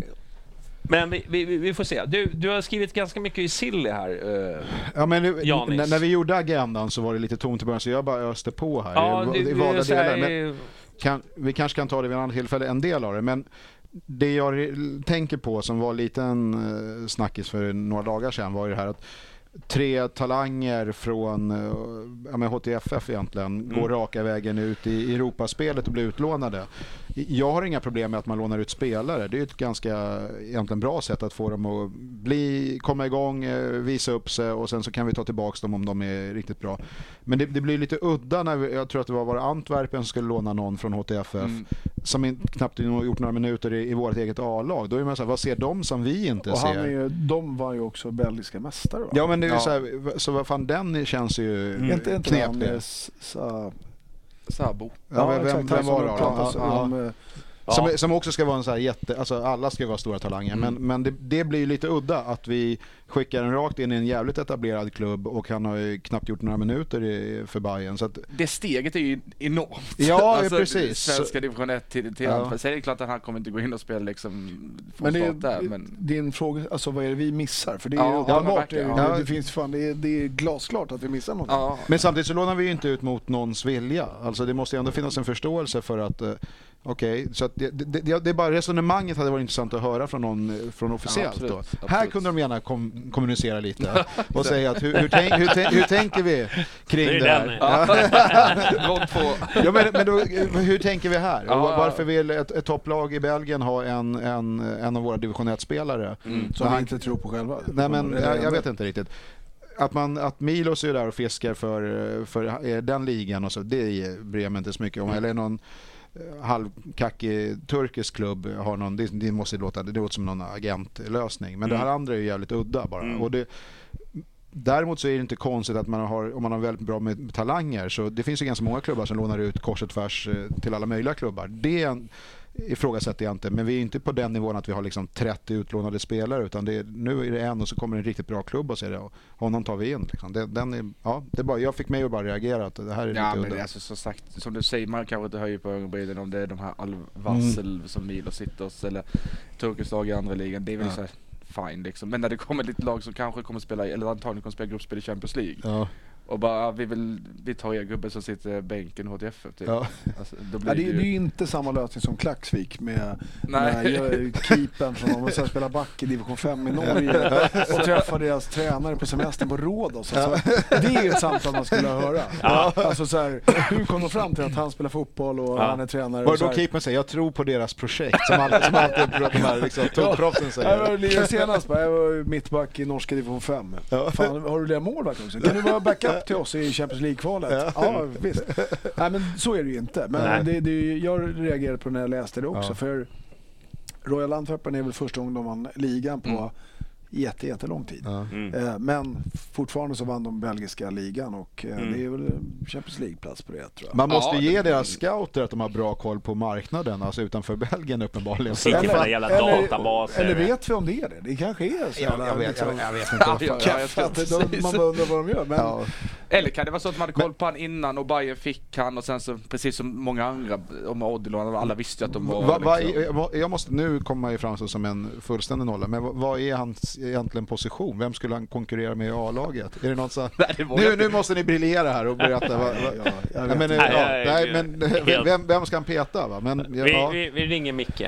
Men vi, vi, vi får se. Du, du har skrivit ganska mycket i Silly här, uh, ja, men nu, n- när vi gjorde agendan så var det lite tomt i början, så jag bara öste på här. Ja, I, du, i valda så delar. här, Men kan, vi kanske kan ta det vid en annan tillfälle, en del av det. Men det jag tänker på som var lite en snackis för några dagar sedan var ju det här att tre talanger från ja, men H T F F egentligen mm. går raka vägen ut i Europaspelet och blir utlånade. Jag har inga problem med att man lånar ut spelare. Det är ett ganska egentligen bra sätt att få dem att bli, komma igång, visa upp sig och sen så kan vi ta tillbaka dem om de är riktigt bra. Men det, det blir lite udda när vi, jag tror att det var bara Antwerpen som skulle låna någon från H T F F mm. som inte, knappt gjort några minuter i, i vårt eget A-lag. Då är man så här, vad ser de som vi inte och ser? Han är ju, de var ju också belgiska mästare, va? Ja, men det är ju ja. så här, så vad fan, den känns ju mm. inte, inte knepig. Så... Sabo. Ja, ja, vem, vem, vem var det? Ja, ja. Om, ja. Som, som också ska vara en så här jätte, alltså alla ska vara stora talanger, mm. men, men det, det blir ju lite udda att vi skickar en rakt in i en jävligt etablerad klubb och han har ju knappt gjort några minuter i, för Bayern. Så att, det steget är ju enormt. Ja, alltså, precis. Svenska division ett till, till ja. Sen är det klart att han kommer inte gå in och spela liksom men det, start där. Men din fråga, alltså vad är det vi missar? För det är ja, ju uppenbart, ja, det, det, det finns fan, det är, det är glasklart att vi missar något. Ja. Men samtidigt så lånar vi ju inte ut mot någons vilja. Alltså det måste ju ändå finnas en förståelse för att okej, okay, så att det, det, det, det är bara resonemanget hade varit intressant att höra från någon från officiellt ja, absolut, då. Absolut. Här kunde de gärna kom, kommunicera lite och säga att hur, hur, tänk, hur, tänk, hur tänker vi kring det, det här? Ja. ja, men, men då, hur tänker vi här? Och varför vill ett, ett topplag i Belgien ha en, en, en av våra division ett-spelare? Mm. Som vi inte tror på själva. Nej, men jag, jag vet inte riktigt. Att, man, att Milos är där och fiskar för, för den ligan och så, det bryr jag mig inte så mycket om. Eller någon halvkackig turkisk klubb har någon, det, det måste låta, det låter som någon agentlösning, men mm. det här andra är ju jävligt udda bara. Mm. Och det, däremot så är det inte konstigt att man har, om man har väldigt bra med, med talanger, så det finns ju ganska många klubbar som lånar ut kors och tvärs till alla möjliga klubbar. Det ifrågasätter jag inte, men vi är inte på den nivån att vi har liksom trettio utlånade spelare, utan det är, nu är det en och så kommer en riktigt bra klubb och säger det, och honom tar vi in liksom. det, den är, ja, det är bara, jag fick mig att bara reagera att det här är ja, lite men udda. det är alltså, så sagt, som du säger, man kanske inte höjer på ögonbrynen om det är de här Al-Vassel mm. som Milo sitter oss eller turkisk lag i andra ligan, det är väl ja. så här, fine liksom. Men när det kommer ett lag som kanske kommer spela, eller antagligen kommer spela gruppspel i Champions League ja. och bara, vi vill vi tar er gubbe som sitter bänken H T F F typ. Ja. Alltså, då blir ja, det, det, ju... det är ju inte samma lösning som Klaxvik med, med keepern som de sen spelar back i division fem i Norge och träffar deras tränare på semestern på Rhodos. Alltså, det är ju ett samtal man skulle höra. Ja. Alltså så här, hur kom de fram till att han spelar fotboll och ja. han är tränare? Var då keepern säger, jag tror på deras projekt som alltid, som alltid de här liksom, togproffsen säger. Jag var senast, jag var mittback i norska division fem. Ja. Fan, har du det målvakt också? Kan du vara backup till oss i Champions League-kvalet? Ja, ja visst. Nej, men så är det ju inte. Men det, det, jag reagerade på när jag läste det också. Ja. För Royal Antwerpen är väl första gången de vann ligan på mm. jätte, jättelång tid. Ja. Mm. Eh, men fortfarande så vann de belgiska ligan och eh, Mm. det är väl Champions League-plats på det, tror jag. Man måste Ja, ge det- deras scouter att de har bra koll på marknaden, alltså utanför Belgien uppenbarligen. Sitter Eller- på den jävla databaser. eller vet vi om det är det? Det kanske är så. Jag, jag, vet, liksom, jag, jag vet inte. Ja, ja, ja, jag ska att de, precis. man bara undrar vad de gör. Men, Ja. Eller kan det vara så att de hade koll på han innan och Bayern fick han och sen så precis som många andra om Odilon, alla visste att de var Va, va, liksom. jag- jag måste nu komma ifrån så som en fullständig nolla, men vad, vad är hans egentligen position? Vem skulle han konkurrera med i A-laget? Är det någon så... Nej, det var nu, jag- nu måste ni briljera här och berätta. Va, va... ja, jag Nej, vet men, inte. ja, Nej, nej, jag- men helt- vem, vem ska han peta? Va? Men, ja, Vi, ja, vi, vi ringer Micke.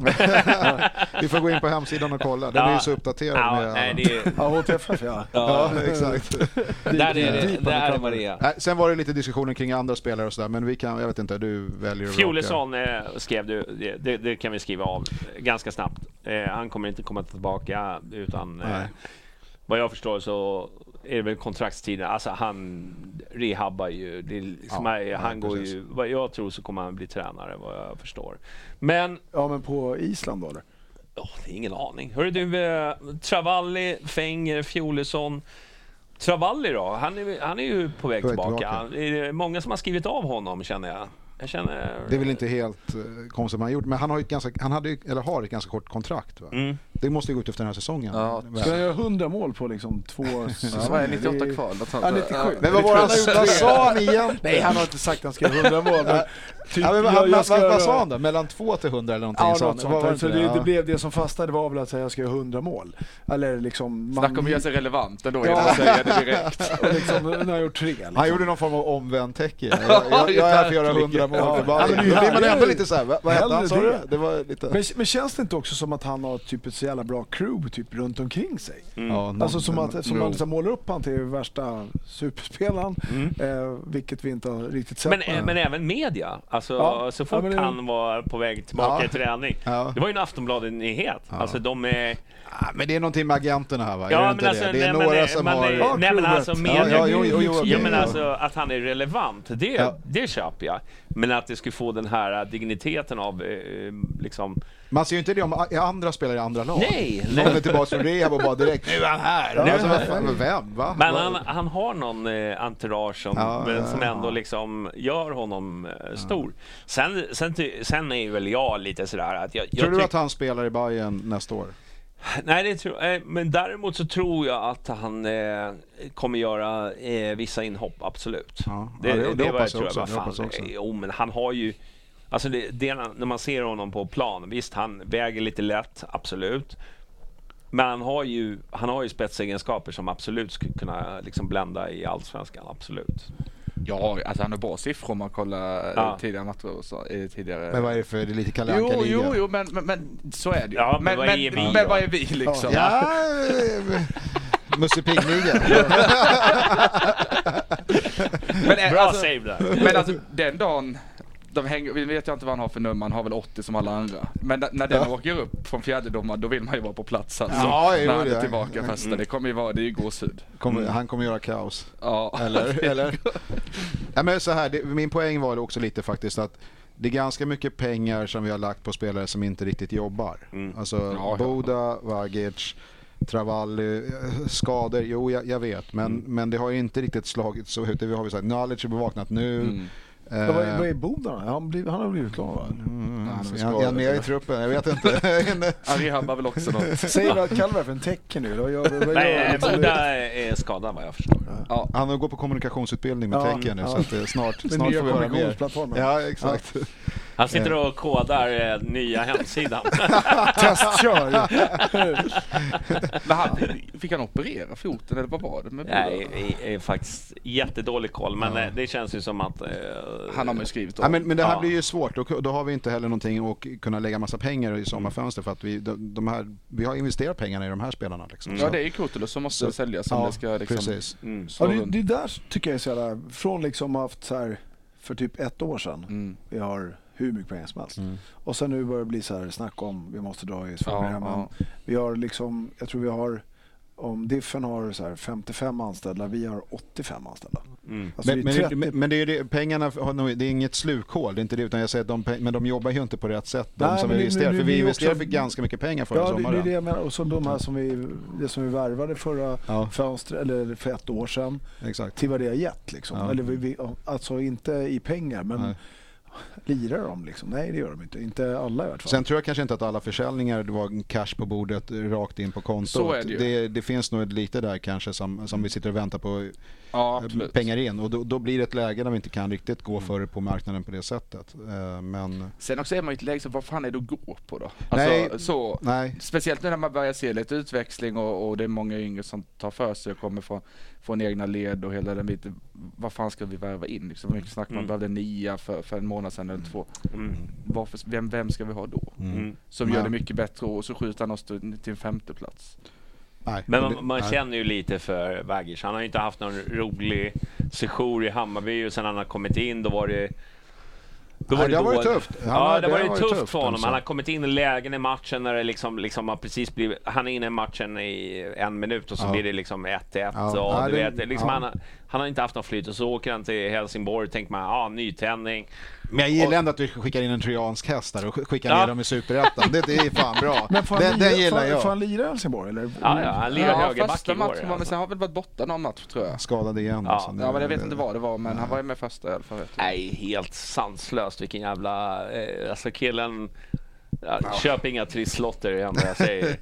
vi får gå in på hemsidan och kolla. Den är ju så uppdaterad. Ja, med, nej, det är, ja, H T F F, ja. ja, exakt. där är det, där är vad det är. Nej, sen var det lite diskussioner kring andra spelare och sådär, men vi kan, jag vet inte, du väljer att Fjolesson eh, skrev du, det, det, det kan vi skriva av ganska snabbt. Eh, han kommer inte komma tillbaka utan eh, Nej. vad jag förstår så är det väl kontraktstiden. Alltså han rehabbar ju. Det är liksom, Ja, ja, han går precis. ju, vad jag tror så kommer han bli tränare vad jag förstår. Men Ja, men på Island då, eller? åh, det är ingen aning. Hörru du, eh, Travalli, Fenger, Fjolesson. Travalli då? Han är, han är ju på väg På väg tillbaka. tillbaka. Det är många som har skrivit av honom känner jag. Jag känner... Det är väl inte helt uh, konstigt man har gjort, men han har ju ett ganska, han hade ju, eller har ett ganska kort kontrakt, va? Mm. Det måste ju gå ut efter den här säsongen. Ja. Ska jag göra hundra mål på liksom två Ja, säsonger? vad är nittioåtta Det är- kvar? Något sånt Ja, där. nittiosju. Men vad var han, vad sa han egentligen? Nej, han har inte sagt att han ska göra hundra mål. Men typ, Ja, men, jag- han, jag ska vad, vad göra- sa han då? Mellan två till hundra eller någonting? Ja, sa han. något Vad sånt. var där. Så inte det, det? det Ja. blev det som fastade var väl att säga jag ska göra hundra mål. Eller liksom... Snacka om att göra sig relevant ändå, Ja. genom att säga det direkt. Och liksom, nu har jag gjort tre. Liksom. Han gjorde någon form av omvänt tecken. Jag, jag, jag är här för att göra hundra mål. Ja. För bara, Ja, men det är ju då blir man härligt. ändå lite så här, vad, vad hette han? Sa Hellre du? det. Det var lite... Men, men känns det inte också som att han har typ ett så jävla bra crew typ runt omkring sig? Ja, någon- Alltså som att som Jo. man så här målar upp han till värsta superspelaren, Mm. eh, vilket vi inte har riktigt sett. Men, med. men även media. Alltså, Ja. så fort Ja, men det- han var på väg tillbaka Ja. i träning. Ja. Det var ju en Aftonbladet-nyhet. Alltså de är... Ja, men det är någonting med agenterna här, va? är Ja, det men inte alltså, det? Det är nej, några men, som man, har... är- Ja, nej, men crewet. alltså Ja, media... ja, jo, jo, jo, ja, okej, men ja. alltså att han är relevant, det, Ja. det köper jag. Men att det skulle få den här digniteten av eh, liksom... Man ser ju inte det om a- andra spelare i andra lag. Nej, De nej. kommer tillbaka från rehab och bara direkt, nu är han här! Ja, alltså, ja, vad fan, vem? Va? Men Va? han, han har någon eh, entourage som, Ja, men ja, som ja. ändå liksom gör honom eh, stor. Sen, sen, ty- sen är ju väl jag lite sådär att jag, jag Tror du tyck- att han spelar i Bayern nästa år? Nej, det tror eh, men däremot så tror jag att han eh, kommer göra eh, vissa inhopp, absolut. Ja, Det, ja, det, det- det det, hoppas tror jag också, Vad det fan, hoppas jag också. eh, Jo, men han har ju... Alltså det, det, när man ser honom på plan, visst han väger lite lätt, absolut. Men han har ju, han har ju spetsegenskaper som absolut skulle kunna liksom blända i allsvenskan, absolut. Ja, alltså han har bra siffror om man kollar Ja. ja. tidigare matcher och så, eh, tidigare. Men vad är det för, det är lite Kalle Jo, Anka-liga? jo, jo, men, men, men så är det ju. Ja, men men, vad är vi men då? vad är vi liksom? Ja, eh, Musse Pigg-liga. Men, eh, Bra alltså, save där. men alltså den dagen, de hänger, vi vet jag inte vad han har för nummer, han har väl åttio som alla andra. Men när den Ja. åker upp från fjärdedomaren, då vill man ju vara på plats alltså. Ja, jo, när han det är är- tillbaka första, det kommer ju vara, det är ju gåshud. Kommer, Han kommer göra kaos. Ja. Eller? eller? Ja, men så här, det, min poäng var också lite faktiskt att det är ganska mycket pengar som vi har lagt på spelare som inte riktigt jobbar. Mm. Alltså Ja, ja. Boda, Vagic, Travalli, eh, skador, jo jag, jag vet, men, Mm. men det har ju inte riktigt slagit så ut. Det har vi sagt, Knowledge är bevaknat nu. Mm. Eh, Ja, vad, är- vad är Boda då? Han, blir, han har blivit klar, va? mm, Ja, han är är, väl han, är skadad, han med i eller? truppen? Jag vet inte. Han rehabbar väl också något. Säg vad kallar vi för en tecken nu? Vad gör, vad gör, Nej, vad gör- Boda är skadad vad jag förstår. Ja. Han går på kommunikationsutbildning med Ja, tecken nu, ja. så att det, snart, Den snart nya får vi höra mer. kommunikationsplattformen. Ja, exakt. Han sitter och kodar eh, nya hemsidan. Testkör! Men han, fick han operera foten eller vad var det med Boda? Nej, är, är faktiskt jättedålig koll, men eh, det känns ju som att... Eh, Han har man ju skrivit om. Ja, men, men det här Ja. blir ju svårt, då, då har vi inte heller någonting att kunna lägga massa pengar i sommarfönster för att vi, de, de här, vi har investerat pengarna i de här spelarna. Liksom. Ja, det är ju Kurtulus som måste Så- säljas om ja, det ska liksom... precis. mm. slå Ja, det, runt. det där tycker jag är så jävla, från liksom haft så här för typ ett år sedan. Mm. Vi har hur mycket pengar som helst. Mm. Och sen nu börjar det bli så här snack om vi måste dra i svårigheter. Ja, Men vi har liksom, jag tror vi har, om Diffen har så här femtiofem anställda, vi har åttiofem anställda. Mm. Alltså men, det trettio... men, men det är det, pengarna har nog, det är inget slukhål, det är inte det, utan jag säger att de, men de jobbar ju inte på rätt sätt. De Nej, som vi investerar, för vi investerade för ganska mycket pengar förra ja, sommaren. Ja, det är det jag menar. Och så de här som vi, det som vi värvade förra ja. fönstret, eller för ett år sedan. Exakt. Till vad det har gett liksom. Ja. Eller vi, vi, alltså inte i pengar, men Nej. lirar de liksom? Nej, det gör de inte. Inte alla i alla fall. Sen tror jag kanske inte att alla försäljningar det var cash på bordet rakt in på kontot. Så är det, ju. det, det finns nog lite där kanske som, som vi sitter och väntar på ja, pengar in. Och då, då blir det ett läge där vi inte kan riktigt gå för på marknaden på det sättet. Men... Sen också är man ju ett läge så vad fan är det att gå på då? Alltså, nej, så, nej. Speciellt när man börjar se lite utväxling och, och det är många yngre som tar för sig och kommer från, från egna led och hela den biten. Vad fan ska vi värva in? Liksom, mycket snack man mm. behövde nia för, för en månad sedan eller två. Mm. Varför, vem, vem ska vi ha då? Mm. Som mm. gör det mycket bättre och så skjuter han oss till en femte plats. Nej, men man, man känner ju lite för Vagic. Han har ju inte haft någon rolig sejour i Hammarby och sen han har kommit in då var det Då var Nej, det, det varit tufft. Han ja, har, det, det var ju tufft, tufft för honom. Alltså. Han har kommit in i lägen i matchen när det liksom, liksom har precis blivit, han är inne i matchen i en minut och så ja. blir det liksom ett ett. Ja. Och, du ja, vet, liksom ja. han, han har inte haft någon flyt och så åker han till Helsingborg och tänker man, ja, nytändning. Men jag gillar ändå att vi skickar in en trojansk häst där och skickar ja. ner dem i Superettan. Det, det är fan bra. Men får han, den, lira, den gillar jag. Får han lira i Helsingborg? Eller? Ja, ja, han lirar ja, högerback i match, alltså. Men sen har väl varit borta någon match, tror jag. Skadad igen. Ja, alltså. ja men jag vet inte vad det var, men nej. han var ju med första i alla fall. Nej, helt sanslöst. Vilken jävla... Eh, alltså killen... Ja, ja. Köp inga trisslotter igen vad jag säger.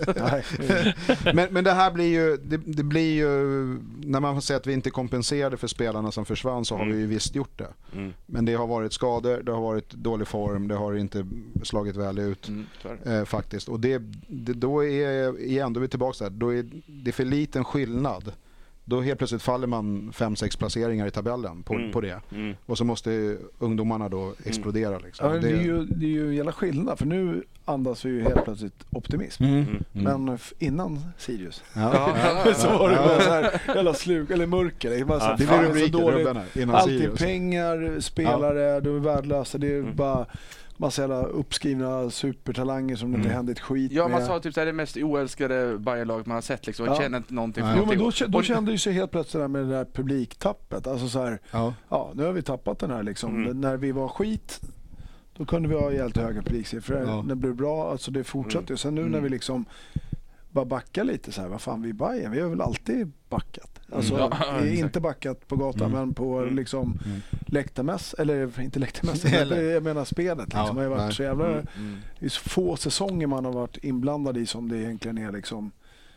men, men det här blir ju det, det blir ju när man får säga att vi inte kompenserade för spelarna som försvann så har mm. vi ju visst gjort det. Mm. Men det har varit skador, det har varit dålig form, det har inte slagit väl ut mm, eh, faktiskt. Och det, det då är igen då är vi tillbaka där. Då är det för liten skillnad. Då helt plötsligt faller man fem sex placeringar i tabellen på, mm. på det. Mm. Och så måste ungdomarna då explodera. Liksom. Ja, det, är ju, det är ju en jävla skillnad. För nu andas vi ju helt plötsligt optimism. Mm. Mm. Men innan Sirius ja. Ja. så var det bara så här jävla sluk, eller mörker. Det var så, ja. det blir rubriker innan alltid Sirius. Pengar, spelare, ja. de är värdelösa. Det är mm. bara... massa jävla uppskrivna supertalanger som mm. inte händer ett skit Ja, med. man sa typ att det är det mest oälskade Bayern-laget man har sett liksom. Och ja. känner inte någonting för jo, men då, då kände ju sig helt plötsligt där med det där publiktappet. Alltså så här, ja. ja, nu har vi tappat den här liksom. Mm. När vi var skit, då kunde vi ha helt höga publiksiffror. Ja. När det blev bra, alltså det fortsatte ju. Mm. Sen nu mm. när vi liksom bara backar lite så här, vad fan, vi är Bayern, vi har väl alltid backat. Alltså, mm. ja, vi är inte backat på gatan mm. men på mm. liksom mm. läktarmäss, eller inte läktarmäss, jag menar spelet liksom. Ja, har ju varit nej. så jävla mm. Mm. det är så få säsonger man har varit inblandad i som det egentligen är liksom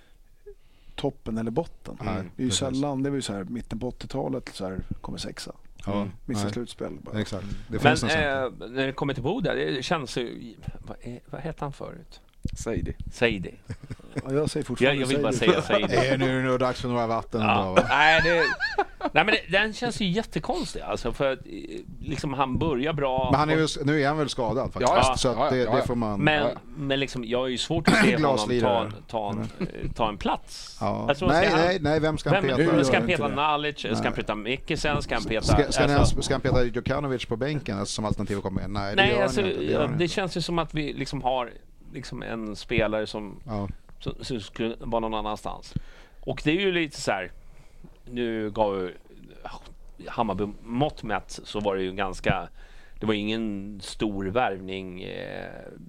toppen eller botten. Mm. Det är ju sällan, det var ju så här mitten på åttiotalet så här kommer sexa. Ja, missa slutspel bara. Exakt. Det men eh, när det kommer till Boda, det känns ju vad, vad heter han förut? Saidi. Saidi. Ja, jag säger fortfarande jag, jag vill bara säga Saidi. Är nu är det dags för några vatten ja. då, nej, det, nej men det, den känns ju jättekonstig alltså för att liksom han börjar bra. Men han är ju, nu är han väl skadad faktiskt. Ja, så att det, ja, ja. det får man. Men ja. men liksom jag är ju svårt att se honom ta, ta, en, ta en plats. Ja. Alltså, nej, han, nej, nej, vem ska han vem, peta? Ska han peta Nalic? Ska han peta Mikkisen? Ska han peta Ska, ska, alltså, ska han peta Djukanovic på bänken alltså, som alternativ att komma med? Nej, det nej, gör alltså, han inte. Det, ja, det känns ju som att vi liksom har liksom en spelare som, ja. som, som skulle vara någon annanstans. Och det är ju lite så här, nu gav Hammarby mått mätt så var det ju ganska, det var ingen stor värvning, eh,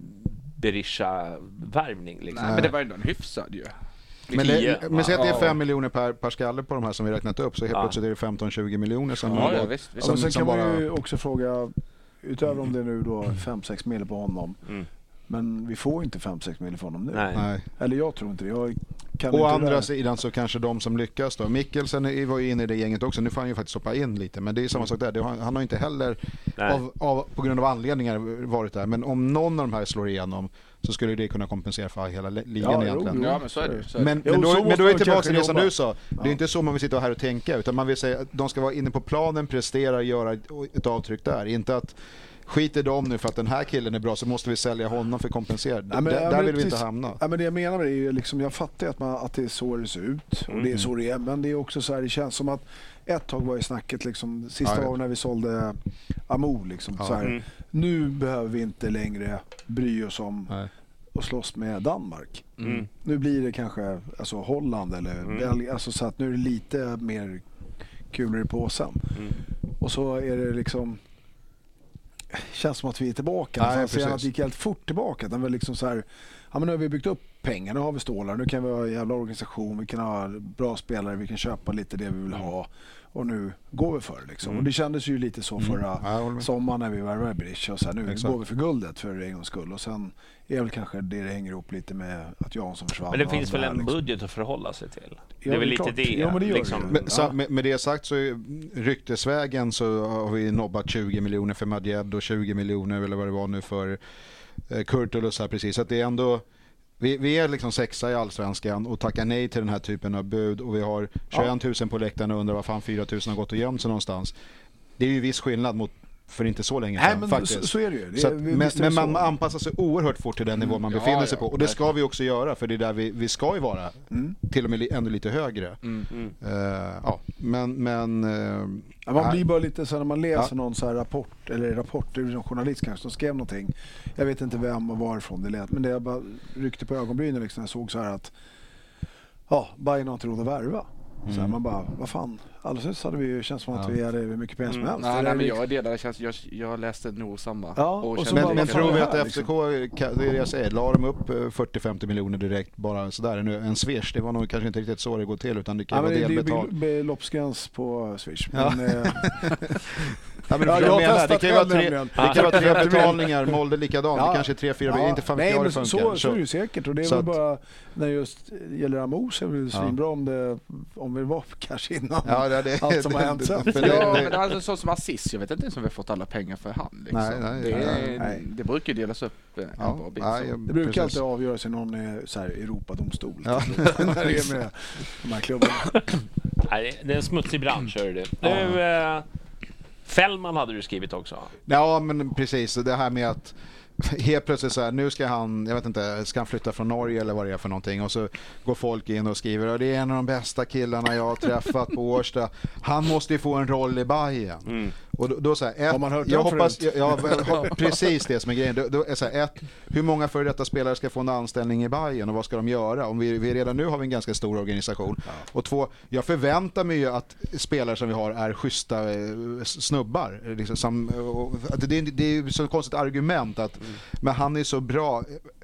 Berisha-värvning liksom. Nej, men det var ändå en hyfsad ju. Men, det, men säg att det är fem miljoner per, per skalle på de här som vi räknat upp, så helt ja. plötsligt är det femton tjugo miljoner som, ja, ja, visst, visst. Som, sen kan bara... man ju också fråga, utöver om det är nu då fem sex miljoner på honom, mm. men vi får inte fem sex miljoner från honom nu. Nej. Eller jag tror inte det. Jag kan Å inte andra det. sidan så kanske de som lyckas då. Mikkelsen var ju inne i det gänget också. Nu får han ju faktiskt hoppa in lite. Men det är samma mm. sak där. Det har, han har inte heller av, av, på grund av anledningar varit där. Men om någon av de här slår igenom så skulle det kunna kompensera för hela ligan ja, egentligen. Jo, jo. Ja, men så är det. Så är det. Men, jo, men, då, men då är det tillbaka till det som du sa. Ja. Det är inte så man vill sitta här och tänka. Utan man vill säga att de ska vara inne på planen, prestera, göra ett avtryck där. Inte att skiter de nu för att den här killen är bra så måste vi sälja honom för att kompensera. Ja, men, där ja, där vill precis, vi inte hamna. Ja, men det jag menar med det är ju liksom, jag fattar att, man, att det är så det ser ut och mm. det är så det är, men det är också så här, det känns som att ett tag var i snacket liksom, sista ja, gången när vi sålde Amo liksom, ja. så här, mm. nu behöver vi inte längre bry oss om Nej. och slåss med Danmark. Mm. Nu blir det kanske alltså Holland eller mm. Belgien, alltså, så att nu är det lite mer kulor i påsen. Mm. Och så är det liksom känns som att vi är tillbaka. Nej, alltså, att det gick helt fort tillbaka. Den var liksom så här, ja, men nu har vi byggt upp pengar, nu har vi stålar, nu kan vi ha en jävla organisation, vi kan ha bra spelare, vi kan köpa lite det vi vill ha. Och nu går vi för det liksom. Mm. Och det kändes ju lite så förra mm. sommaren när vi värvade Bridge. Och så här, nu Exakt. går vi för guldet för en gångs skull. Och sen är väl kanske det det hänger ihop lite med att Jansson försvann. Men det finns väl en liksom. budget att förhålla sig till? Ja, det är väl lite klart. det. Ja, men det liksom. det. Men, så, med, med det sagt så ryktesvägen så har vi nobbat tjugo miljoner för Madjed och tjugo miljoner eller vad det var nu för eh, Kurtulus här precis. Så att det är ändå Vi, vi är liksom sexa i Allsvenskan och tackar nej till den här typen av bud och vi har tjugoett tusen på läktaren och undrar vad fan fyra tusen har gått och gömt sig någonstans. Det är ju viss skillnad mot för inte så länge sedan nej, men faktiskt. Så, så är det ju. Det så är, att, men men man anpassar sig oerhört fort till den nivå man befinner ja, sig på och det ska vi också göra för det är där vi, vi ska ju vara mm. till och med ännu lite högre. Mm. Mm. Uh, ja, men, men uh, ja, man blir bara lite så när man läser ja. någon så här rapport eller rapport ur en journalist kanske som skrev någonting. Jag vet inte vem och varifrån det lät men det jag bara ryckte på ögonbrynen liksom, jag såg så här att ja, Bayern har inte råd att värva. Mm. Så här, man bara, vad fan, alldeles hade vi ju känns som att ja. vi hade mycket pengar som mm. helst. Nej, nej men jag delar, det känns, jag, jag läste nog samma. Ja, och och så men men tror vi att F C K, det är det jag säger, la de upp fyrtio till femtio miljoner direkt bara sådär, en, en swish, det var nog kanske inte riktigt så det går till utan det kan ja, vara delbetalt. Det är beloppsgräns på swish. Men, ja. eh, Ja, men ja, jag menar, det kan ju vara tre, det kan vara tre betalningar, Molde likadant, ja. det kanske är tre, fyra, ja. inte fan Nej, men så, så, så är det säkert och det är väl bara, när just gäller Amos är det svinbra ja. om det om vi var kanske innan ja, det, det, allt som det, har hänt sen. Det, ja, men det är alltså så som assist, jag vet inte ens om vi har fått alla pengar för hand. Liksom. Nej, nej, det, är, nej. det brukar ju delas upp en ja, bra bit. Nej, det brukar precis. alltid avgöras i någon så här Europadomstol. Ja. när det är med de här klubbarna. Nej, det är en smutsig bransch, hör det. Nu... Ja. Fällman hade du skrivit också. Ja, men precis. Det här med att helt plötsligt så här, nu ska han, jag vet inte, ska han flytta från Norge eller vad det är för någonting och så går folk in och skriver och det är en av de bästa killarna jag har träffat på Årsta. Han måste ju få en roll i Bayern. Mm. Och då, då så här, ett, har man hört jag hoppas jag, jag, precis det som är grejen. Då, då är så här, ett, hur många före detta spelare ska få en anställning i Bayern och vad ska de göra? Om vi, vi redan nu har vi en ganska stor organisation. Ja. Och två, jag förväntar mig ju att spelare som vi har är schyssta snubbar. Liksom, som, och, det, det är ju så ett konstigt argument att mm. men han är så bra.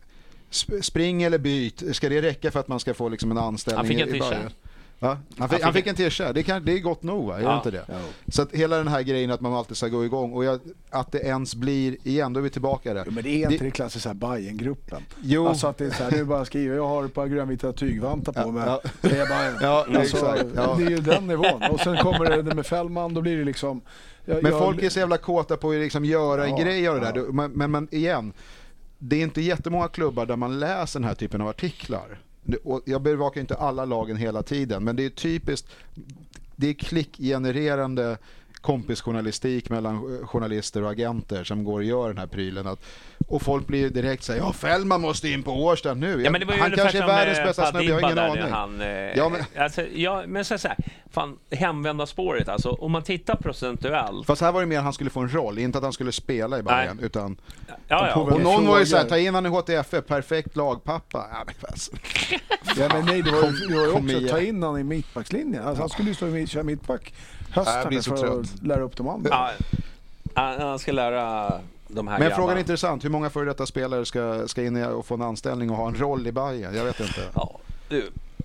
Spring eller byt, ska det räcka för att man ska få liksom en anställning han fick en i Bayern? Ja, han, fick, han, fick, han fick en tisha. Det, kan, det är gott nog, va? Är ja. inte det? Ja. Så att hela den här grejen att man alltid ska gå igång och jag, att det ens blir igen, då är vi tillbaka där. Jo, men det är inte det, det klassiska Bayern-gruppen. Jo. Alltså att det är så här, nu bara skriver jag har ett par grönvita tygvantar på ja. mig. Ja. Det är Bayern. Ja, alltså, exakt. Ja. Det är ju den nivån. Och sen kommer det med Fällman, då blir det liksom... Jag, men jag, folk är så jävla kåta på att liksom göra ja. en grej av det där. Ja. Men, men, men igen, det är inte jättemånga klubbar där man läser den här typen av artiklar. Och jag bevakar inte alla lagen hela tiden, men det är typiskt, det är klickgenererande kompisjournalistik mellan journalister och agenter som går och gör den här prylen att, och folk blir direkt så här, ja, Fällman måste in på Årsta nu. Ja, men det var ju han kanske är världens bästa snubbe, jag har ingen aning. Han, eh, ja, men, alltså, ja, men så, så här, fan, hemvända spåret, alltså, om man tittar procentuellt. Fast här var det mer att han skulle få en roll, inte att han skulle spela i Bayern, nej. utan ja, ja. Och någon var ju så här, ta in han i H T F F, perfekt lagpappa. Ja, men alltså. Ja, men nej, det var ju, det var ju också ta in han i mittbackslinjen. Alltså, han skulle ju stå i köra mittback hösten för trött. att lära upp de andra. Ja, han ska lära de här. Men grabbarna. Frågan är intressant, hur många före detta spelare ska, ska in och få en anställning och ha en roll i Bayern? Jag vet inte. Ja, du.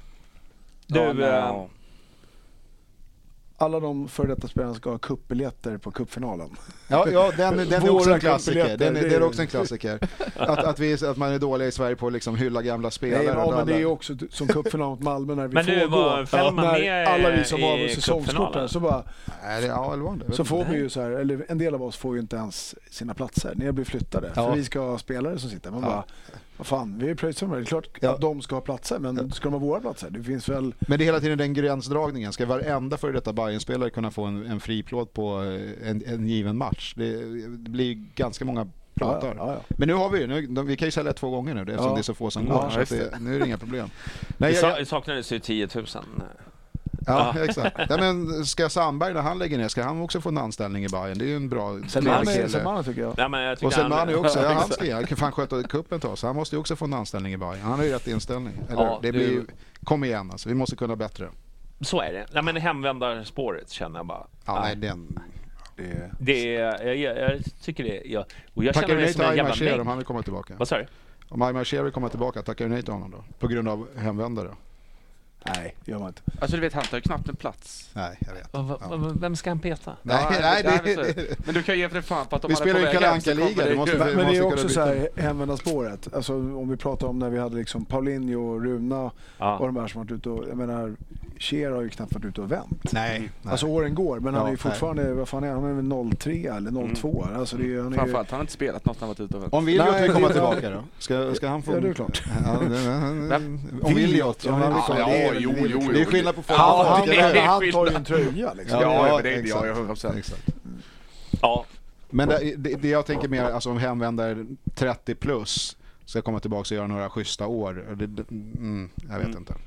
Du, ja, äh, alla de före detta spelarna ska ha kuppbiljetter på cupfinalen. Ja, ja den, den är också en klassiker. Den, det är också en klassiker. Att, att, vi, att man är dåliga i Sverige på att liksom hylla gamla spelare. Nej, ja, men det är ju också som cupfinal mot Malmö när vi men får du, gå. Ja, när alla vi som har säsongskorten så bara... Nej, det, ja, det, så får vi ju så här, eller en del av oss får ju inte ens sina platser. Ni blir flyttade. Ja. För vi ska ha spelare som sitter. Man ja. bara... Vad fan, vi är pröjtsam. Det är klart ja. att de ska ha platser, men ja. ska de ha våra platser? Det finns väl... Men det är hela tiden den gränsdragningen. Ska varenda för detta Bayern-spelare kunna få en, en friplåt på en, en given match? Det, det blir ganska många plåtar. Ja, ja, ja. Men nu har vi ju, nu, vi kan ju sälja två gånger nu, det är, ja. det är så få som går. Ja, så det, nu är det inga problem. Nej, det jag, jag, saknades ju tio tusen. Ja, ja, exakt. Ja, men ska Sandberg när han lägger ner, ska han också få en anställning i Bayern? Det är ju en bra Selman tycker jag. Ja, men jag tycker och Selman är också, ja, han ska han kan fan sköta kuppen ta, så han måste ju också få en anställning i Bayern. Han har ju rätt inställning. Eller, ja, det blir, kom igen alltså, vi måste kunna bättre. Så är det. Nej, men hemvändarspåret känner jag bara. Ja, nej, den... Det, det är, jag, jag tycker det. Jag, och jag tackar känner du nej mig till som en Aymar jävla om han vill komma tillbaka? Vad sa du? Om Aymar Cher vill komma tillbaka, tackar du nej till honom då? På grund av hemvändare? Nej, gör man inte. Alltså du vet, han tar ju knappt en plats. Nej, jag vet. Va, va, va, vem ska han peta? Nej, ja, nej, det, det, det, det, men du kan ju ge för fan på att de vi spelar ju Kalle Anka-liga. Det måste, men, men det är också byta. så här, hemvändarspåret. Alltså om vi pratar om när vi hade liksom Paulinho och Runa ja. och de här som varit ute och, jag menar, Cher har ju knappt varit ute och vänt. Nej, nej. Alltså åren går, men ja, han är ju fortfarande, nej. vad fan är han? Han är väl noll tre eller noll två. Mm. Alltså det är, han är framförallt, han har inte spelat något han varit ute och vänt. Om Williot vill komma tillbaka då? Ska, ska han få... Ja, det är klart. Om Williot, ja, han ja, ja, ja, jo, jo, jo. Det är skillnad på folk. Han, han, det han, han tar ju en tröja liksom. Ja, ja, men det är exakt. jag hundra procent. Exakt. Ja. Men det, det, det jag tänker mer, alltså om hemvändare trettio plus ska komma tillbaka och göra några schyssta år. Det, det, mm, jag vet mm. inte.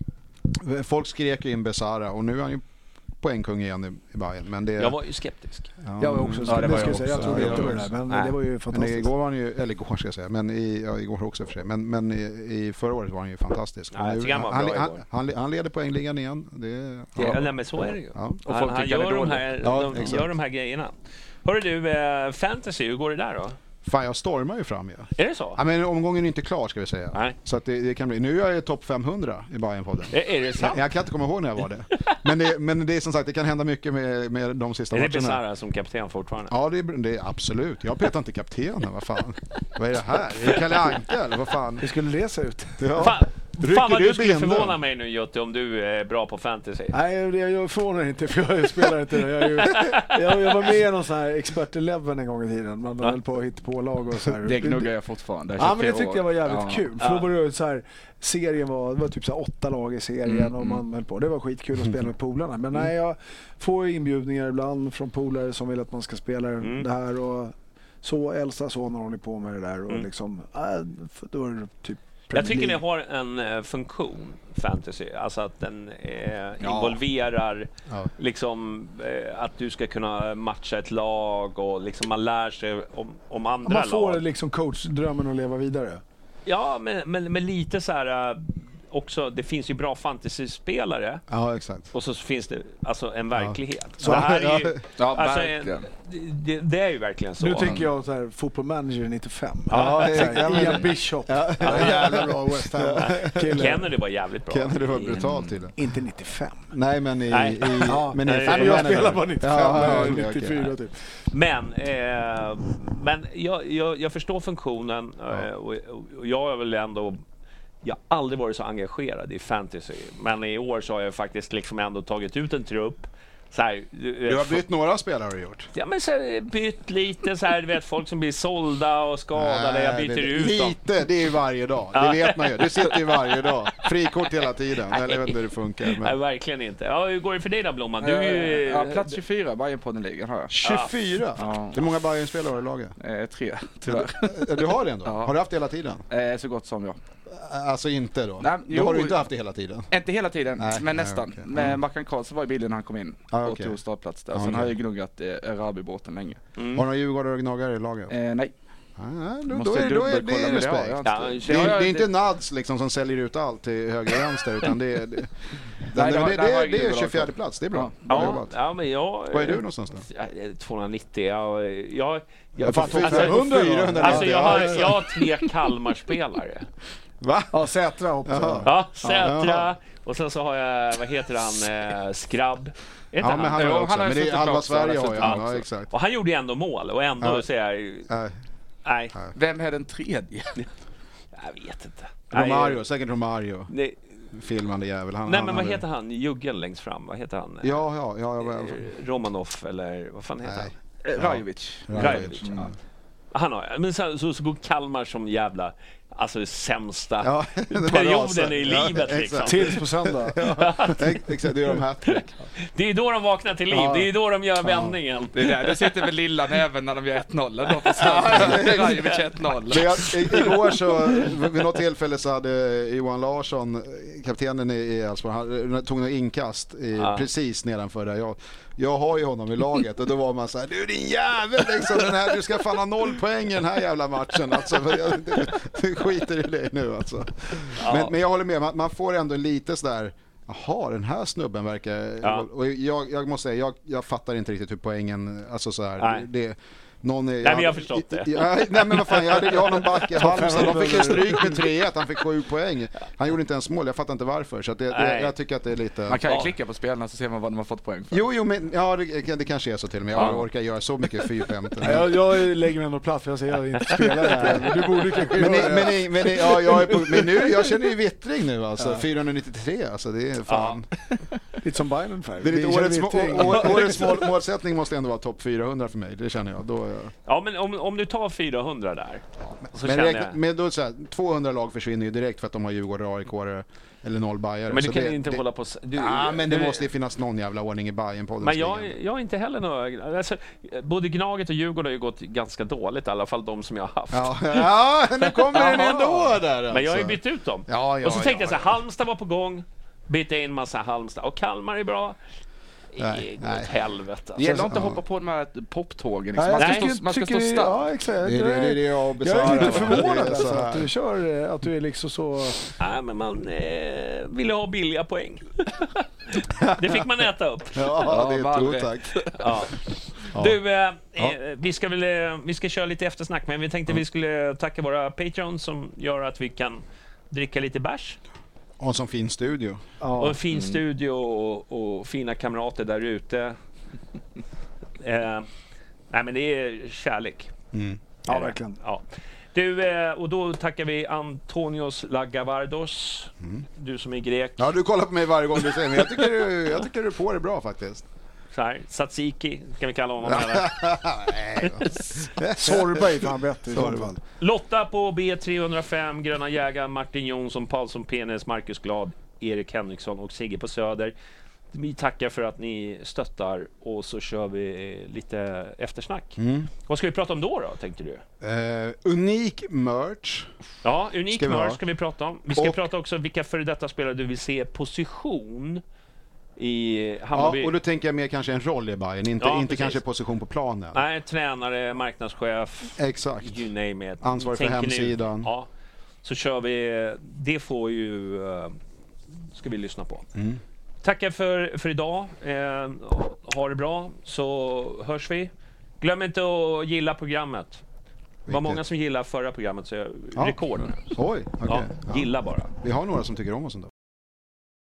Folk skrek ju in Besara och nu är han ju poängkung igen i, i Bayern. Men det, jag var ju skeptisk. Ja, jag var också ja, det var jag, jag, säga. jag trodde inte på det där, men nej. det var ju fantastiskt. Men igår var han ju, eller igår ska jag säga, men i, ja, igår också för sig. Men, men i, i förra året var han ju fantastisk. Ja, nu, han, han, han, han, han leder poängligan igen. Det, det, ja. Nej, men så är det ju. Ja. Och han, han gör, de här, ja, de gör de här grejerna. Hörru du, eh, fantasy, hur går det där då? Fan, jag stormar ju fram. Ja. Är det så? Ja, men omgången är inte klar ska vi säga. Nej. Så att det, det kan bli. Nu är jag topp femhundra i Bayern-podden. Är, är det sant? Jag, jag kan inte komma ihåg när jag var det. Men det, men det är som sagt, det kan hända mycket med, med de sista matcherna. Är det Besara som kapten fortfarande? Ja, det är, det är absolut. Jag petar inte kaptenen, vad fan. Vad är det här? Är det Kalle Anka eller vad fan? Det skulle resa ut. Ja. Fan. Fan vad du skulle benen? förvåna mig nu Jotte om du är bra på fantasy. Nej, jag, jag förvånar inte för jag spelar inte det. Jag, är ju, jag, jag var med i någon sån här expert-eleven en gång i tiden. Man höll på att hitta på lag och så här. Det gnuggar jag fortfarande. Ja, men det tyckte jag var jävligt ja. kul. För ja. då var det så här, serien var, det var typ så här åtta lag i serien mm, och man höll på. Det var skitkul att spela med polarna. Men nej, jag får inbjudningar ibland från polare som vill att man ska spela mm. det här och så Elsa son håller på med det där och mm. liksom, äh, då är det typ jag tycker ni har en uh, funktion fantasy, alltså att den uh, involverar ja. liksom uh, att du ska kunna matcha ett lag och liksom man lär sig om, om andra lag. Man får lag. liksom coachdrömmen att leva vidare. Ja, men, men, men lite så här uh, också, det finns ju bra fantasyspelare. Ja, exakt. Och så finns det alltså en verklighet. Ja. Så det här är ju, ja, alltså en, det, det är ju verkligen så. Nu tänker jag så här, fotbollmanager nittiofem. Ja, ja, Ian Bishop. Ja, ja, jävla bra West Ham. Kennedy var jävligt bra. Kennedy var brutalt till det. Inte nittiofem. Nej, men i... Nej. i ja. men i Nej, men jag spelar bara nittiofem. Ja, ja, nittiofyra okay. typ. Men, eh, men jag, jag, jag förstår funktionen ja. och, och jag är väl ändå... Jag har aldrig varit så engagerad i fantasy. Men i år så har jag faktiskt liksom ändå tagit ut en trupp. Så här, du har bytt några spelare har du gjort. Ja, men så här, bytt lite så här, du vet, folk som blir sålda och skadade. Nej, jag byter det, ut lite, dem. Lite, det är ju varje dag. Det vet man ju. Det sitter ju varje dag. Frikort hela tiden. Eller jag vet inte hur det funkar. Men... Nej, verkligen inte. Ja, hur går det för dig då, Blomman? Du är ju... Ja, plats tjugofyra, Bayern-podden-ligan har jag. tjugofyra? Ja. Hur många Bayern-spelare har du i laget? Eh, tre, tyvärr. Du, du har det ändå? Ja. Har du haft det hela tiden? Eh, så gott som jag. Alltså inte då? Nej, då har du inte haft det hela tiden? Inte hela tiden, nej, men nej, nästan. Okay. Men mm. Mackan Karlsson var i bilden när han kom in ah, och okay. tog startplats där. Ah, Sen okay. har jag gnuggat eh, Arabi-båten länge. Mm. Har du några Djurgårdare och Gnagare i laget? Eh, nej. Ah, då, då, är, då är det respekt. Det, ja, det, det, är, det är inte Nads liksom som säljer ut allt till höger och vänster utan det är... Det, den, nej, det, det, det, det är tjugofjärde plats, det är bra. Ja, bra ja, ja men jag... Vad är du någonstans då? tvåhundranittio, jag... jag, jag fan, alltså, fyrahundra, alltså jag har, jag har tre Kalmar-spelare. Va? Ja, Sätra hoppas jag. Ja, Sätra. Och sen så har jag, vad heter han, eh, Skrabb. Ja, han? men han har också. Han men det är halva Sverige har jag. Ja, exakt. Och han gjorde ju ändå mål och ändå ja. säger jag... Nej. Nej. Vem är den tredje? Jag vet inte. Romario, säkert Romario. Det... Filmande jävel. Han, Nej, han, men vad han, heter han? Juggen längst fram. Vad heter han? Ja, ja, ja. ja, ja. Romanov eller vad fan heter Nej. han? Rajovic. Rajovic, mm. ja. Han har, men så, så, så går Kalmar som jävla alltså sämsta ja, perioden i livet ja, liksom. Tills på söndag. Ja, exakt, det är de hattrick. Det är då de vaknar till liv, ja. det är då de gör ja. vändningen. Det är där, det sitter väl lilla även när de gör ett noll då på söndag. Rajovic ett noll. Igår så, vid något tillfälle så hade Johan Larsson, kaptenen i Elfsborg, han tog något inkast i, ja. precis nedanför där jag Jag har ju honom i laget och då var man så här: du din jävel liksom, den här, du ska fan ha noll poäng i den här jävla matchen alltså, du skiter i dig nu alltså. Ja. Men, men jag håller med, man, man får ändå lite sådär, jaha, den här snubben verkar... Ja. Och jag, jag måste säga, jag, jag fattar inte riktigt hur poängen... Alltså så här, det, någon är, nej, men jag har förstått det. Ja, nej, men vad fan, jag hade jag har någon back i Halmstad. De fick ju stryk med tre ett, han fick sju poäng. Han gjorde inte ens mål, jag fattar inte varför. Så att det, det, jag tycker att det är lite... Man kan ju ja. klicka på spelarna så ser man vad de har fått poäng för. Jo, jo, men ja, det, det kanske är så till och med. Jag ja. orkar göra så mycket fyrfemton. Jag, jag lägger mig ändå platt för jag säger att jag inte spelar det. Men du borde kanske men, göra men, men, men, ja, jag är på, men nu, jag känner ju vittring nu alltså. Ja. fyrahundranittiotre, alltså det är fan... Ja. Lite som Bayern färg. Det är lite årets, må, årets mål, målsättning måste ändå vara topp fyrahundra för mig, det känner jag. Då jag... Ja, men om, om du tar fyrahundra där. Ja, men så men känner räkna, jag... men då, så här, tvåhundra lag försvinner ju direkt för att de har Djurgårdare, A I K eller noll Bajare. Men du så kan det, inte det, hålla på... Du, ja, men det du, måste ju finnas någon jävla ordning i Bajen-podden. Men jag, jag är inte heller några... Alltså, både Gnaget och Djurgården har ju gått ganska dåligt, i alla fall de som jag har haft. Ja, ja nu kommer den ändå där alltså. Men jag har ju bytt ut dem. Ja, ja, och så tänkte ja, jag så här, ja. Halmstad var på gång, bytte in massa Halmstad. Och Kalmar är bra. Nej, nej. Åt helvete. Alltså. Det gäller inte att hoppa på de här poptågen. Liksom. Nej, man ska nej, stå, man ska tycker, stå stark. Ja, exakt. Det, det, det, det jag, jag är lite förvånad det är alltså, så att du kör, att du är liksom så... Nej, men man eh, ville ha billiga poäng. Det fick man äta upp. Ja, det är totakt. Ja. Ja. Du, eh, ja. vi, ska väl, eh, vi ska köra lite eftersnack, men vi tänkte mm. vi skulle tacka våra Patreons som gör att vi kan dricka lite bärs. Och en sån fin studio. Ja. Och en fin mm. studio och, och fina kamrater där ute. eh, nej, men det är kärlek. Mm. Ja, eh, verkligen. Ja. Du, eh, och då tackar vi Antonios Lagavardos. Mm. Du som är grek. Ja, du kollar på mig varje gång du säger, men jag tycker du, jag tycker du på det bra faktiskt. Så här, Tsatsiki, kan vi kalla honom. Sorba är fan bättre i så fall. Lotta på B tre noll fem, Gröna Jägaren, Martin Jonsson, Paulsson Penes, Marcus Glad, Erik Henriksson och Sigge på Söder. Vi tackar för att ni stöttar och så kör vi lite eftersnack. Mm. Vad ska vi prata om då då, tänkte du? Uh, unik merch. Ja, unik ska merch vi ska vi prata om. Vi ska och... prata också vilka före detta spelare du vill se position i Hammarby. Ja, och då tänker jag mer kanske en roll i Bayern, inte, ja, inte kanske position på planen. Nej, tränare, marknadschef. Exakt. You name it. Ansvarig för hemsidan. Nu, ja, så kör vi, det får ju, uh, ska vi lyssna på. Mm. Tackar för, för idag. Eh, ha det bra, så hörs vi. Glöm inte att gilla programmet. Det var många som gillar förra programmet, så jag, ja. rekord. Oj, okay. Ja, gilla bara. Vi har några som tycker om oss ändå.